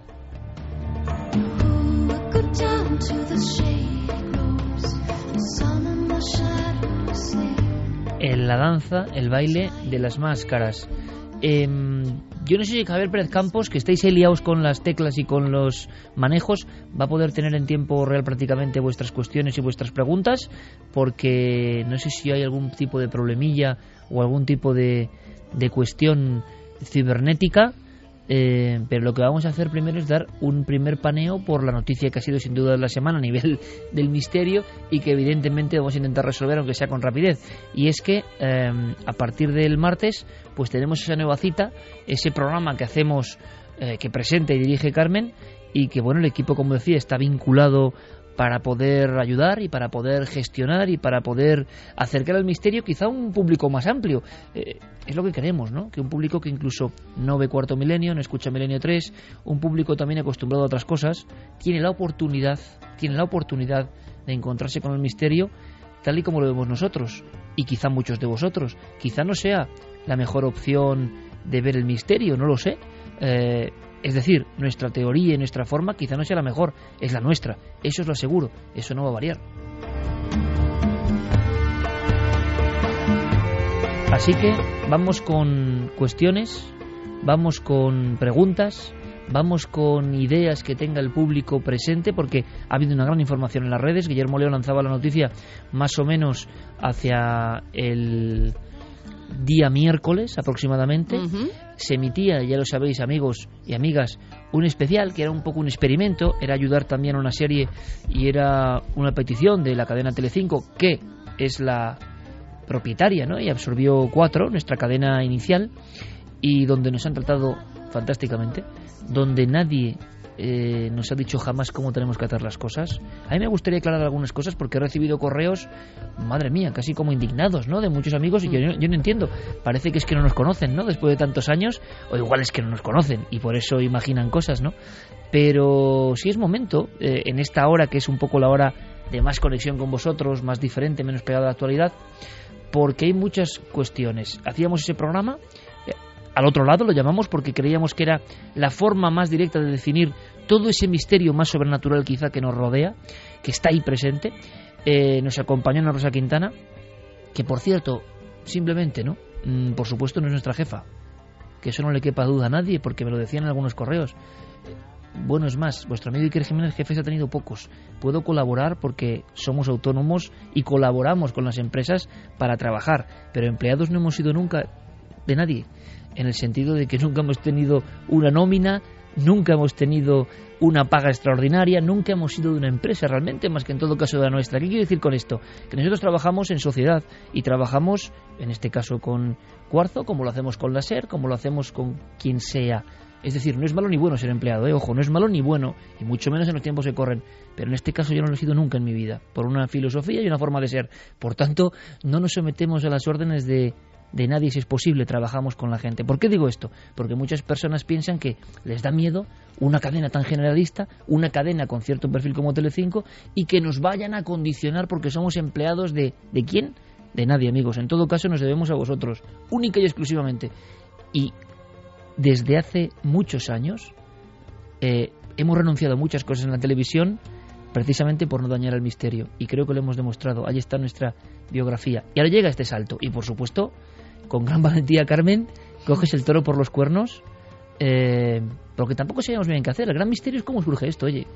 En la danza, el baile de las máscaras. Eh, yo no sé si Javier Pérez Campos, que estáis ahí liados con las teclas y con los manejos, va a poder tener en tiempo real prácticamente vuestras cuestiones y vuestras preguntas, porque no sé si hay algún tipo de problemilla o algún tipo de, de cuestión cibernética. Eh, pero lo que vamos a hacer primero es dar un primer paneo por la noticia que ha sido sin duda de la semana a nivel del misterio y que evidentemente vamos a intentar resolver aunque sea con rapidez, y es que eh, a partir del martes pues tenemos esa nueva cita, ese programa que hacemos, eh, que presenta y dirige Carmen, y que bueno, el equipo, como decía, está vinculado para poder ayudar y para poder gestionar y para poder acercar al misterio quizá a un público más amplio. Eh, es lo que queremos, ¿no? Que un público que incluso no ve Cuarto Milenio, no escucha Milenio tres, un público también acostumbrado a otras cosas, tiene la oportunidad, tiene la oportunidad de encontrarse con el misterio tal y como lo vemos nosotros, y quizá muchos de vosotros. Quizá no sea la mejor opción de ver el misterio, no lo sé. Eh, Es decir, nuestra teoría y nuestra forma quizá no sea la mejor, es la nuestra, eso os lo aseguro, eso no va a variar. Así que vamos con cuestiones, vamos con preguntas, vamos con ideas que tenga el público presente, porque ha habido una gran información en las redes. Guillermo León lanzaba la noticia más o menos hacia el día miércoles aproximadamente. Uh-huh. Se emitía, ya lo sabéis amigos y amigas, un especial que era un poco un experimento, era ayudar también a una serie y era una petición de la cadena Telecinco, que es la propietaria, ¿no? Y absorbió Cuatro, nuestra cadena inicial, y donde nos han tratado fantásticamente, donde nadie eh, nos ha dicho jamás cómo tenemos que hacer las cosas. A mí me gustaría aclarar algunas cosas porque he recibido correos, madre mía, casi como indignados, ¿no? De muchos amigos, y yo, yo no entiendo, parece que es que no nos conocen, ¿no? Después de tantos años, o igual es que no nos conocen y por eso imaginan cosas, ¿no? Pero sí es momento, eh, en esta hora que es un poco la hora de más conexión con vosotros, más diferente, menos pegada a la actualidad, porque hay muchas cuestiones. Hacíamos ese programa, eh, al otro lado lo llamamos porque creíamos que era la forma más directa de definir todo ese misterio más sobrenatural quizá que nos rodea, que está ahí presente. Eh, nos acompañó Ana Rosa Quintana, que por cierto, simplemente, ¿no? Mm, por supuesto no es nuestra jefa, que eso no le quepa duda a nadie, porque me lo decían en algunos correos. Bueno, es más, vuestro amigo Iker Jiménez, jefes ha tenido pocos. Puedo colaborar porque somos autónomos y colaboramos con las empresas para trabajar, pero empleados no hemos sido nunca de nadie, en el sentido de que nunca hemos tenido una nómina, nunca hemos tenido una paga extraordinaria, nunca hemos sido de una empresa realmente, más que en todo caso de la nuestra. ¿Qué quiero decir con esto? Que nosotros trabajamos en sociedad y trabajamos, en este caso con Cuarzo, como lo hacemos con la SER, como lo hacemos con quien sea. Es decir, no es malo ni bueno ser empleado, ¿eh? Ojo, no es malo ni bueno, y mucho menos en los tiempos que corren. Pero en este caso yo no lo he sido nunca en mi vida, por una filosofía y una forma de ser. Por tanto, no nos sometemos a las órdenes de, de nadie si es posible, trabajamos con la gente. ¿Por qué digo esto? Porque muchas personas piensan que les da miedo una cadena tan generalista, una cadena con cierto perfil como Telecinco, y que nos vayan a condicionar porque somos empleados de... ¿de quién? De nadie, amigos. En todo caso nos debemos a vosotros, única y exclusivamente. Y desde hace muchos años eh, hemos renunciado a muchas cosas en la televisión precisamente por no dañar el misterio, y creo que lo hemos demostrado. Ahí está nuestra biografía, y ahora llega este salto, y por supuesto con gran valentía, Carmen, coges el toro por los cuernos, eh, porque tampoco sabíamos bien qué hacer. El gran misterio es cómo surge esto. Oye,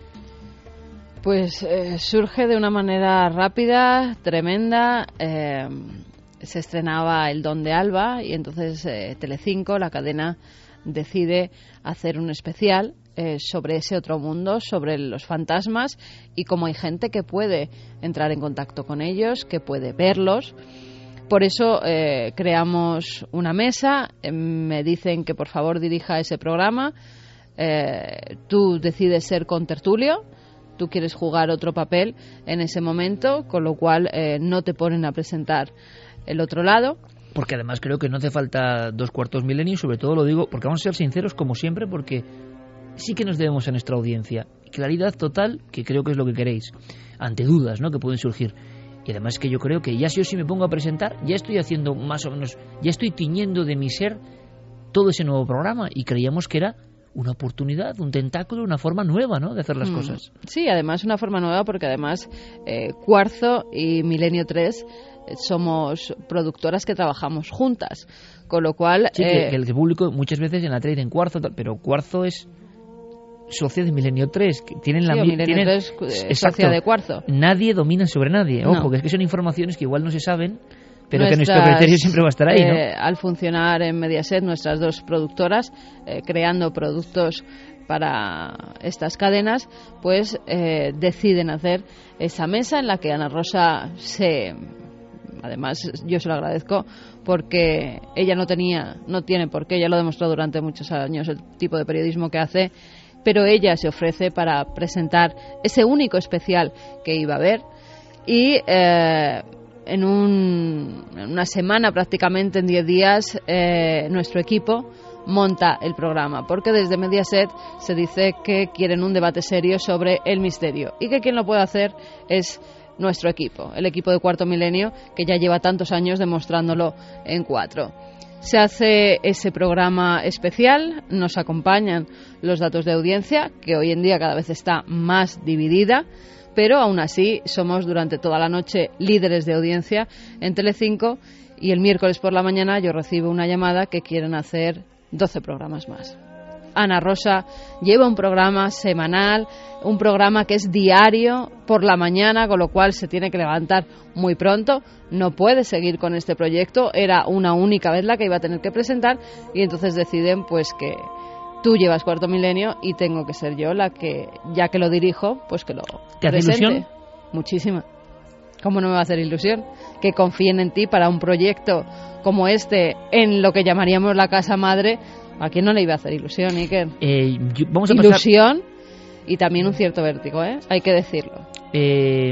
pues eh, surge de una manera rápida, tremenda. eh, se estrenaba El Don de Alba y entonces eh, Telecinco, la cadena, decide hacer un especial eh, sobre ese otro mundo, sobre los fantasmas, y cómo hay gente que puede entrar en contacto con ellos, que puede verlos. Por eso eh, creamos una mesa, eh, me dicen que por favor dirija ese programa, eh, tú decides ser contertulio, tú quieres jugar otro papel en ese momento, con lo cual eh, no te ponen a presentar el otro lado. porque además creo que no hace falta dos cuartos milenio, y sobre todo lo digo porque vamos a ser sinceros como siempre, porque sí que nos debemos a nuestra audiencia claridad total, que creo que es lo que queréis, ante dudas, ¿no?, que pueden surgir. Y además que yo creo que ya si yo sí me pongo a presentar, ya estoy haciendo más o menos, ya estoy tiñendo de mi ser todo ese nuevo programa, y creíamos que era una oportunidad, un tentáculo, una forma nueva, ¿no?, de hacer las mm. cosas. Sí, además una forma nueva porque además eh, Cuarzo y Milenio tres somos productoras que trabajamos juntas, con lo cual... Sí, eh, que, que el público muchas veces en la tele dicen Cuarzo, pero Cuarzo es socia de Milenio tres, que tienen sí, la Milenio tres es socia de Cuarzo. Nadie domina sobre nadie, ojo, no. que es que son informaciones que igual no se saben, pero Nuestras, que nuestro criterio siempre va a estar ahí, ¿no? Eh, al funcionar en Mediaset, nuestras dos productoras, eh, creando productos para estas cadenas, pues eh, deciden hacer esa mesa en la que Ana Rosa se... Además, yo se lo agradezco porque ella no tenía, no tiene por qué, ella lo ha demostrado durante muchos años el tipo de periodismo que hace, pero ella se ofrece para presentar ese único especial que iba a haber y eh, en, un, en una semana, prácticamente en diez días, eh, nuestro equipo monta el programa, porque desde Mediaset se dice que quieren un debate serio sobre el misterio y que quien lo puede hacer es nuestro equipo, el equipo de Cuarto Milenio, que ya lleva tantos años demostrándolo en Cuatro. Se hace ese programa especial, nos acompañan los datos de audiencia, que hoy en día cada vez está más dividida, pero aún así somos durante toda la noche líderes de audiencia en Telecinco, y el miércoles por la mañana yo recibo una llamada que quieren hacer doce programas más. Ana Rosa lleva un programa semanal, un programa que es diario por la mañana, con lo cual se tiene que levantar muy pronto. No puede seguir con este proyecto, era una única vez la que iba a tener que presentar, y entonces deciden pues que tú llevas Cuarto Milenio y tengo que ser yo la que, ya que lo dirijo, pues que lo ¿Te hace presente. ilusión? Muchísima. ¿Cómo no me va a hacer ilusión? Que confíen en ti para un proyecto como este, en lo que llamaríamos la casa madre. ¿A quién no le iba a hacer ilusión, Iker? Eh, yo, vamos a ilusión pasar... y también un cierto vértigo, ¿eh? Hay que decirlo. Eh,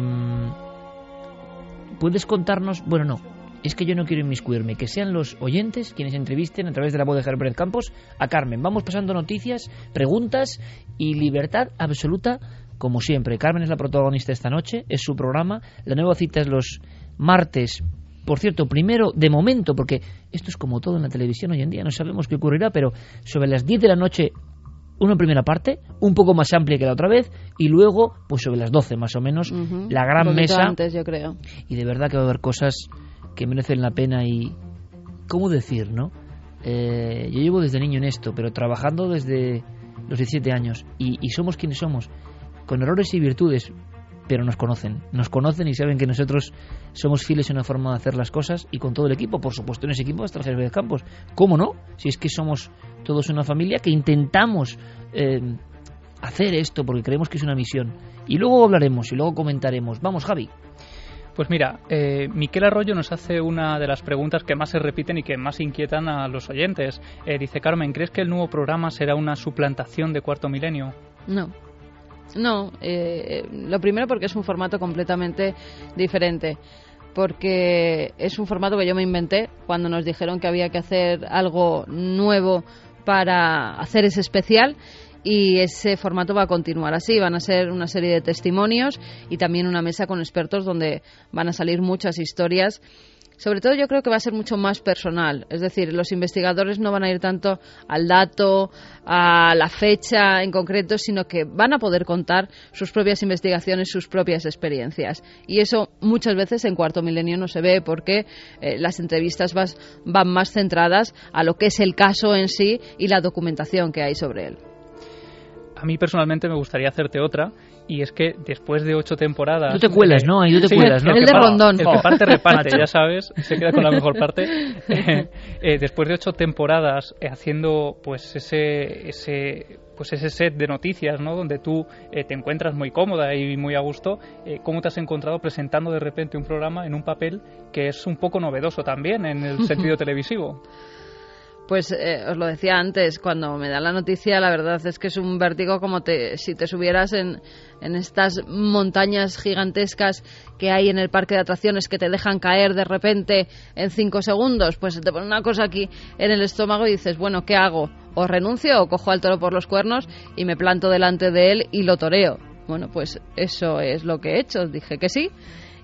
¿Puedes contarnos? Bueno, no. Es que yo no quiero inmiscuirme. Que sean los oyentes quienes entrevisten a través de la voz de Javier Campos a Carmen. Vamos pasando noticias, preguntas y libertad absoluta, como siempre. Carmen es la protagonista esta noche, es su programa. La nueva cita es los martes. Por cierto, primero, de momento, porque esto es como todo en la televisión hoy en día, no sabemos qué ocurrirá, pero sobre las diez de la noche, una primera parte, un poco más amplia que la otra vez, y luego, pues sobre las doce más o menos, uh-huh. la gran un mesa. Antes, yo creo. Y de verdad que va a haber cosas que merecen la pena y... ¿Cómo decir, no? Eh, yo llevo desde niño en esto, pero trabajando desde los diecisiete años, y, y somos quienes somos, con errores y virtudes, pero nos conocen, nos conocen y saben que nosotros somos fieles en una forma de hacer las cosas, y con todo el equipo, por supuesto en ese equipo hasta el jefe de campos. ¿Cómo no? Si es que somos todos una familia que intentamos eh, hacer esto porque creemos que es una misión, y luego hablaremos y luego comentaremos. Vamos, Javi. Pues mira, eh, Miquel Arroyo nos hace una de las preguntas que más se repiten y que más inquietan a los oyentes. Eh, dice, Carmen, ¿crees que el nuevo programa será una suplantación de Cuarto Milenio? No. No, eh, lo primero porque es un formato completamente diferente, porque es un formato que yo me inventé cuando nos dijeron que había que hacer algo nuevo para hacer ese especial, y ese formato va a continuar así. Van a ser una serie de testimonios y también una mesa con expertos donde van a salir muchas historias. Sobre todo yo creo que va a ser mucho más personal, es decir, los investigadores no van a ir tanto al dato, a la fecha en concreto, sino que van a poder contar sus propias investigaciones, sus propias experiencias. Y eso muchas veces en Cuarto Milenio no se ve, porque eh, las entrevistas vas, van más centradas a lo que es el caso en sí y la documentación que hay sobre él. A mí personalmente me gustaría hacerte otra, y es que después de ocho temporadas... Tú te cuelas, ¿no? Ahí tú te sí, cuelas, ¿no? El, el de parte, Rondón. El que parte reparte, ya sabes, se queda con la mejor parte. Eh, eh, después de ocho temporadas eh, haciendo pues ese, ese, pues ese set de noticias, ¿no? Donde tú eh, te encuentras muy cómoda y muy a gusto, eh, ¿cómo te has encontrado presentando de repente un programa en un papel que es un poco novedoso también en el sentido televisivo? Pues eh, os lo decía antes, cuando me da la noticia, la verdad es que es un vértigo como te, si te subieras en, en estas montañas gigantescas que hay en el parque de atracciones que te dejan caer de repente en cinco segundos. Pues te pone una cosa aquí en el estómago y dices, bueno, ¿qué hago? ¿O renuncio o cojo al toro por los cuernos y me planto delante de él y lo toreo? Bueno, pues eso es lo que he hecho. Dije que sí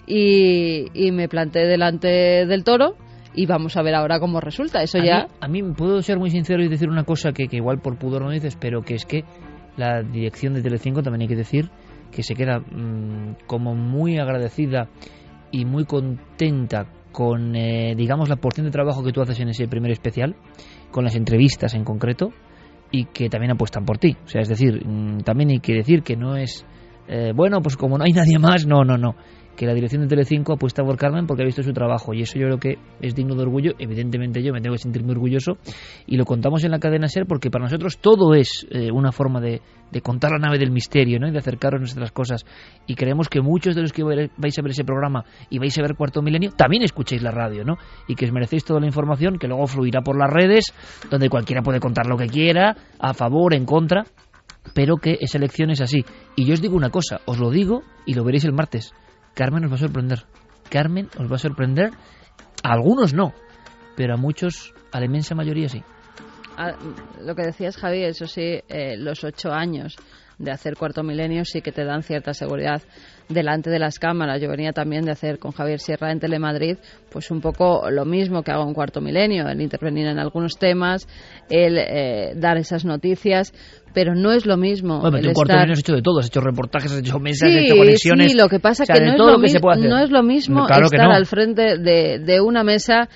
y, y me planté delante del toro. Y vamos a ver ahora cómo resulta. Eso a ya... Mí, a mí puedo ser muy sincero y decir una cosa que, que igual por pudor no dices, pero que es que la dirección de Telecinco, también hay que decir, que se queda mmm, como muy agradecida y muy contenta con, eh, digamos, la porción de trabajo que tú haces en ese primer especial, con las entrevistas en concreto, y que también apuestan por ti. O sea, es decir, mmm, también hay que decir que no es, eh, bueno, pues como no hay nadie más, no, no, no. Que la dirección de Telecinco apuesta por Carmen porque ha visto su trabajo y eso yo creo que es digno de orgullo. Evidentemente yo me tengo que sentir muy orgulloso y lo contamos en la cadena SER porque para nosotros todo es eh, una forma de, de contar la nave del misterio, ¿no? Y de acercaros a nuestras cosas, y creemos que muchos de los que vais a ver ese programa y vais a ver Cuarto Milenio también escuchéis la radio, ¿no? Y que os merecéis toda la información que luego fluirá por las redes, donde cualquiera puede contar lo que quiera, a favor, en contra, pero que esa elección es así. Y yo os digo una cosa, os lo digo y lo veréis el martes. Carmen os va a sorprender. Carmen os va a sorprender. A algunos no, pero a muchos, a la inmensa mayoría sí. A, lo que decías, Javi, eso sí, eh, los ocho años de hacer Cuarto Milenio sí que te dan cierta seguridad delante de las cámaras. Yo venía también de hacer con Javier Sierra en Telemadrid pues un poco lo mismo que hago en Cuarto Milenio, el intervenir en algunos temas, el eh, dar esas noticias, pero no es lo mismo. Bueno, tú en Cuarto Milenio has hecho de todo, has hecho reportajes, has hecho mensajes, sí, has hecho conexiones. Sí, lo que pasa es o sea, que, no, todo es lo lo que se puede hacer. no es lo mismo claro estar no. al frente de, de una mesa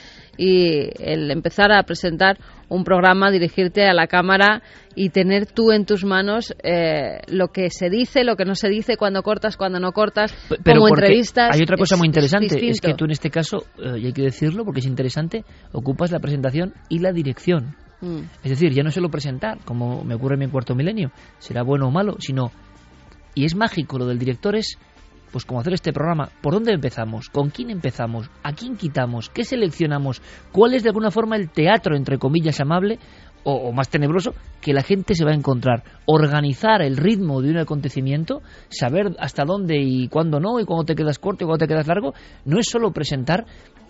y el empezar a presentar un programa, dirigirte a la cámara y tener tú en tus manos eh, lo que se dice, lo que no se dice, cuando cortas, cuando no cortas, pero como entrevistas. Hay otra cosa es, muy interesante, es, es que tú en este caso, eh, y hay que decirlo porque es interesante, ocupas la presentación y la dirección. Mm. Es decir, ya no solo presentar, como me ocurre en mi Cuarto Milenio, será bueno o malo, sino, y es mágico, lo del director es pues como hacer este programa. ¿Por dónde empezamos? ¿Con quién empezamos? ¿A quién quitamos? ¿Qué seleccionamos? ¿Cuál es de alguna forma el teatro, entre comillas, amable o, o más tenebroso que la gente se va a encontrar? Organizar el ritmo de un acontecimiento, saber hasta dónde y cuándo no, y cuándo te quedas corto y cuándo te quedas largo, no es solo presentar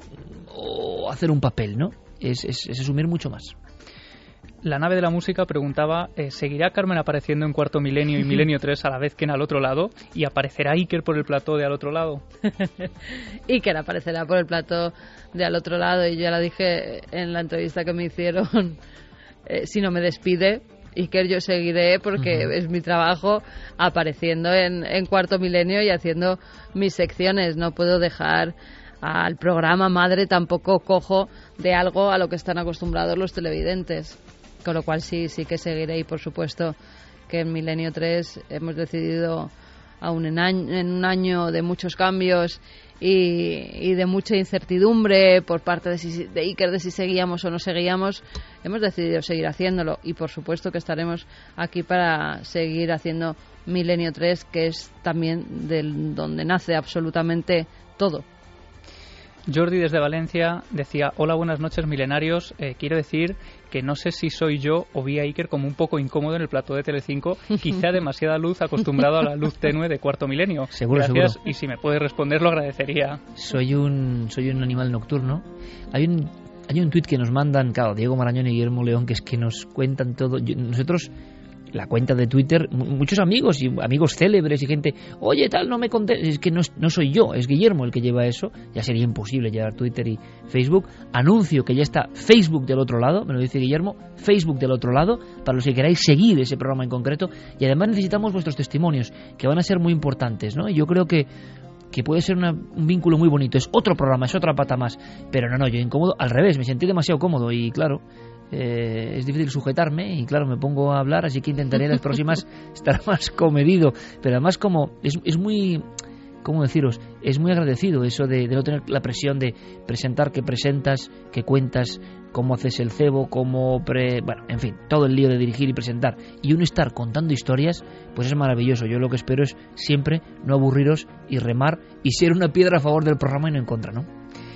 o hacer un papel, ¿no? Es, es, es asumir mucho más. La nave de la música preguntaba, eh, ¿seguirá Carmen apareciendo en Cuarto Milenio y Milenio tres a la vez que en Al Otro Lado? ¿Y aparecerá Iker por el plató de Al Otro Lado? Iker aparecerá por el plató de Al Otro Lado, y ya la dije en la entrevista que me hicieron, eh, si no me despide, Iker, yo seguiré porque uh-huh. es mi trabajo apareciendo en, en Cuarto Milenio y haciendo mis secciones. No puedo dejar al programa madre tampoco cojo de algo a lo que están acostumbrados los televidentes. Con lo cual sí, sí que seguiré, y por supuesto que en Milenio tres hemos decidido, aún en, año, en un año de muchos cambios y, y de mucha incertidumbre por parte de, si, de Iker de si seguíamos o no seguíamos, hemos decidido seguir haciéndolo, y por supuesto que estaremos aquí para seguir haciendo Milenio tres, que es también del, donde nace absolutamente todo. Jordi desde Valencia decía, hola, buenas noches milenarios, eh, quiero decir que no sé si soy yo o vi a Iker como un poco incómodo en el plató de Telecinco, quizá demasiada luz, acostumbrado a la luz tenue de Cuarto Milenio. Seguro, Gracias, seguro. Y si me puedes responder lo agradecería. Soy un soy un animal nocturno. Hay un hay un tuit que nos mandan, claro, Diego Marañón y Guillermo León, que es que nos cuentan todo. Yo, nosotros... la cuenta de Twitter, muchos amigos y amigos célebres y gente, oye, tal, no me conté, es que no, no soy yo, es Guillermo el que lleva eso, ya sería imposible llevar Twitter y Facebook. Anuncio que ya está Facebook del otro lado, me lo dice Guillermo, Facebook del otro lado, para los que queráis seguir ese programa en concreto, y además necesitamos vuestros testimonios, que van a ser muy importantes, ¿no? Y yo creo que que puede ser una, un vínculo muy bonito, es otro programa, es otra pata más, pero no, no, yo incómodo, al revés, me sentí demasiado cómodo y claro, Eh, es difícil sujetarme y claro, me pongo a hablar, así que intentaré las próximas estar más comedido, pero además como es, es muy, ¿cómo deciros? Es muy agradecido eso de, de no tener la presión de presentar que presentas, que cuentas, cómo haces el cebo, cómo pre... bueno, en fin, todo el lío de dirigir y presentar, y uno estar contando historias, pues es maravilloso. Yo lo que espero es siempre no aburriros y remar y ser una piedra a favor del programa y no en contra, ¿no?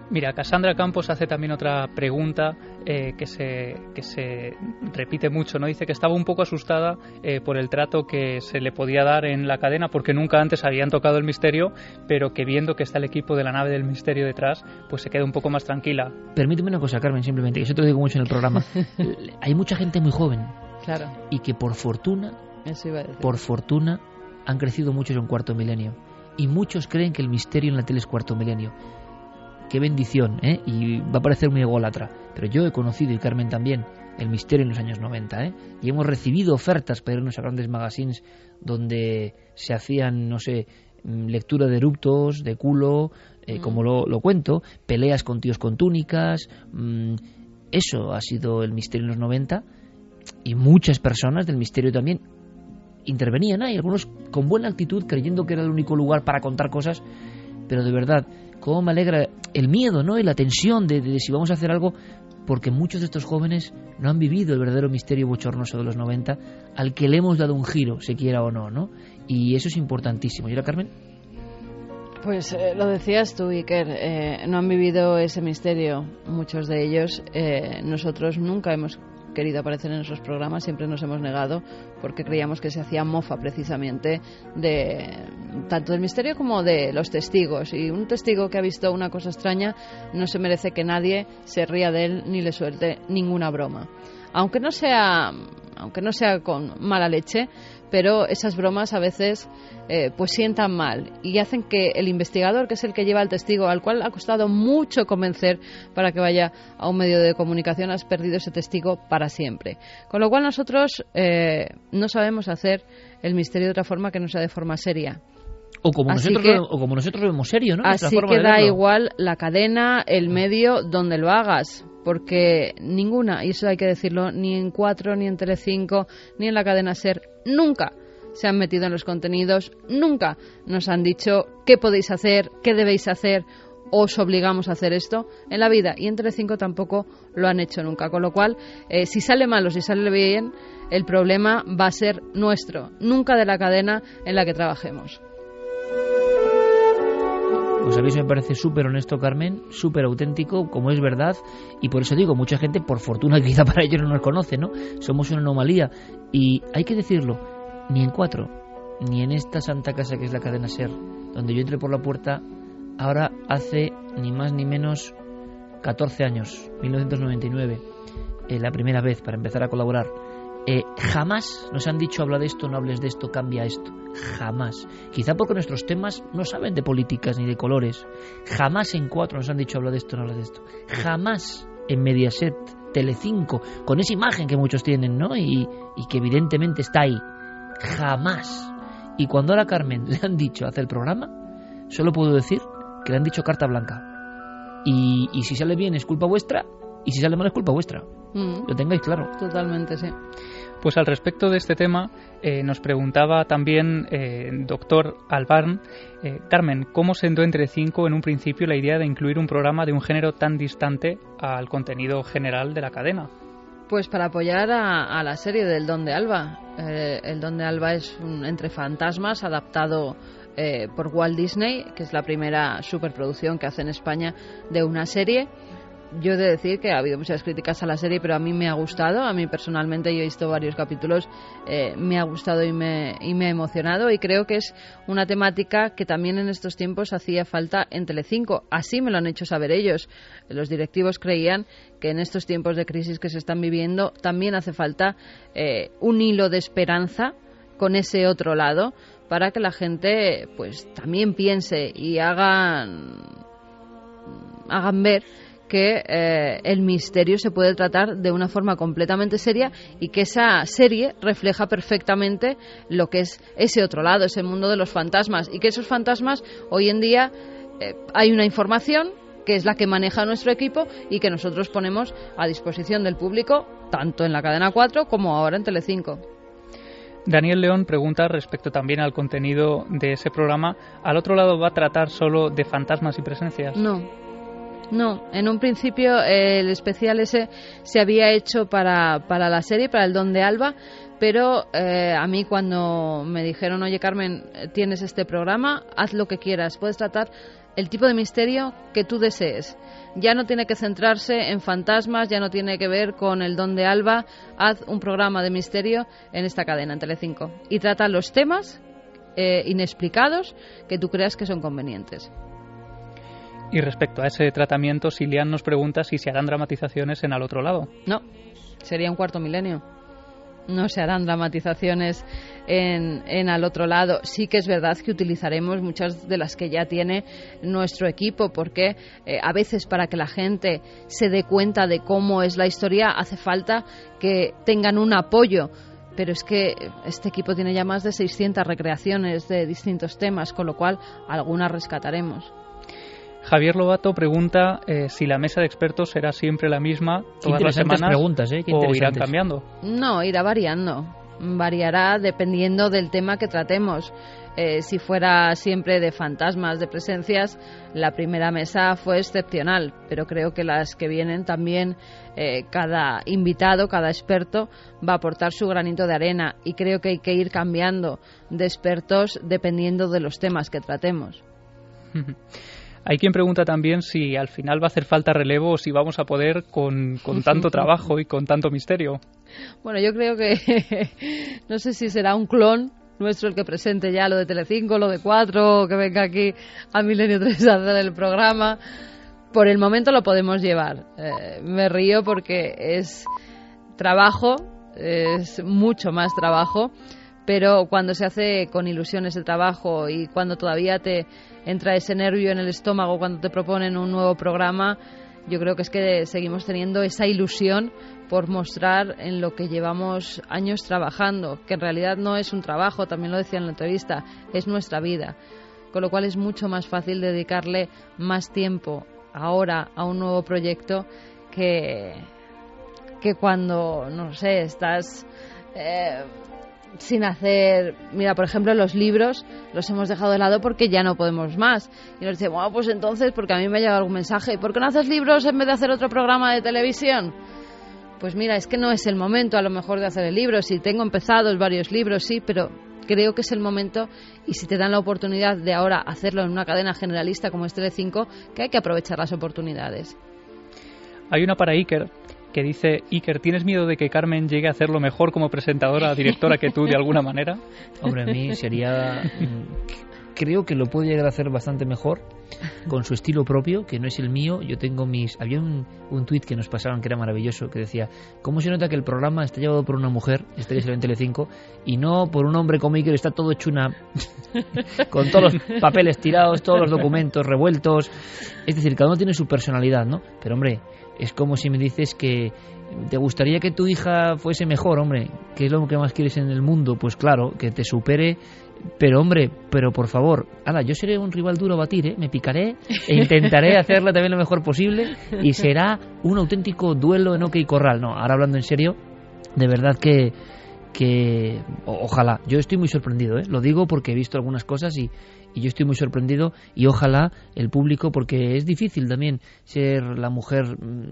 Mira, Cassandra Campos hace también otra pregunta eh, que, se, que se repite mucho, ¿no? Dice que estaba un poco asustada eh, por el trato que se le podía dar en la cadena, porque nunca antes habían tocado el misterio, pero que viendo que está el equipo de la nave del misterio detrás, pues se queda un poco más tranquila. Permíteme una cosa, Carmen, simplemente, que yo te lo digo mucho en el programa. Hay mucha gente muy joven. Claro. Y que por fortuna, Eso iba a decir. por fortuna, han crecido muchos en Cuarto Milenio. Y muchos creen que el misterio en la tele es Cuarto Milenio. Qué bendición, ¿eh? Y va a parecer muy ególatra, pero yo he conocido, y Carmen también, el misterio en los años noventa, ¿eh? Y hemos recibido ofertas para irnos a grandes magazines donde se hacían, no sé, lectura de eruptos, de culo, eh, mm. como lo, lo cuento, peleas con tíos con túnicas, mmm, eso ha sido el misterio en los noventa, y muchas personas del misterio también intervenían ahí, algunos con buena actitud, creyendo que era el único lugar para contar cosas, pero de verdad, cómo me alegra el miedo, ¿no? Y la tensión de, de, de si vamos a hacer algo, porque muchos de estos jóvenes no han vivido el verdadero misterio bochornoso de los noventa, al que le hemos dado un giro, se quiera o no, ¿no? Y eso es importantísimo. ¿Y ahora, Carmen? Pues eh, lo decías tú, Iker, eh, no han vivido ese misterio, muchos de ellos. Eh, nosotros nunca hemos querido aparecer en esos programas, siempre nos hemos negado porque creíamos que se hacía mofa precisamente de tanto del misterio como de los testigos, y un testigo que ha visto una cosa extraña no se merece que nadie se ría de él ni le suelte ninguna broma, aunque no sea aunque no sea con mala leche, pero esas bromas a veces eh, pues sientan mal y hacen que el investigador, que es el que lleva al testigo, al cual ha costado mucho convencer para que vaya a un medio de comunicación, has perdido ese testigo para siempre. Con lo cual nosotros eh, no sabemos hacer el misterio de otra forma que no sea de forma seria. O como, nosotros, que, o como nosotros lo vemos serio, ¿no? Así que da igual la cadena, el medio, donde lo hagas, porque ninguna, y eso hay que decirlo, ni en Cuatro, ni en Telecinco, ni en la cadena SER, nunca se han metido en los contenidos, nunca nos han dicho qué podéis hacer, qué debéis hacer, os obligamos a hacer esto en la vida, y en Telecinco tampoco lo han hecho nunca, con lo cual, eh, si sale mal o si sale bien, el problema va a ser nuestro, nunca de la cadena en la que trabajemos. Pues a mí eso me parece súper honesto, Carmen, súper auténtico, como es verdad, y por eso digo, mucha gente, por fortuna, quizá para ellos no nos conoce, ¿no? Somos una anomalía, y hay que decirlo, ni en Cuatro, ni en esta santa casa que es la cadena SER, donde yo entré por la puerta, ahora hace ni más ni menos catorce años, mil novecientos noventa y nueve, eh, la primera vez para empezar a colaborar. Eh, jamás nos han dicho habla de esto, no hables de esto, cambia esto. Jamás. Quizá porque nuestros temas no saben de políticas ni de colores. Jamás en Cuatro nos han dicho habla de esto, no habla de esto. Jamás en Mediaset, Telecinco, con esa imagen que muchos tienen, ¿no? Y, y que evidentemente está ahí. Jamás. Y cuando ahora a Carmen le han dicho hacer el programa, solo puedo decir que le han dicho carta blanca. Y, y si sale bien es culpa vuestra, y si sale mal es culpa vuestra. Mm. Lo tengáis claro. Totalmente, sí. Pues al respecto de este tema, eh, nos preguntaba también eh, doctor Albarn, eh, Carmen, ¿cómo sentó en Telecinco en un principio la idea de incluir un programa de un género tan distante al contenido general de la cadena? Pues para apoyar a, a la serie del Don de Alba. Eh, el Don de Alba es un entre fantasmas adaptado eh, por Walt Disney, que es la primera superproducción que hace en España de una serie. Yo he de decir que ha habido muchas críticas a la serie, pero a mí me ha gustado. A mí personalmente, yo he visto varios capítulos, eh, me ha gustado y me, y me ha emocionado, y creo que es una temática que también en estos tiempos hacía falta en Telecinco. Así me lo han hecho saber ellos. Los directivos creían que en estos tiempos de crisis que se están viviendo también hace falta eh, un hilo de esperanza con ese otro lado, para que la gente pues también piense y hagan, hagan ver que eh, el misterio se puede tratar de una forma completamente seria, y que esa serie refleja perfectamente lo que es ese otro lado, ese mundo de los fantasmas, y que esos fantasmas hoy en día eh, hay una información que es la que maneja nuestro equipo y que nosotros ponemos a disposición del público tanto en la cadena cuatro como ahora en Telecinco. Daniel León pregunta respecto también al contenido de ese programa, ¿al otro lado va a tratar solo de fantasmas y presencias? No. No, en un principio eh, el especial ese se había hecho para, para la serie, para el Don de Alba, pero eh, a mí cuando me dijeron, oye Carmen, tienes este programa, haz lo que quieras, puedes tratar el tipo de misterio que tú desees. Ya no tiene que centrarse en fantasmas, ya no tiene que ver con el Don de Alba, haz un programa de misterio en esta cadena, en Telecinco, y trata los temas eh, inexplicados que tú creas que son convenientes. Y respecto a ese tratamiento, Silian nos pregunta si se harán dramatizaciones en Al Otro Lado. No, sería un Cuarto Milenio. No se harán dramatizaciones en, en Al Otro Lado. Sí que es verdad que utilizaremos muchas de las que ya tiene nuestro equipo, porque eh, a veces para que la gente se dé cuenta de cómo es la historia hace falta que tengan un apoyo. Pero es que este equipo tiene ya más de seiscientas recreaciones de distintos temas, con lo cual algunas rescataremos. Javier Lobato pregunta eh, si la mesa de expertos será siempre la misma todas las semanas preguntas, ¿eh? Qué o irán cambiando. No, irá variando. Variará dependiendo del tema que tratemos. Eh, si fuera siempre de fantasmas, de presencias, la primera mesa fue excepcional, pero creo que las que vienen también, eh, cada invitado, cada experto va a aportar su granito de arena, y creo que hay que ir cambiando de expertos dependiendo de los temas que tratemos. Hay quien pregunta también si al final va a hacer falta relevo o si vamos a poder con, con tanto trabajo y con tanto misterio. Bueno, yo creo que no sé si será un clon nuestro el que presente ya lo de Telecinco, lo de Cuatro, o que venga aquí a Milenio tres a hacer el programa. Por el momento lo podemos llevar. Eh, me río porque es trabajo, es mucho más trabajo, pero cuando se hace con ilusión ese trabajo y cuando todavía te entra ese nervio en el estómago cuando te proponen un nuevo programa, yo creo que es que seguimos teniendo esa ilusión por mostrar en lo que llevamos años trabajando, que en realidad no es un trabajo, también lo decía en la entrevista, es nuestra vida, con lo cual es mucho más fácil dedicarle más tiempo ahora a un nuevo proyecto que, que cuando, no sé, estás eh, sin hacer. Mira, por ejemplo, los libros los hemos dejado de lado porque ya no podemos más, y nos dicen, bueno, pues entonces, porque a mí me ha llegado algún mensaje, ¿por qué no haces libros en vez de hacer otro programa de televisión? Pues mira, es que no es el momento a lo mejor de hacer el libro. Si tengo empezados varios libros, sí, pero creo que es el momento, y si te dan la oportunidad de ahora hacerlo en una cadena generalista como es Telecinco, que hay que aprovechar las oportunidades. Hay una para Iker que dice, Iker, ¿tienes miedo de que Carmen llegue a hacerlo mejor como presentadora, directora que tú de alguna manera? Hombre, a mí sería... Creo que lo puedo llegar a hacer bastante mejor, con su estilo propio, que no es el mío. Yo tengo mis... Había un, un tuit que nos pasaban que era maravilloso, que decía, ¿cómo se nota que el programa está llevado por una mujer, este que se ve en Telecinco, y no por un hombre como Iker? Está todo hecho una... con todos los papeles tirados, todos los documentos revueltos. Es decir, cada uno tiene su personalidad, ¿no? Pero, hombre, es como si me dices que te gustaría que tu hija fuese mejor, hombre. ¿Qué es lo que más quieres en el mundo? Pues claro, que te supere. Pero hombre, pero por favor, ala, yo seré un rival duro a batir, ¿eh? Me picaré e intentaré hacerla también lo mejor posible, y será un auténtico duelo en OK Corral. No, ahora hablando en serio, de verdad que, que o, ojalá, yo estoy muy sorprendido, ¿eh? Lo digo porque he visto algunas cosas y, y yo estoy muy sorprendido, y ojalá el público, porque es difícil también ser la mujer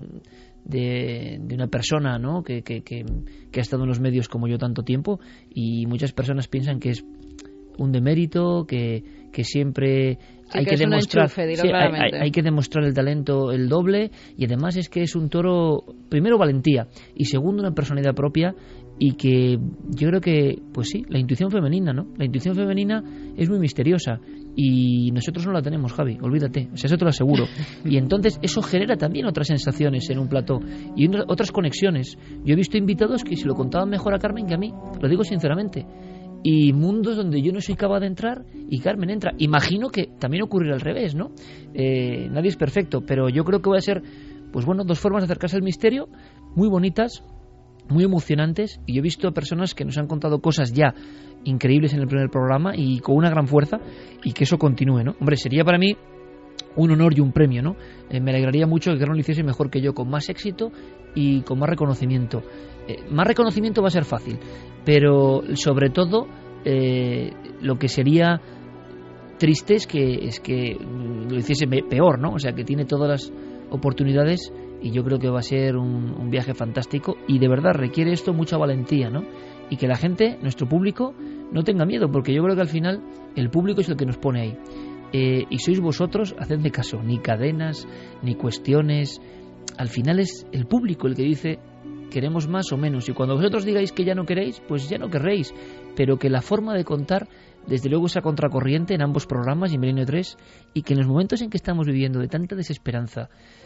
de, de una persona, ¿no? que, que, que, que ha estado en los medios como yo tanto tiempo, y muchas personas piensan que es un demérito, que, que siempre sí, hay que, que demostrar enchufe, sí, hay, hay, hay que demostrar el talento el doble, y además es que es un toro, primero valentía, y segundo una personalidad propia, y que yo creo que, pues sí, la intuición femenina, ¿no? La intuición femenina es muy misteriosa, y nosotros no la tenemos, Javi, olvídate, o sea, eso te lo aseguro. Y entonces eso genera también otras sensaciones en un plató y una, otras conexiones. Yo he visto invitados que se lo contaban mejor a Carmen que a mí, lo digo sinceramente, y mundos donde yo no soy capaz de entrar y Carmen entra. Imagino que también ocurrirá al revés, ¿no? Eh, nadie es perfecto, pero yo creo que va a ser, pues bueno, dos formas de acercarse al misterio muy bonitas, muy emocionantes, y yo he visto a personas que nos han contado cosas ya increíbles en el primer programa y con una gran fuerza, y que eso continúe, ¿no? Hombre, sería para mí un honor y un premio, ¿no? Eh, me alegraría mucho que Carmen lo hiciese mejor que yo, con más éxito y con más reconocimiento. Eh, más reconocimiento va a ser fácil, pero sobre todo eh, lo que sería triste es que es que lo hiciese peor, ¿no? O sea, que tiene todas las oportunidades y yo creo que va a ser un, un viaje fantástico y de verdad requiere esto mucha valentía, ¿no? Y que la gente, nuestro público, no tenga miedo, porque yo creo que al final el público es el que nos pone ahí. Eh, y sois vosotros, hacedme caso, ni cadenas, ni cuestiones. Al final es el público el que dice queremos más o menos. Y cuando vosotros digáis que ya no queréis, pues ya no querréis. Pero que la forma de contar, desde luego, esa contracorriente en ambos programas y en Milenio tres, y que en los momentos en que estamos viviendo de tanta desesperanza,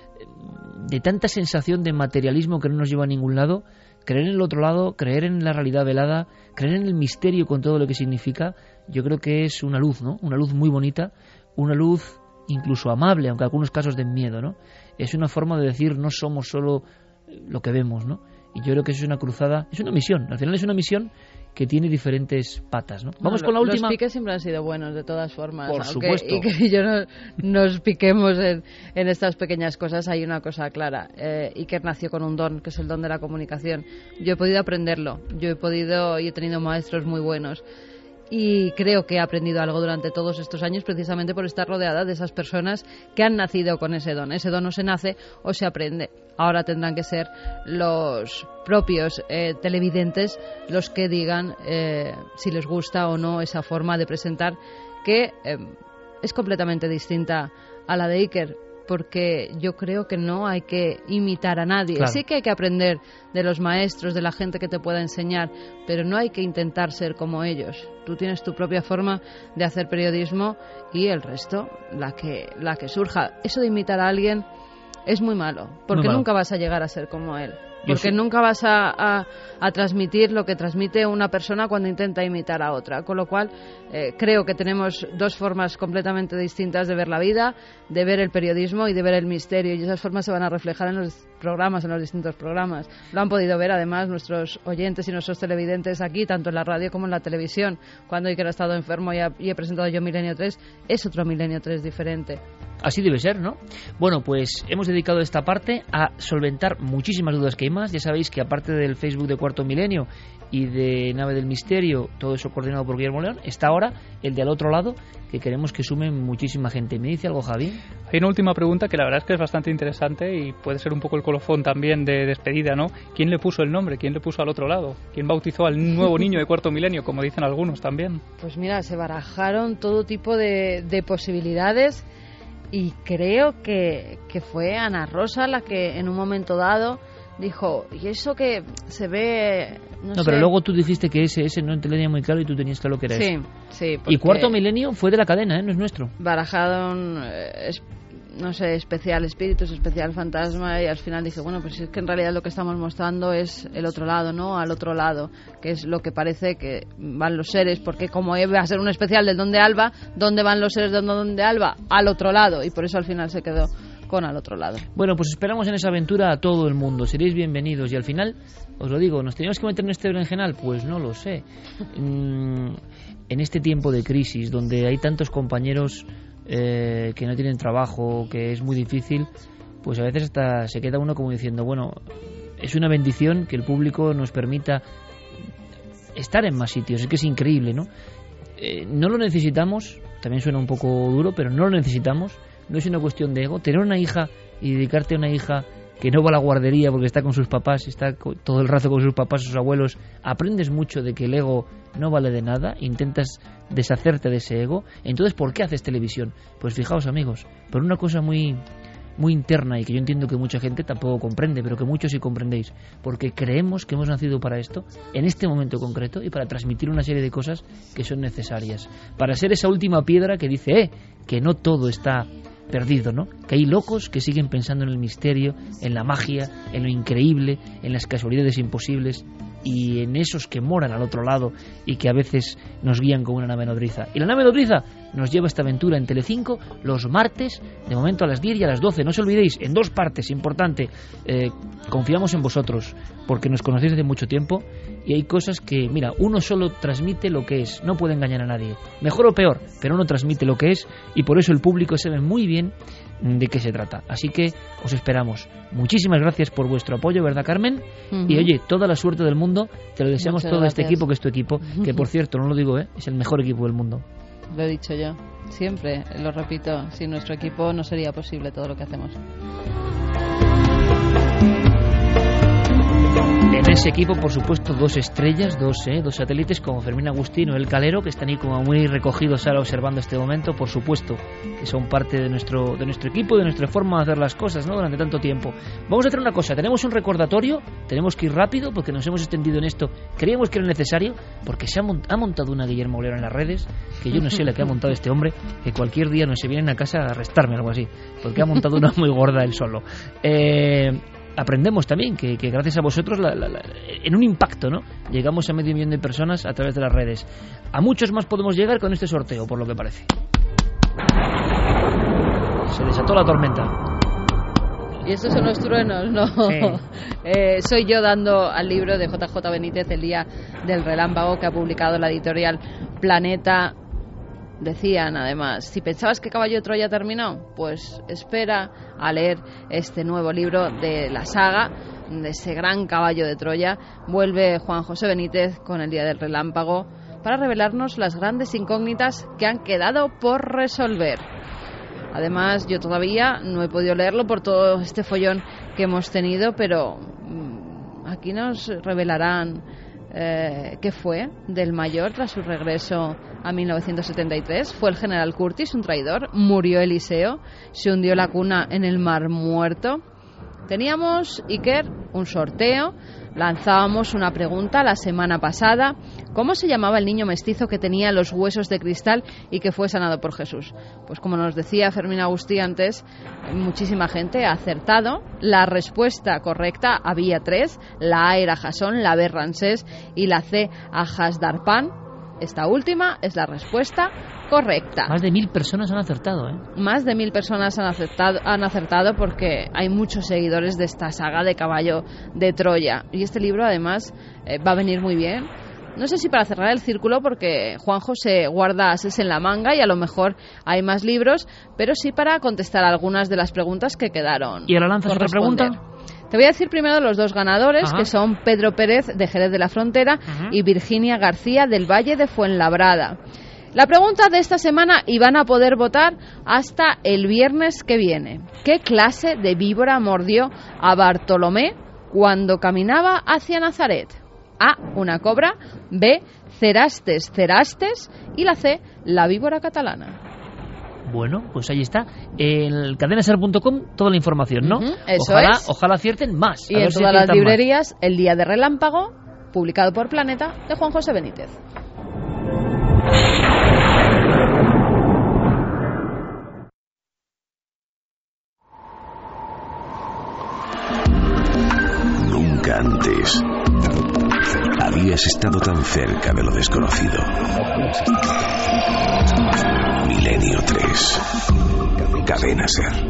de tanta sensación de materialismo que no nos lleva a ningún lado, creer en el otro lado, creer en la realidad velada, creer en el misterio con todo lo que significa, yo creo que es una luz, ¿no? Una luz muy bonita, una luz incluso amable, aunque en algunos casos den miedo, ¿no? Es una forma de decir no somos solo lo que vemos, ¿no? Y yo creo que eso es una cruzada, es una misión, al final es una misión que tiene diferentes patas, ¿no? Vamos no, con la los última. Los piques siempre han sido buenos, de todas formas. Por aunque, supuesto. Y que yo no, nos piquemos en, en estas pequeñas cosas, hay una cosa clara. Eh, Iker nació con un don, que es el don de la comunicación. Yo he podido aprenderlo, yo he podido y he tenido maestros muy buenos. Y creo que he aprendido algo durante todos estos años precisamente por estar rodeada de esas personas que han nacido con ese don. Ese don o se nace o se aprende. Ahora tendrán que ser los propios eh, televidentes los que digan eh, si les gusta o no esa forma de presentar, que eh, es completamente distinta a la de Iker, porque yo creo que no hay que imitar a nadie. Claro. Sí que hay que aprender de los maestros, de la gente que te pueda enseñar, pero no hay que intentar ser como ellos. Tú tienes tu propia forma de hacer periodismo y el resto, la que, la que surja. Eso de imitar a alguien es muy malo, porque muy malo. Nunca vas a llegar a ser como él. Yo Porque sí. nunca vas a, a, a transmitir lo que transmite una persona cuando intenta imitar a otra. Con lo cual, eh, creo que tenemos dos formas completamente distintas de ver la vida, de ver el periodismo y de ver el misterio. Y esas formas se van a reflejar en los programas, en los distintos programas. Lo han podido ver, además, nuestros oyentes y nuestros televidentes aquí, tanto en la radio como en la televisión. Cuando Iker ha estado enfermo y, ha, y he presentado yo Milenio tres, es otro Milenio tres diferente. Así debe ser, ¿no? Bueno, pues hemos dedicado esta parte a solventar muchísimas dudas que hay más. Ya sabéis que aparte del Facebook de Cuarto Milenio y de Nave del Misterio, todo eso coordinado por Guillermo León, está ahora el de Al Otro Lado, que queremos que sume muchísima gente. ¿Me dice algo, Javi? Hay una última pregunta que la verdad es que es bastante interesante y puede ser un poco el colofón también de despedida, ¿no? ¿Quién le puso el nombre? ¿Quién le puso Al Otro Lado? ¿Quién bautizó al nuevo niño de Cuarto Milenio, como dicen algunos también? Pues mira, se barajaron todo tipo de, de posibilidades. Y creo que, que fue Ana Rosa la que en un momento dado dijo, y eso que se ve... No, no sé. pero luego tú dijiste que ese, ese no te tenía muy claro y tú tenías claro que era Sí, ese. sí. Y Cuarto Milenio fue de la cadena, ¿eh? No es nuestro. Barajaron, eh, es, no sé, especial espíritus, especial fantasma, y al final dije, bueno, pues es que en realidad lo que estamos mostrando es el otro lado, ¿no? Al otro lado, que es lo que parece que van los seres, porque como va a ser un especial del Don de Alba, ¿dónde van los seres del Don de Alba? Al otro lado, y por eso al final se quedó con Al Otro Lado. Bueno, pues esperamos en esa aventura a todo el mundo, seréis bienvenidos, y al final, os lo digo, ¿nos teníamos que meter en este berenjenal? Pues no lo sé. Mm, en este tiempo de crisis, donde hay tantos compañeros eh, que no tienen trabajo, que es muy difícil, pues a veces hasta se queda uno como diciendo, bueno, es una bendición que el público nos permita estar en más sitios, es que es increíble, ¿no? Eh, no lo necesitamos, también suena un poco duro, pero no lo necesitamos. No es una cuestión de ego. Tener una hija y dedicarte a una hija que no va a la guardería porque está con sus papás, está todo el rato con sus papás, sus abuelos, aprendes mucho de que el ego no vale de nada, intentas deshacerte de ese ego. Entonces, ¿por qué haces televisión? Pues fijaos, amigos, por una cosa muy muy interna y que yo entiendo que mucha gente tampoco comprende, pero que muchos sí comprendéis, porque creemos que hemos nacido para esto, en este momento concreto, y para transmitir una serie de cosas que son necesarias, para ser esa última piedra que dice, eh, que no todo está perdido, ¿no? Que hay locos que siguen pensando en el misterio, en la magia, en lo increíble, en las casualidades imposibles y en esos que moran al otro lado y que a veces nos guían con una nave nodriza. Y la nave nodriza nos lleva a esta aventura en Telecinco los martes, de momento a las diez y a las doce. No os olvidéis, en dos partes, importante. Eh, confiamos en vosotros porque nos conocéis desde mucho tiempo y hay cosas que, mira, uno solo transmite lo que es, no puede engañar a nadie, mejor o peor, pero uno transmite lo que es y por eso el público sabe muy bien de qué se trata. Así que os esperamos. Muchísimas gracias por vuestro apoyo, ¿verdad, Carmen? Uh-huh. Y oye, toda la suerte del mundo, te lo deseamos. Muchas todo gracias. Este equipo, que es tu equipo, que por cierto, no lo digo, ¿eh? Es el mejor equipo del mundo. Lo he dicho yo, siempre lo repito, sin nuestro equipo no sería posible todo lo que hacemos. En ese equipo, por supuesto, dos estrellas, dos, eh, dos satélites como Fermín Agustín o El Calero, que están ahí como muy recogidos ahora observando este momento, por supuesto, que son parte de nuestro, de nuestro equipo y de nuestra forma de hacer las cosas, ¿no?, durante tanto tiempo. Vamos a hacer una cosa, tenemos un recordatorio, tenemos que ir rápido porque nos hemos extendido en esto, creíamos que era necesario, porque se ha, mont- ha montado una Guillermo Olero en las redes, que yo no sé la que ha montado este hombre, que cualquier día no se vienen a casa a arrestarme o algo así, porque ha montado una muy gorda él solo. Eh... Aprendemos también que, que gracias a vosotros la, la, la, en un impacto, ¿no?, llegamos a medio millón de personas a través de las redes. A muchos más podemos llegar con este sorteo, por lo que parece. Se desató la tormenta. Y estos son los truenos, ¿no? Sí. Eh, soy yo dando al libro de J J Benítez, El día del relámpago, que ha publicado la editorial Planeta. Decían además, si pensabas que Caballo de Troya terminó, pues espera a leer este nuevo libro de la saga, de ese gran Caballo de Troya. Vuelve Juan José Benítez con El día del relámpago para revelarnos las grandes incógnitas que han quedado por resolver. Además, yo todavía no he podido leerlo por todo este follón que hemos tenido, pero mmm, aquí nos revelarán Eh, ¿qué fue del mayor tras su regreso a mil novecientos setenta y tres? ¿Fue el general Curtis un traidor? ¿Murió Eliseo? ¿Se hundió la cuna en el Mar Muerto? Teníamos, Iker, un sorteo. Lanzábamos una pregunta la semana pasada: ¿cómo se llamaba el niño mestizo que tenía los huesos de cristal y que fue sanado por Jesús? Pues como nos decía Fermín Agustí antes, muchísima gente ha acertado. La respuesta correcta había tres: la A era Jasón, la B Ramsés y la C Ajasdarpán. Esta última es la respuesta correcta. Más de mil personas han acertado, ¿eh? Más de mil personas han acertado, han acertado porque hay muchos seguidores de esta saga de Caballo de Troya. Y este libro, además, eh, va a venir muy bien. No sé si para cerrar el círculo, porque Juanjo se guarda ases en la manga y a lo mejor hay más libros, pero sí para contestar algunas de las preguntas que quedaron. ¿Y ahora lanzas otra pregunta? Te voy a decir primero los dos ganadores, Ajá. que son Pedro Pérez de Jerez de la Frontera Ajá. y Virginia García del Valle de Fuenlabrada. La pregunta de esta semana, y van a poder votar hasta el viernes que viene: ¿qué clase de víbora mordió a Bartolomé cuando caminaba hacia Nazaret? A, una cobra; B, cerastes cerastes; y la C, la víbora catalana. Bueno, pues ahí está. En cadenaser punto com toda la información, ¿no? Uh-huh, eso ojalá, es. Ojalá acierten más. Y en todas las librerías, más. El día de relámpago, publicado por Planeta, de Juan José Benítez. Nunca antes habías estado tan cerca de lo desconocido. Milenio tres. Cadena Ser.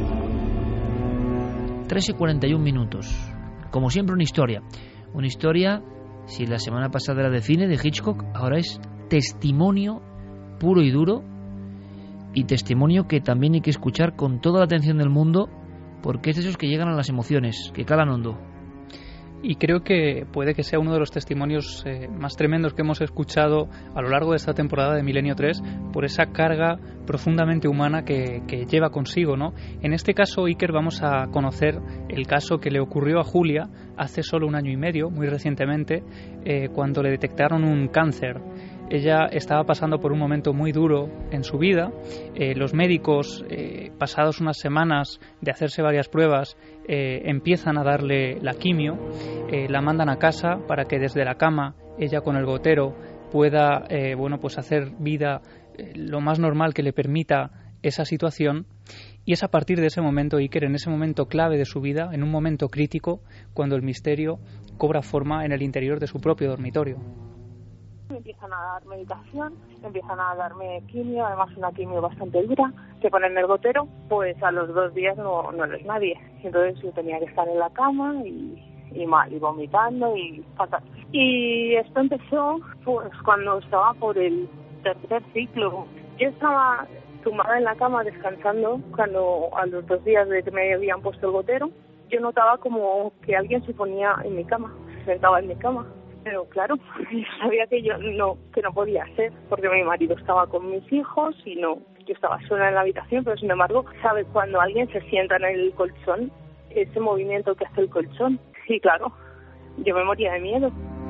tres y cuarenta y un minutos. Como siempre, una historia. Una historia, si la semana pasada era de cine, de Hitchcock, ahora es testimonio puro y duro. Y testimonio que también hay que escuchar con toda la atención del mundo, porque es de esos que llegan a las emociones, que calan hondo. Y creo que puede que sea uno de los testimonios eh, más tremendos que hemos escuchado a lo largo de esta temporada de Milenio tres, por esa carga profundamente humana que, que lleva consigo, ¿no? En este caso, Iker, vamos a conocer el caso que le ocurrió a Julia hace solo un año y medio, muy recientemente, eh, cuando le detectaron un cáncer. Ella estaba pasando por un momento muy duro en su vida. Eh, los médicos, eh, pasados unas semanas de hacerse varias pruebas, eh, empiezan a darle la quimio, eh, la mandan a casa para que desde la cama, ella con el gotero, pueda eh, bueno, pues hacer vida eh, lo más normal que le permita esa situación. Y es a partir de ese momento, Iker, en ese momento clave de su vida, en un momento crítico, cuando el misterio cobra forma en el interior de su propio dormitorio. Me empiezan a dar medicación, empiezan a darme quimio, además una quimio bastante dura, que ponen el gotero, pues a los dos días no, no eres nadie. Entonces yo tenía que estar en la cama y, y mal, y vomitando y fatal. Y esto empezó pues cuando estaba por el tercer ciclo. Yo estaba tumbada en la cama descansando cuando a los dos días de que me habían puesto el gotero, yo notaba como que alguien se ponía en mi cama, se sentaba en mi cama. Pero claro, yo sabía que yo no que no podía hacer, porque mi marido estaba con mis hijos y no, yo estaba sola en la habitación, pero sin embargo, ¿sabes? Cuando alguien se sienta en el colchón, ese movimiento que hace el colchón. Y claro, yo me moría de miedo.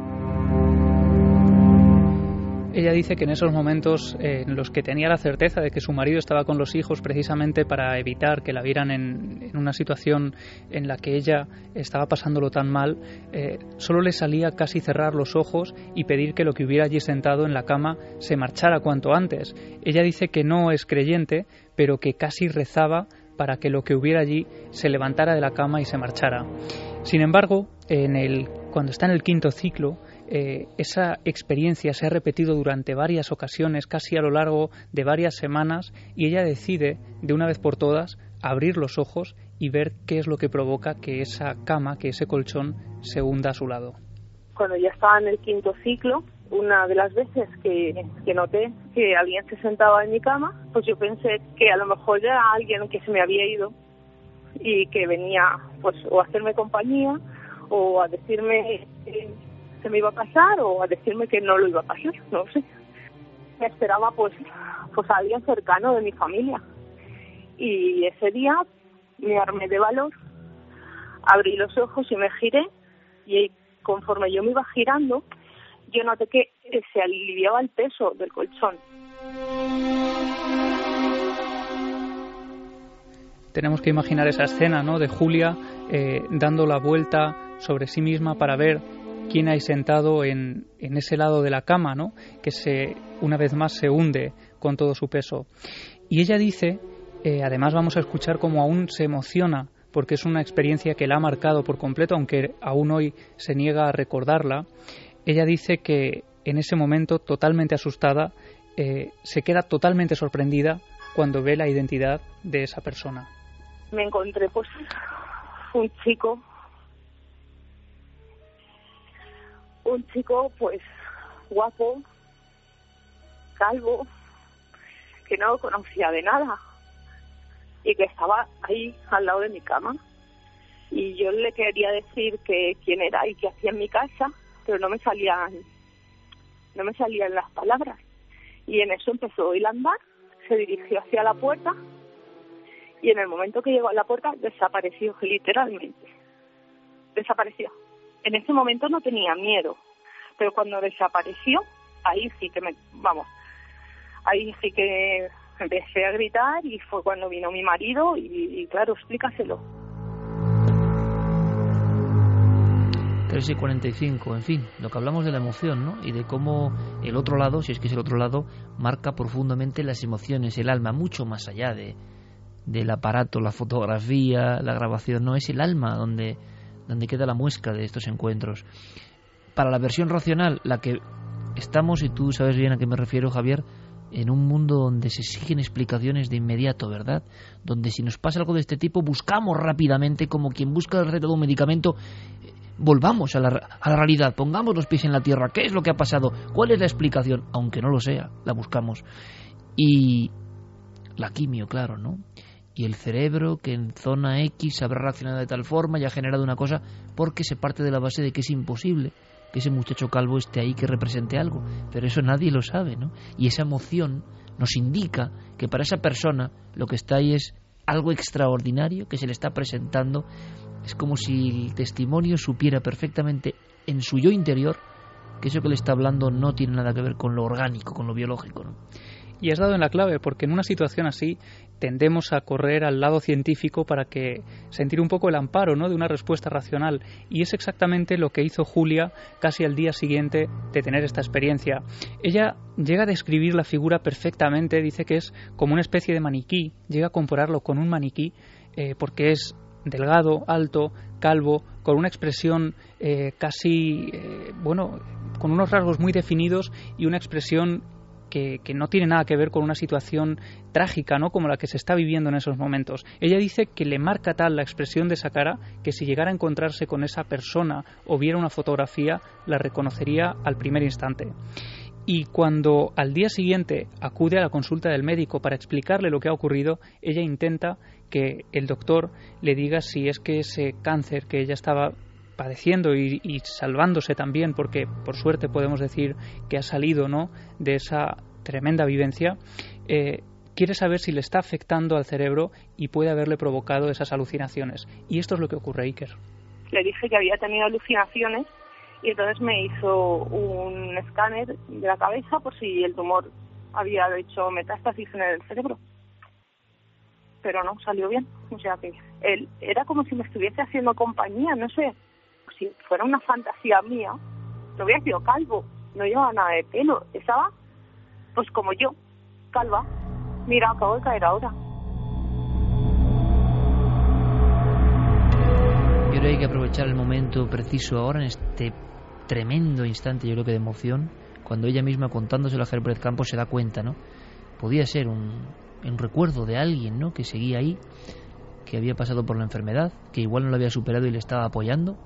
Ella dice que en esos momentos eh, en los que tenía la certeza de que su marido estaba con los hijos precisamente para evitar que la vieran en, en una situación en la que ella estaba pasándolo tan mal, eh, solo le salía casi cerrar los ojos y pedir que lo que hubiera allí sentado en la cama se marchara cuanto antes. Ella dice que no es creyente, pero que casi rezaba para que lo que hubiera allí se levantara de la cama y se marchara. Sin embargo, en el, cuando está en el quinto ciclo, Eh, esa experiencia se ha repetido durante varias ocasiones, casi a lo largo de varias semanas, y ella decide, de una vez por todas, abrir los ojos y ver qué es lo que provoca que esa cama, que ese colchón, se hunda a su lado. Cuando ya estaba en el quinto ciclo, una de las veces que, que noté que alguien se sentaba en mi cama, pues yo pensé que a lo mejor era alguien que se me había ido y que venía pues o a hacerme compañía o a decirme que se me iba a pasar o a decirme que no lo iba a pasar, no sé. Me esperaba pues pues a alguien cercano de mi familia. Y ese día me armé de valor, abrí los ojos y me giré, y conforme yo me iba girando, yo noté que se aliviaba el peso del colchón. Tenemos que imaginar esa escena, ¿no?, de Julia eh, dando la vuelta sobre sí misma para ver quién hay sentado en, en ese lado de la cama, ¿no?, que se, una vez más se hunde con todo su peso. Y ella dice, eh, además vamos a escuchar cómo aún se emociona, porque es una experiencia que la ha marcado por completo, aunque aún hoy se niega a recordarla. Ella dice que en ese momento, totalmente asustada, eh, se queda totalmente sorprendida cuando ve la identidad de esa persona. Me encontré pues un chico un chico pues guapo, calvo, que no conocía de nada y que estaba ahí al lado de mi cama, y yo le quería decir que quién era y qué hacía en mi casa, pero no me salían no me salían las palabras, y en eso empezó a andar, se dirigió hacia la puerta y en el momento que llegó a la puerta desapareció, literalmente desapareció. En ese momento no tenía miedo, pero cuando desapareció, ahí sí que me, vamos, ahí sí que empecé a gritar, y fue cuando vino mi marido y, y claro, explícaselo. tres y cuarenta y cinco, en fin, lo que hablamos de la emoción, ¿no? Y de cómo el otro lado, si es que es el otro lado, marca profundamente las emociones, el alma, mucho más allá de del aparato, la fotografía, la grabación, no, es el alma donde donde queda la muesca de estos encuentros. Para la versión racional, la que estamos, y tú sabes bien a qué me refiero, Javier, en un mundo donde se exigen explicaciones de inmediato, ¿verdad? Donde si nos pasa algo de este tipo, buscamos rápidamente, como quien busca la receta de un medicamento, eh, volvamos a la, a la realidad, pongamos los pies en la tierra, ¿qué es lo que ha pasado? ¿Cuál es la explicación? Aunque no lo sea, la buscamos. Y la quimio, claro, ¿no? Y el cerebro que en zona X habrá reaccionado de tal forma y ha generado una cosa, porque se parte de la base de que es imposible que ese muchacho calvo esté ahí, que represente algo, pero eso nadie lo sabe, ¿no? Y esa emoción nos indica que para esa persona lo que está ahí es algo extraordinario que se le está presentando. Es como si el testimonio supiera perfectamente en su yo interior que eso que le está hablando no tiene nada que ver con lo orgánico, con lo biológico, ¿no? Y has dado en la clave, porque en una situación así tendemos a correr al lado científico para que sentir un poco el amparo, ¿no?, de una respuesta racional, y es exactamente lo que hizo Julia casi al día siguiente de tener esta experiencia. Ella llega a describir la figura perfectamente, dice que es como una especie de maniquí, llega a compararlo con un maniquí eh, porque es delgado, alto, calvo, con una expresión eh, casi, eh, bueno, con unos rasgos muy definidos y una expresión Que, que no tiene nada que ver con una situación trágica, ¿no?, como la que se está viviendo en esos momentos. Ella dice que le marca tal la expresión de esa cara que si llegara a encontrarse con esa persona o viera una fotografía, la reconocería al primer instante. Y cuando al día siguiente acude a la consulta del médico para explicarle lo que ha ocurrido, ella intenta que el doctor le diga si es que ese cáncer que ella estaba padeciendo y, y salvándose también, porque por suerte podemos decir que ha salido, ¿no?, de esa tremenda vivencia, eh, quiere saber si le está afectando al cerebro y puede haberle provocado esas alucinaciones. Y esto es lo que ocurre, Iker. Le dije que había tenido alucinaciones y entonces me hizo un escáner de la cabeza por si el tumor había hecho metástasis en el cerebro. Pero no, salió bien. O sea que él era como si me estuviese haciendo compañía, no sé, si fuera una fantasía mía. No había sido calvo, no llevaba nada de pelo, estaba pues como yo, calva. Mira, acabo de caer ahora. Yo creo que hay que aprovechar el momento preciso ahora, en este tremendo instante, yo creo que de emoción, cuando ella misma, contándoselo a Gertrude Campos, se da cuenta, ¿no? Podía ser un, un recuerdo de alguien, ¿no?, que seguía ahí, que había pasado por la enfermedad, que igual no lo había superado y le estaba apoyando.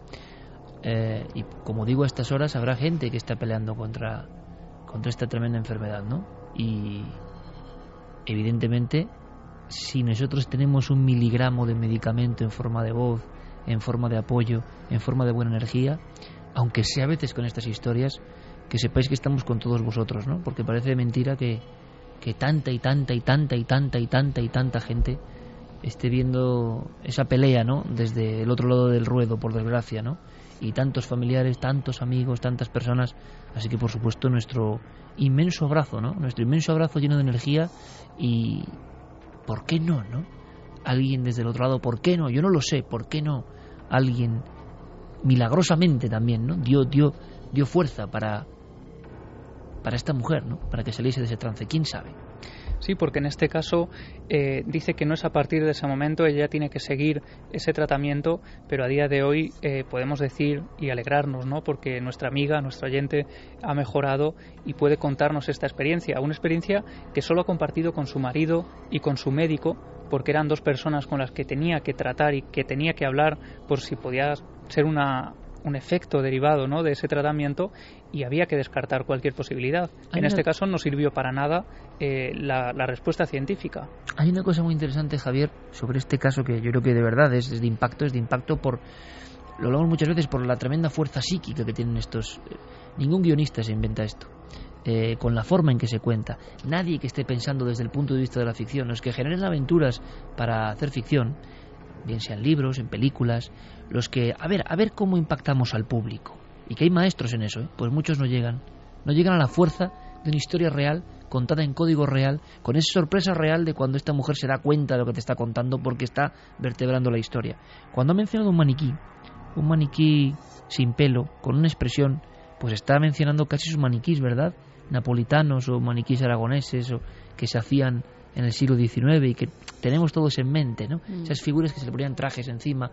Eh, y como digo, a estas horas habrá gente que está peleando contra, contra esta tremenda enfermedad, ¿no? Y evidentemente, si nosotros tenemos un miligramo de medicamento en forma de voz, en forma de apoyo, en forma de buena energía, aunque sea a veces con estas historias, que sepáis que estamos con todos vosotros, ¿no? Porque parece mentira que, que tanta y tanta y tanta y tanta y tanta y tanta gente esté viendo esa pelea, ¿no?, desde el otro lado del ruedo, por desgracia, ¿no? Y tantos familiares, tantos amigos, tantas personas. Así que, por supuesto, nuestro inmenso abrazo, ¿no? Nuestro inmenso abrazo lleno de energía. Y ¿por qué no, no? Alguien desde el otro lado, ¿por qué no? Yo no lo sé, ¿por qué no? Alguien milagrosamente también, ¿no? Dio, dio, dio fuerza para, para esta mujer, ¿no? Para que saliese de ese trance, ¿quién sabe? Sí, porque en este caso eh, dice que no es a partir de ese momento, ella tiene que seguir ese tratamiento, pero a día de hoy eh, podemos decir y alegrarnos, ¿no?, porque nuestra amiga, nuestra oyente ha mejorado y puede contarnos esta experiencia, una experiencia que solo ha compartido con su marido y con su médico, porque eran dos personas con las que tenía que tratar y que tenía que hablar por si podía ser una... un efecto derivado, ¿no?, de ese tratamiento, y había que descartar cualquier posibilidad. Hay en una... este caso no sirvió para nada eh, la, la respuesta científica. Hay una cosa muy interesante, Javier, sobre este caso que yo creo que de verdad es, es de impacto, es de impacto por, lo hablamos muchas veces, por la tremenda fuerza psíquica que tienen estos. Eh, ningún guionista se inventa esto. Eh, con la forma en que se cuenta, nadie que esté pensando desde el punto de vista de la ficción, los que generen aventuras para hacer ficción, bien sean libros, en películas, los que, a ver, a ver cómo impactamos al público, y que hay maestros en eso, ¿eh? Pues muchos no llegan, no llegan a la fuerza de una historia real, contada en código real, con esa sorpresa real de cuando esta mujer se da cuenta de lo que te está contando porque está vertebrando la historia. Cuando ha mencionado un maniquí, un maniquí sin pelo, con una expresión, pues está mencionando casi sus maniquís, ¿verdad?, napolitanos o maniquís aragoneses, o que se hacían en el siglo diecinueve y que tenemos todos en mente, ¿no? Mm. Esas figuras que se le ponían trajes encima,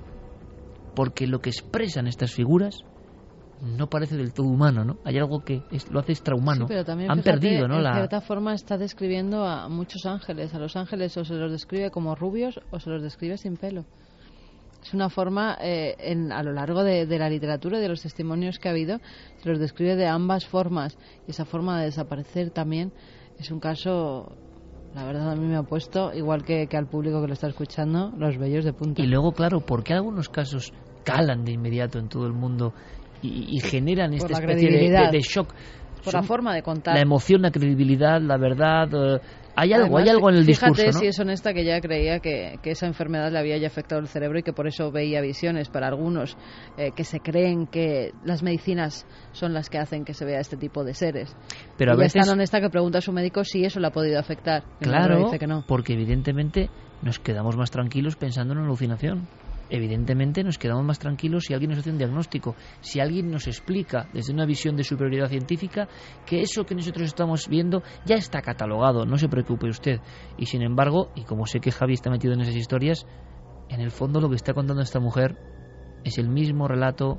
porque lo que expresan estas figuras no parece del todo humano, ¿no? Hay algo que es, lo hace extrahumano. Sí, pero también, han fíjate, perdido, ¿no? En la... cierta forma está describiendo a muchos ángeles. A los ángeles o se los describe como rubios o se los describe sin pelo. Es una forma, eh, en, a lo largo de, de la literatura y de los testimonios que ha habido, se los describe de ambas formas. Y esa forma de desaparecer también es un caso... La verdad, a mí me ha puesto, igual que, que al público que lo está escuchando, los vellos de punta. Y luego, claro, ¿por qué algunos casos calan de inmediato en todo el mundo y, y generan esta especie de, de, de shock? Por Son la forma de contar. La emoción, la credibilidad, la verdad. Eh, hay algo, Además, hay algo en el fíjate, discurso, ¿no? Si es honesta, que ella creía que, que esa enfermedad le había ya afectado el cerebro y que por eso veía visiones. Para algunos eh, que se creen que las medicinas son las que hacen que se vea este tipo de seres. Pero a ella veces... es tan honesta que pregunta a su médico si eso le ha podido afectar. Claro, dice que no. Porque evidentemente nos quedamos más tranquilos pensando en una alucinación. Evidentemente nos quedamos más tranquilos si alguien nos hace un diagnóstico, si alguien nos explica desde una visión de superioridad científica que eso que nosotros estamos viendo ya está catalogado, no se preocupe usted. Y sin embargo, y como sé que Javi está metido en esas historias, en el fondo lo que está contando esta mujer es el mismo relato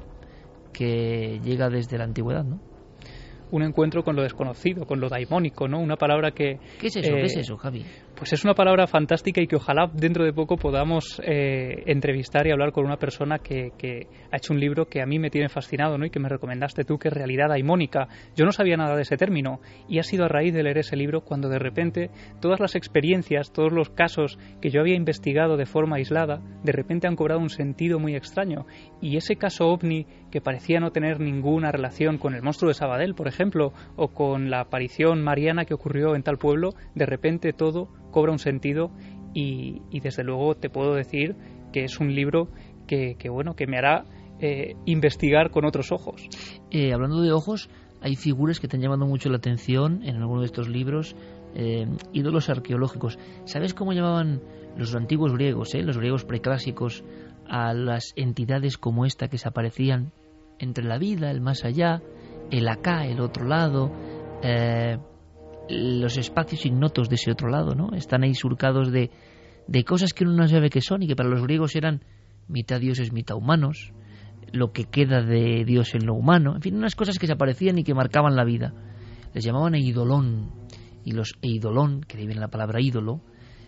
que llega desde la antigüedad, ¿no? Un encuentro con lo desconocido, con lo daimónico, ¿no? Una palabra que... ¿Qué es eso? Eh, ¿Qué es eso, Javi? Pues es una palabra fantástica y que ojalá dentro de poco podamos eh, entrevistar y hablar con una persona que, que ha hecho un libro que a mí me tiene fascinado, ¿no? Y que me recomendaste tú, que es Realidad Daimónica. Yo no sabía nada de ese término y ha sido a raíz de leer ese libro cuando de repente todas las experiencias, todos los casos que yo había investigado de forma aislada, de repente han cobrado un sentido muy extraño. Y ese caso ovni que parecía no tener ninguna relación con el monstruo de Sabadell, por ejemplo, o con la aparición mariana que ocurrió en tal pueblo, de repente todo cobra un sentido y, y desde luego te puedo decir que es un libro que, que bueno, que me hará eh, investigar con otros ojos. Eh, hablando de ojos, hay figuras que te han llamado mucho la atención en alguno de estos libros, eh, ídolos arqueológicos. ¿Sabes cómo llamaban los antiguos griegos, eh, los griegos preclásicos, a las entidades como esta que se aparecían entre la vida, el más allá, el acá, el otro lado, eh, los espacios ignotos de ese otro lado, ¿no? Están ahí surcados de, de cosas que uno no sabe qué son y que para los griegos eran mitad dioses, mitad humanos, lo que queda de Dios en lo humano, en fin, unas cosas que se aparecían y que marcaban la vida. Les llamaban eidolón, y los eidolón, que de ahí viene la palabra ídolo,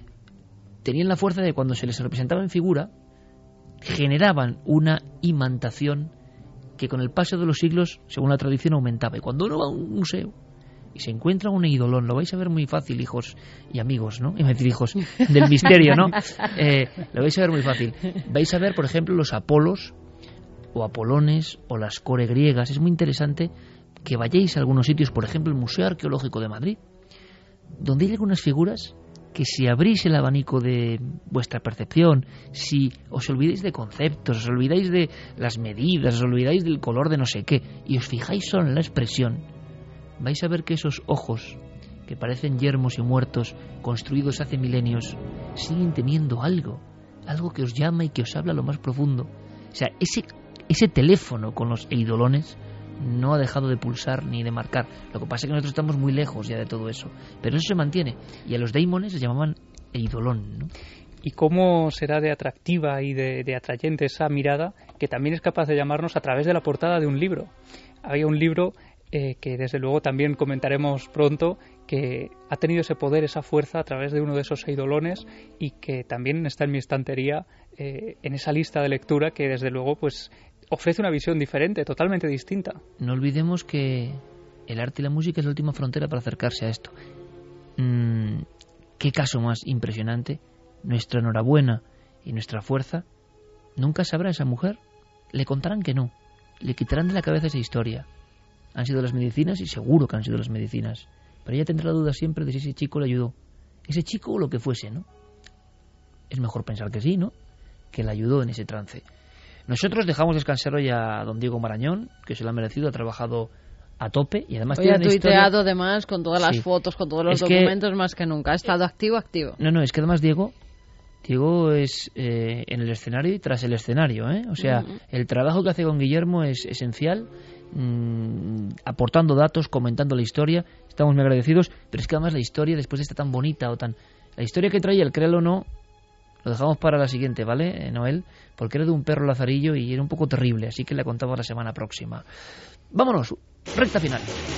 tenían la fuerza de cuando se les representaba en figura, generaban una imantación que con el paso de los siglos, según la tradición, aumentaba. Y cuando uno va a un museo y se encuentra un eidolón, lo vais a ver muy fácil, hijos y amigos, ¿no? Iba a decir hijos del misterio, ¿no? Eh, lo vais a ver muy fácil. Vais a ver, por ejemplo, los Apolos o Apolones o las core griegas. Es muy interesante que vayáis a algunos sitios, por ejemplo, el Museo Arqueológico de Madrid, donde hay algunas figuras que si abrís el abanico de vuestra percepción, si os olvidáis de conceptos, os olvidáis de las medidas, os olvidáis del color de no sé qué, y os fijáis solo en la expresión, vais a ver que esos ojos, que parecen yermos y muertos, construidos hace milenios, siguen teniendo algo, algo que os llama y que os habla a lo más profundo. O sea, ese, ese teléfono con los eidolones no ha dejado de pulsar ni de marcar. Lo que pasa es que nosotros estamos muy lejos ya de todo eso, pero eso se mantiene. Y a los daimones les llamaban eidolón, ¿no? Y cómo será de atractiva y de, de atrayente esa mirada que también es capaz de llamarnos a través de la portada de un libro. Había un libro eh, que desde luego también comentaremos pronto, que ha tenido ese poder, esa fuerza a través de uno de esos eidolones y que también está en mi estantería, eh, en esa lista de lectura que desde luego pues ofrece una visión diferente, totalmente distinta. No olvidemos que el arte y la música es la última frontera para acercarse a esto. Mm, ¿Qué caso más impresionante? Nuestra enhorabuena y nuestra fuerza. Nunca sabrá esa mujer. Le contarán que no. Le quitarán de la cabeza esa historia. Han sido las medicinas y seguro que han sido las medicinas. Pero ella tendrá la duda siempre de si ese chico le ayudó. Ese chico o lo que fuese, ¿no? Es mejor pensar que sí, ¿no? Que le ayudó en ese trance. Nosotros dejamos descansar hoy a don Diego Marañón, que se lo ha merecido, ha trabajado a tope y además hoy ha tuiteado historia... además con todas las sí. fotos, con todos los es documentos que... más que nunca. Ha estado activo, activo. No, no, es que además Diego, Diego es eh, en el escenario y tras el escenario, ¿eh? O sea, uh-huh. el trabajo que hace con Guillermo es esencial, mmm, aportando datos, comentando la historia. Estamos muy agradecidos, pero es que además la historia después de esta tan bonita o tan... La historia que trae el créelo o no, lo dejamos para la siguiente, ¿vale, Noel? Porque era de un perro lazarillo y era un poco terrible, así que la contamos la semana próxima. Vámonos, recta final.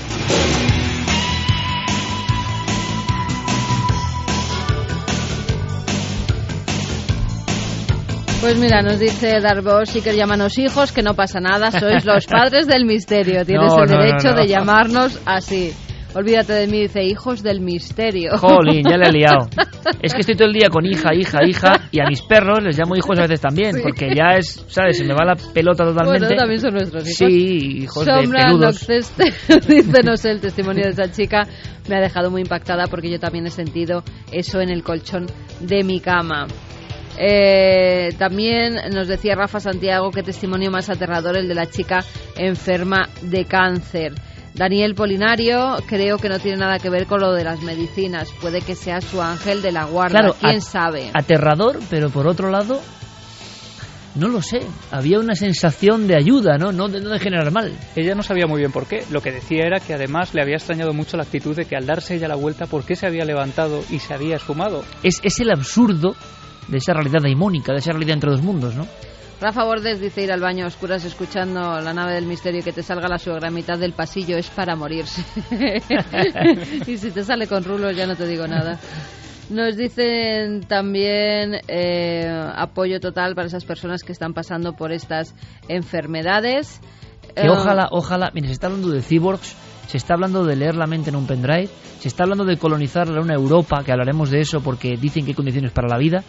Pues mira, nos dice Darbo Siker, llámanos hijos, que no pasa nada, sois los padres del misterio, tienes no, el no, derecho no, no. de llamarnos así. Olvídate de mí, dice, hijos del misterio. Jolín, ya le he liado. Es que estoy todo el día con hija, hija, hija, y a mis perros les llamo hijos a veces también, sí. porque ya es, ¿sabes? Se me va la pelota totalmente. Bueno, también son nuestros hijos. Sí, hijos Sombra de peludos. Noxeste, dice, no sé, el testimonio de esa chica me ha dejado muy impactada porque yo también he sentido eso en el colchón de mi cama. Eh, también nos decía Rafa Santiago, qué testimonio más aterrador el de la chica enferma de cáncer. Daniel Polinario, creo que no tiene nada que ver con lo de las medicinas. Puede que sea su ángel de la guarda, claro, quién at- sabe. Aterrador, pero por otro lado, no lo sé. Había una sensación de ayuda, ¿no? No de, no de generar mal. Ella no sabía muy bien por qué. Lo que decía era que además le había extrañado mucho la actitud de que al darse ella la vuelta, ¿por qué se había levantado y se había esfumado? Es, es el absurdo de esa realidad daimónica, de esa realidad entre dos mundos, ¿no? Rafa Bordes dice, ir al baño a oscuras escuchando La nave del misterio y que te salga la suegra a mitad del pasillo es para morirse. Y si te sale con rulos ya no te digo nada. Nos dicen también eh, apoyo total para esas personas que están pasando por estas enfermedades. Que eh, ojalá, ojalá, mire, se está hablando de cyborgs, se está hablando de leer la mente en un pendrive, se está hablando de colonizar la luna Europa, que hablaremos de eso porque dicen que hay condiciones para la vida.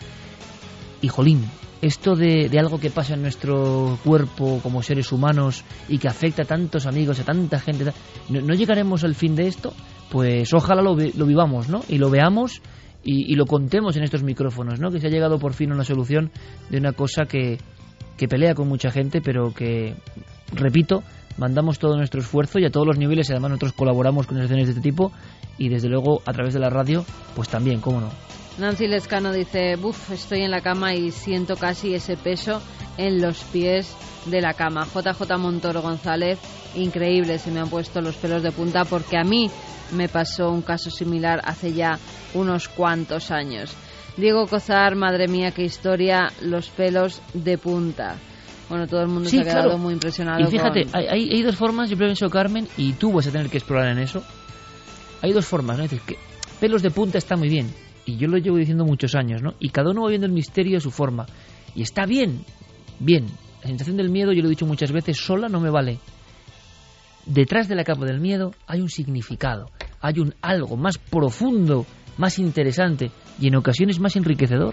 Y jolín, esto de, de algo que pasa en nuestro cuerpo como seres humanos y que afecta a tantos amigos, a tanta gente, ¿no, no llegaremos al fin de esto? Pues ojalá lo, lo vivamos, ¿no? Y lo veamos y, y lo contemos en estos micrófonos, ¿no? Que se ha llegado por fin a una solución de una cosa que, que pelea con mucha gente, pero que, repito, mandamos todo nuestro esfuerzo y a todos los niveles, y además nosotros colaboramos con asociaciones de este tipo y desde luego a través de la radio, pues también, cómo no. Nancy Lescano dice, buf, estoy en la cama y siento casi ese peso en los pies de la cama. J J Montoro González, increíble, se me han puesto los pelos de punta porque a mí me pasó un caso similar hace ya unos cuantos años. Diego Cozar, madre mía, qué historia, los pelos de punta. Bueno, todo el mundo Sí, se ha quedado claro. muy impresionado. Y fíjate, con... hay, hay, hay dos formas, yo pienso, Carmen, y tú vas a tener que explorar en eso. Hay dos formas, ¿no? Es decir, que pelos de punta está muy bien, y yo lo llevo diciendo muchos años, ¿no? Y cada uno va viendo el misterio a su forma. Y está bien, bien. La sensación del miedo, yo lo he dicho muchas veces, sola no me vale. Detrás de la capa del miedo hay un significado, hay un algo más profundo, más interesante y en ocasiones más enriquecedor.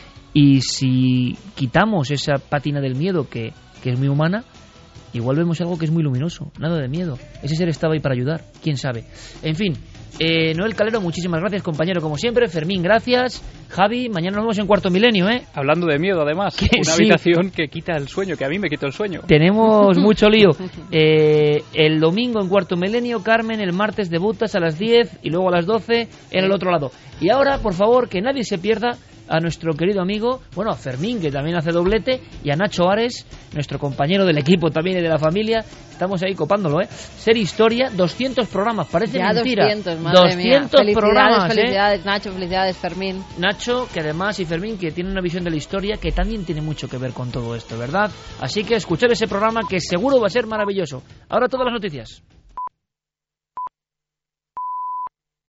Y si quitamos esa pátina del miedo que, que es muy humana, igual vemos algo que es muy luminoso. Nada de miedo. Ese ser estaba ahí para ayudar. ¿Quién sabe? En fin, eh, Noel Calero, muchísimas gracias, compañero, como siempre. Fermín, gracias. Javi, mañana nos vemos en Cuarto Milenio, ¿eh? Hablando de miedo, además. Que Una sí. habitación que quita el sueño, que a mí me quitó el sueño. Tenemos mucho lío. Eh, el domingo en Cuarto Milenio, Carmen, el martes debutas a las diez y luego a las doce en el otro lado. Y ahora, por favor, que nadie se pierda a nuestro querido amigo, bueno, a Fermín, que también hace doblete, y a Nacho Ares, nuestro compañero del equipo también y de la familia. Estamos ahí copándolo, ¿eh? Ser Historia, doscientos programas, parece Ya mentira. doscientos, madre doscientos mía. programas, Felicidades, felicidades, ¿eh? Nacho, felicidades, Fermín. Nacho, que además, y Fermín, que tiene una visión de la historia que también tiene mucho que ver con todo esto, ¿verdad? Así que escuchar ese programa que seguro va a ser maravilloso. Ahora todas las noticias.